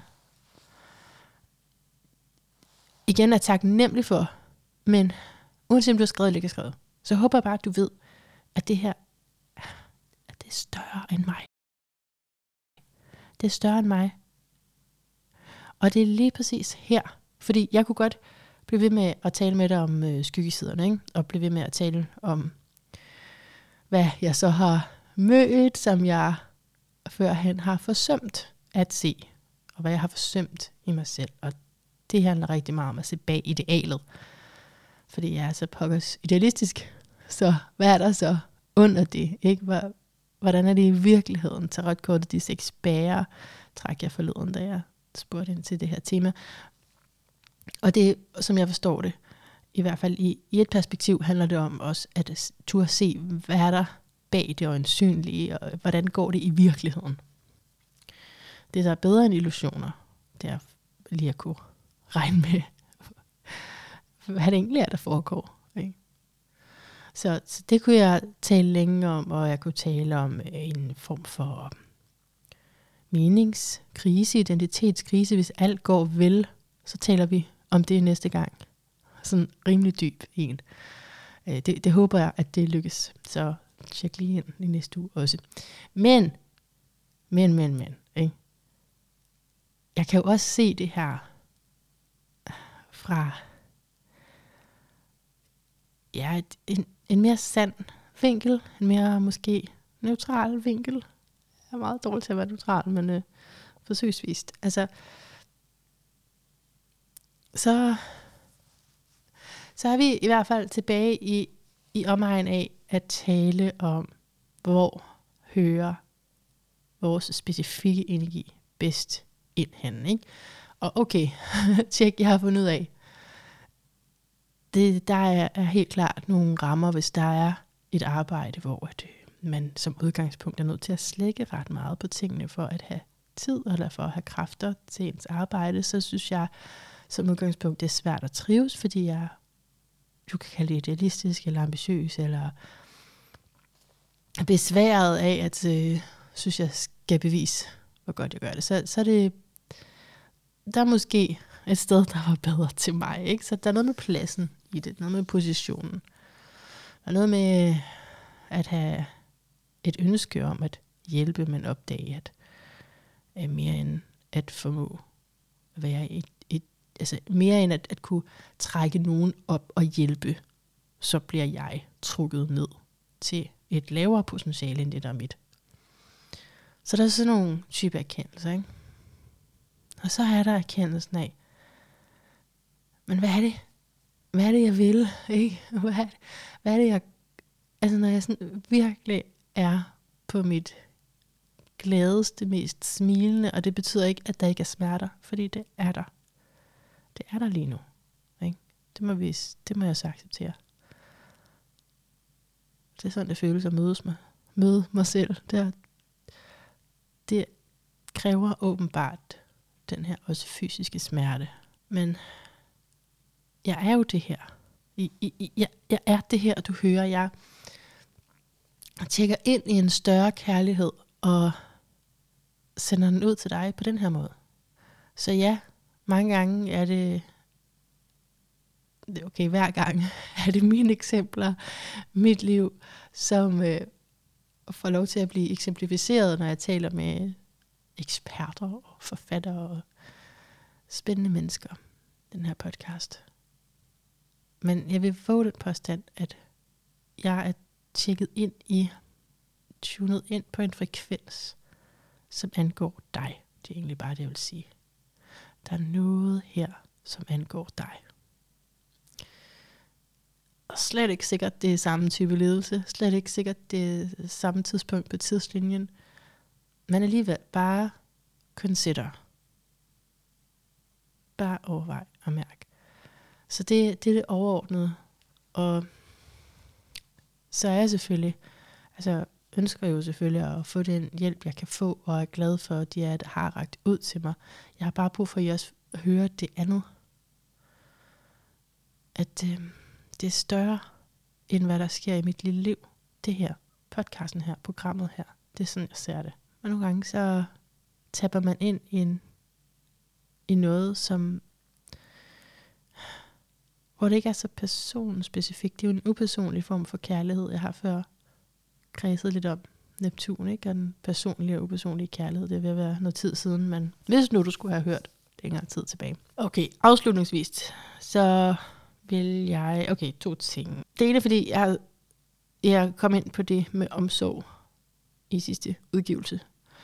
S1: igen er taknemmelig for. Men uanset om du har skrevet eller ikke har skrevet, så håber jeg bare, at du ved, at det her, at det er større end mig. Det er større end mig. Og det er lige præcis her. Fordi jeg kunne godt blive ved med at tale med dig om øh, skyggesiderne, ikke? Og blive ved med at tale om, hvad jeg så har mødt, som jeg førhen har forsømt at se, og hvad jeg har forsømt i mig selv. Og det handler rigtig meget om at se bag idealet, fordi jeg er så pokkers idealistisk. Så hvad er der så under det? Ikke? Hvordan er det i virkeligheden? Tarotkortet, de seks spærrer, træk jeg forleden, da jeg spurgte ind til det her tema. Og det, som jeg forstår det, i hvert fald i, i et perspektiv, handler det om også at turde se, hvad er der bag det øjensynlige, og hvordan går det i virkeligheden. Det, der er bedre end illusioner, det er lige at kunne regne med, hvad det egentlig er, der foregår. Ikke? Så, så det kunne jeg tale længe om, og jeg kunne tale om en form for meningskrise, identitetskrise. Hvis alt går vel, så taler vi om det næste gang. Sådan rimelig dyb en. Det, det håber jeg, at det lykkes. Så tjek lige ind i næste uge også. Men, men, men, men. Ikke? Jeg kan jo også se det her fra ja, en, en mere sand vinkel, en mere måske neutral vinkel. Jeg er meget dårlig til at være neutral, men øh, forsøgsvist. Altså, så, så er vi i hvert fald tilbage i, i omegn af at tale om, hvor hører vores specifikke energi bedst ind hen, ikke? Og okay, tjek, jeg har fundet ud af, det, der er, er helt klart nogle rammer, hvis der er et arbejde, hvor at, øh, man som udgangspunkt er nødt til at slække ret meget på tingene for at have tid, eller for at have kræfter til ens arbejde, så synes jeg som udgangspunkt, det er svært at trives, fordi jeg, du kan kalde det idealistisk, eller ambitiøs, eller besværet af, at øh, synes jeg skal bevise, hvor godt jeg gør det. Så, så er det, der er måske et sted, der var bedre til mig, ikke? Så der er noget med pladsen i det, noget med positionen. Der er noget med at have et ønske om at hjælpe, men opdage, at er mere end at formå at være et, et altså mere end at, at kunne trække nogen op og hjælpe, så bliver jeg trukket ned til et lavere potentiale end det, der er mit. Så der er sådan nogle type erkendelser, ikke? Og så er der erkendelsen af, men hvad er det? Hvad er det, jeg vil? Ikke? Hvad er det, hvad er det jeg... Altså, når jeg sådan virkelig er på mit gladeste, mest smilende, og det betyder ikke, at der ikke er smerter, fordi det er der. Det er der lige nu. Ikke? Det, må vi, det må jeg så acceptere. Det er sådan, det føles at mødes mig. Møde mig selv. Det, er, det kræver åbenbart den her også fysiske smerte. Men jeg er jo det her. I, i, jeg, jeg er det her, du hører. Jeg tjekker ind i en større kærlighed og sender den ud til dig på den her måde. Så ja, mange gange er det, okay, hver gang er det mine eksempler, mit liv, som øh, får lov til at blive eksemplificeret, når jeg taler med eksperter og forfattere og spændende mennesker, den her podcast. Men jeg vil få den påstand, at jeg er tjekket ind i, tunet ind på en frekvens, som angår dig. Det er egentlig bare det, jeg vil sige. Der er noget her, som angår dig. Og slet ikke sikkert, det er samme type ledelse. Slet ikke sikkert, det er samme tidspunkt på tidslinjen. Men alligevel bare consider. Bare overvej og mærk. Så det, det er det overordnede. Og så er jeg selvfølgelig, altså ønsker jo selvfølgelig at få den hjælp, jeg kan få, og er glad for, at de er, der har rakt ud til mig. Jeg har bare brug for, at I også hører det andet. At øh, det er større, end hvad der sker i mit lille liv. Det her, podcasten her, programmet her, det er sådan, jeg ser det. Og nogle gange så tapper man ind i, en, i noget, som hvor det ikke er så personspecifikt. Det er jo en upersonlig form for kærlighed, jeg har før kredset lidt om Neptun, ikke? Og den personlige og upersonlige kærlighed, det vil være noget tid siden, men hvis nu du skulle have hørt længere tid tilbage. Okay, afslutningsvis, så vil jeg, okay, to ting. Det ene, fordi jeg
S3: jeg kom ind på det med omsorg i sidste udgivelse,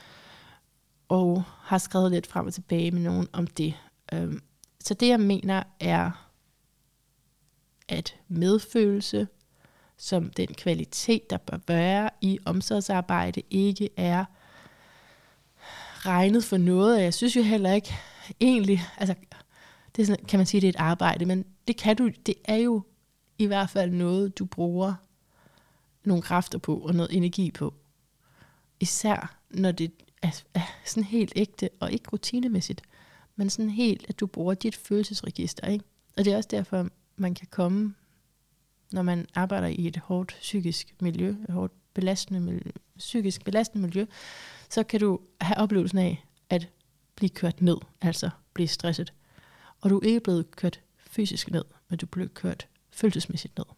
S3: og har skrevet lidt frem og tilbage med nogen om det. Øhm, så det, jeg mener, er, at medfølelse, som den kvalitet, der bør være i omsorgsarbejde, ikke er regnet for noget. Og jeg synes jo heller ikke egentlig, altså det er sådan, kan man sige, det er et arbejde, men det kan du, det er jo i hvert fald noget, du bruger nogle kræfter på og noget energi på. Især når det er, er sådan helt ægte og ikke rutinemæssigt, men sådan helt, at du bruger dit følelsesregister, ikke? Og det er også derfor, man kan komme, når man arbejder i et hårdt psykisk miljø, et hårdt belastende miljø, psykisk belastende miljø, så kan du have oplevelsen af at blive kørt ned, altså blive stresset. Og du er ikke blevet kørt fysisk ned, men du er blevet kørt følelsesmæssigt ned.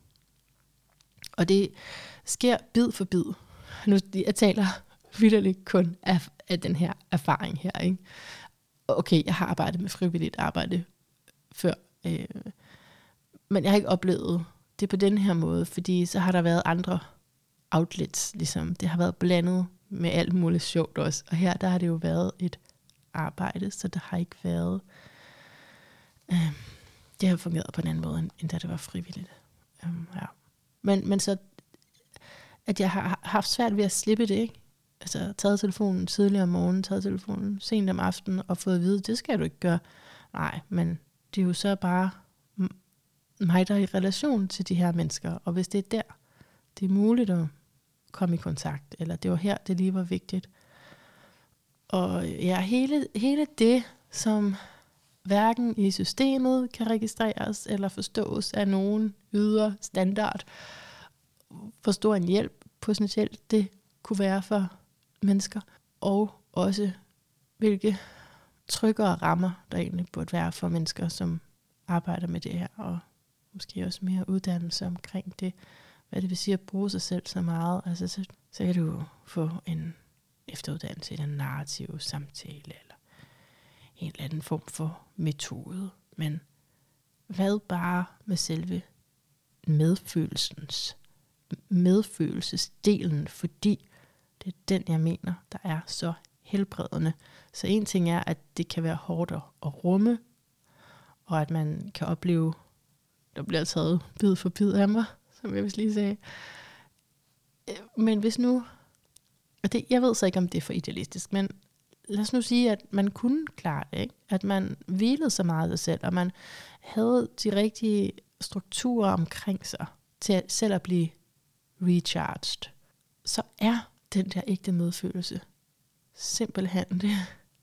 S3: Og det sker bid for bid. Nu jeg taler vitterligt kun af, af den her erfaring her, ikke? Okay, jeg har arbejdet med frivilligt arbejde før, øh, men jeg har ikke oplevet det på den her måde, fordi så har der været andre outlets, ligesom. Det har været blandet med alt muligt sjovt også. Og her, der har det jo været et arbejde, så der har ikke været... Øh, det har fungeret på en anden måde, end, end da det var frivilligt. Um, ja. men, men så, at jeg har haft svært ved at slippe det, ikke? Altså, taget telefonen tidligere om morgenen, taget telefonen sent om aftenen, og fået at vide, det skal du ikke gøre. Nej, men det er jo så bare mig, der er i relation til de her mennesker, og hvis det er der, det er muligt at komme i kontakt, eller det var her, det lige var vigtigt. Og ja, hele, hele det, som hverken i systemet kan registreres, eller forstås af nogen ydre standard, for stor en hjælp potentielt det kunne være for mennesker, og også hvilke tryggere rammer, der egentlig burde være for mennesker, som arbejder med det her, og måske også mere uddannelse omkring det, hvad det vil sige at bruge sig selv så meget. Altså, så, så kan du få en efteruddannelse i en narrativ samtale, eller en eller anden form for metode. Men hvad bare med selve medfølelsens, medfølelsesdelen, fordi det er den, jeg mener, der er så helbredende. Så en ting er, at det kan være hårdt at rumme, og at man kan opleve, der bliver taget bid for bid af mig, som jeg vist lige sagde. Men hvis nu, og det, jeg ved så ikke, om det er for idealistisk, men lad os nu sige, at man kunne klare det, ikke? At man hvilede så meget af sig selv, og man havde de rigtige strukturer omkring sig, til at selv at blive recharged, så er den der ægte medfølelse simpelthen det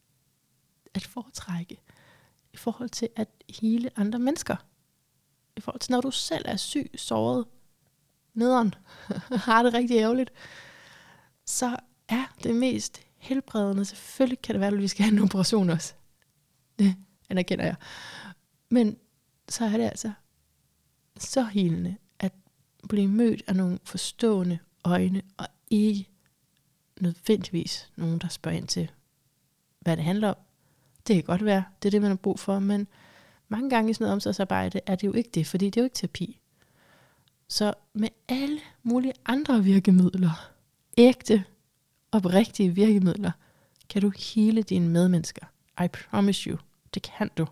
S3: at foretrække i forhold til at hele andre mennesker. I forhold til når du selv er syg, såret, nederen, har det rigtig ærgerligt, så er det mest helbredende. Selvfølgelig kan det være, at vi skal have en operation også. Det anerkender jeg. Men så er det altså så helende at blive mødt af nogle forstående øjne, og ikke nødvendigvis nogen, der spørger ind til, hvad det handler om. Det kan godt være, det er det, man har brug for, men mange gange i sådan noget omsorgsarbejde er det jo ikke det, fordi det er jo ikke terapi. Så med alle mulige andre virkemidler, ægte, oprigtige virkemidler, kan du hele dine medmennesker. I promise you, det kan du.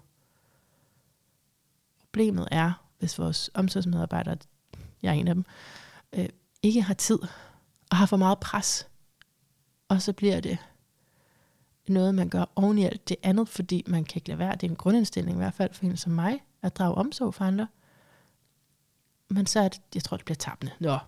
S3: Problemet er, hvis vores omsorgsmedarbejdere, jeg er en af dem, øh, ikke har tid og har for meget pres, og så bliver det noget, man gør oven i alt det andet, fordi man kan ikke lade være. Det er en grundindstilling, i hvert fald for en som mig, at drage omsorg for andre. Men så er det, jeg tror, det bliver tabende. Nå.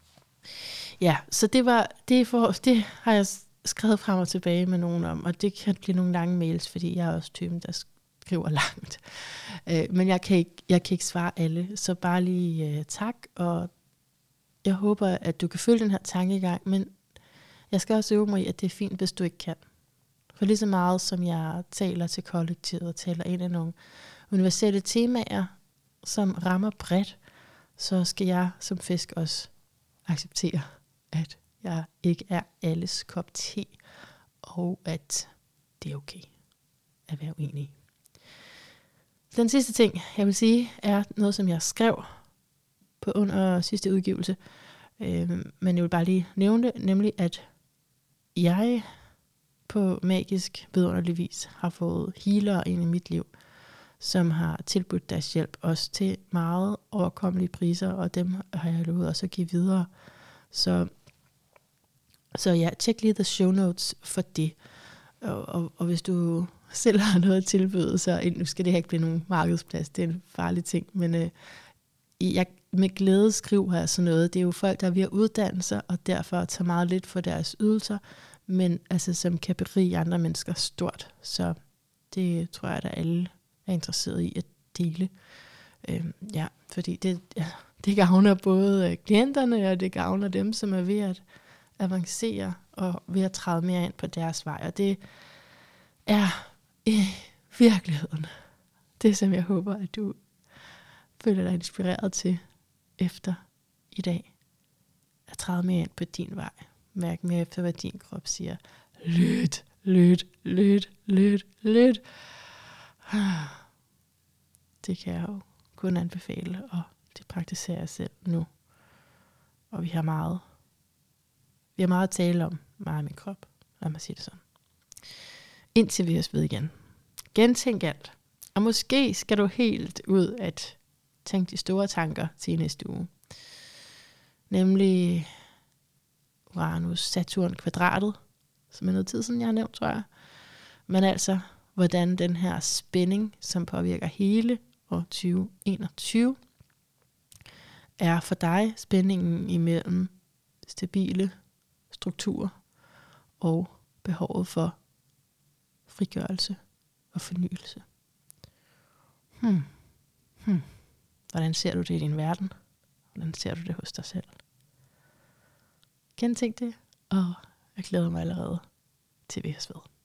S3: Ja, så det var, det, for, det har jeg skrevet frem og tilbage med nogen om, og det kan blive nogle lange mails, fordi jeg er også typen, der skriver langt. Øh, men jeg kan, ikke, jeg kan ikke svare alle, så bare lige uh, tak, og jeg håber, at du kan følge den her tankegang, men jeg skal også øve mig i, at det er fint, hvis du ikke kan. For lige så meget som jeg taler til kollektivet og taler ind i nogle universelle temaer, som rammer bredt, så skal jeg som fisk også acceptere, at jeg ikke er alles kop te, og at det er okay at være uenig. Den sidste ting, jeg vil sige, er noget, som jeg skrev på under sidste udgivelse. Øh, men jeg vil bare lige nævne det, nemlig at jeg på magisk vidunderlig vis har fået healere ind i mit liv, som har tilbudt deres hjælp også til meget overkommelige priser, og dem har jeg lovet også at give videre. Så, så ja, tjek lige the show notes for det. Og, og, og hvis du selv har noget at tilbyde, så nu skal det her ikke blive nogen markedsplads, det er en farlig ting, men øh, jeg med glæde skriver her sådan noget. Det er jo folk, der er ved at uddanne sig, og derfor tager meget lidt for deres ydelser, men altså som kan berige andre mennesker stort. Så det tror jeg, at alle er interesseret i at dele. Øhm, ja, fordi det, ja, det gavner både klienterne, og det gavner dem, som er ved at avancere, og ved at træde mere ind på deres vej. Og det er i virkeligheden det, som jeg håber, at du føler dig inspireret til efter i dag. At træde mere ind på din vej. Mærk mere efter, hvad din krop siger. Lyt, lyt, lyt, lyt, lyt. Det kan jeg jo kun anbefale, og det praktiserer jeg selv nu. Og vi har meget, vi har meget at tale om, meget af min krop. Lad mig sige det sådan. Indtil vi høres ved igen. Gentænk alt. Og måske skal du helt ud at tænke de store tanker til næste uge. Nemlig Uranus Saturn kvadratet, som er noget tid siden, jeg har nævnt, tror jeg. Men altså, hvordan den her spænding, som påvirker hele år tyve enogtyve, er for dig spændingen imellem stabile strukturer og behovet for frigørelse og fornyelse. Hmm. Hmm. Hvordan ser du det i din verden? Hvordan ser du det hos dig selv? Gentænk det, og jeg glæder mig allerede til vi høres ved.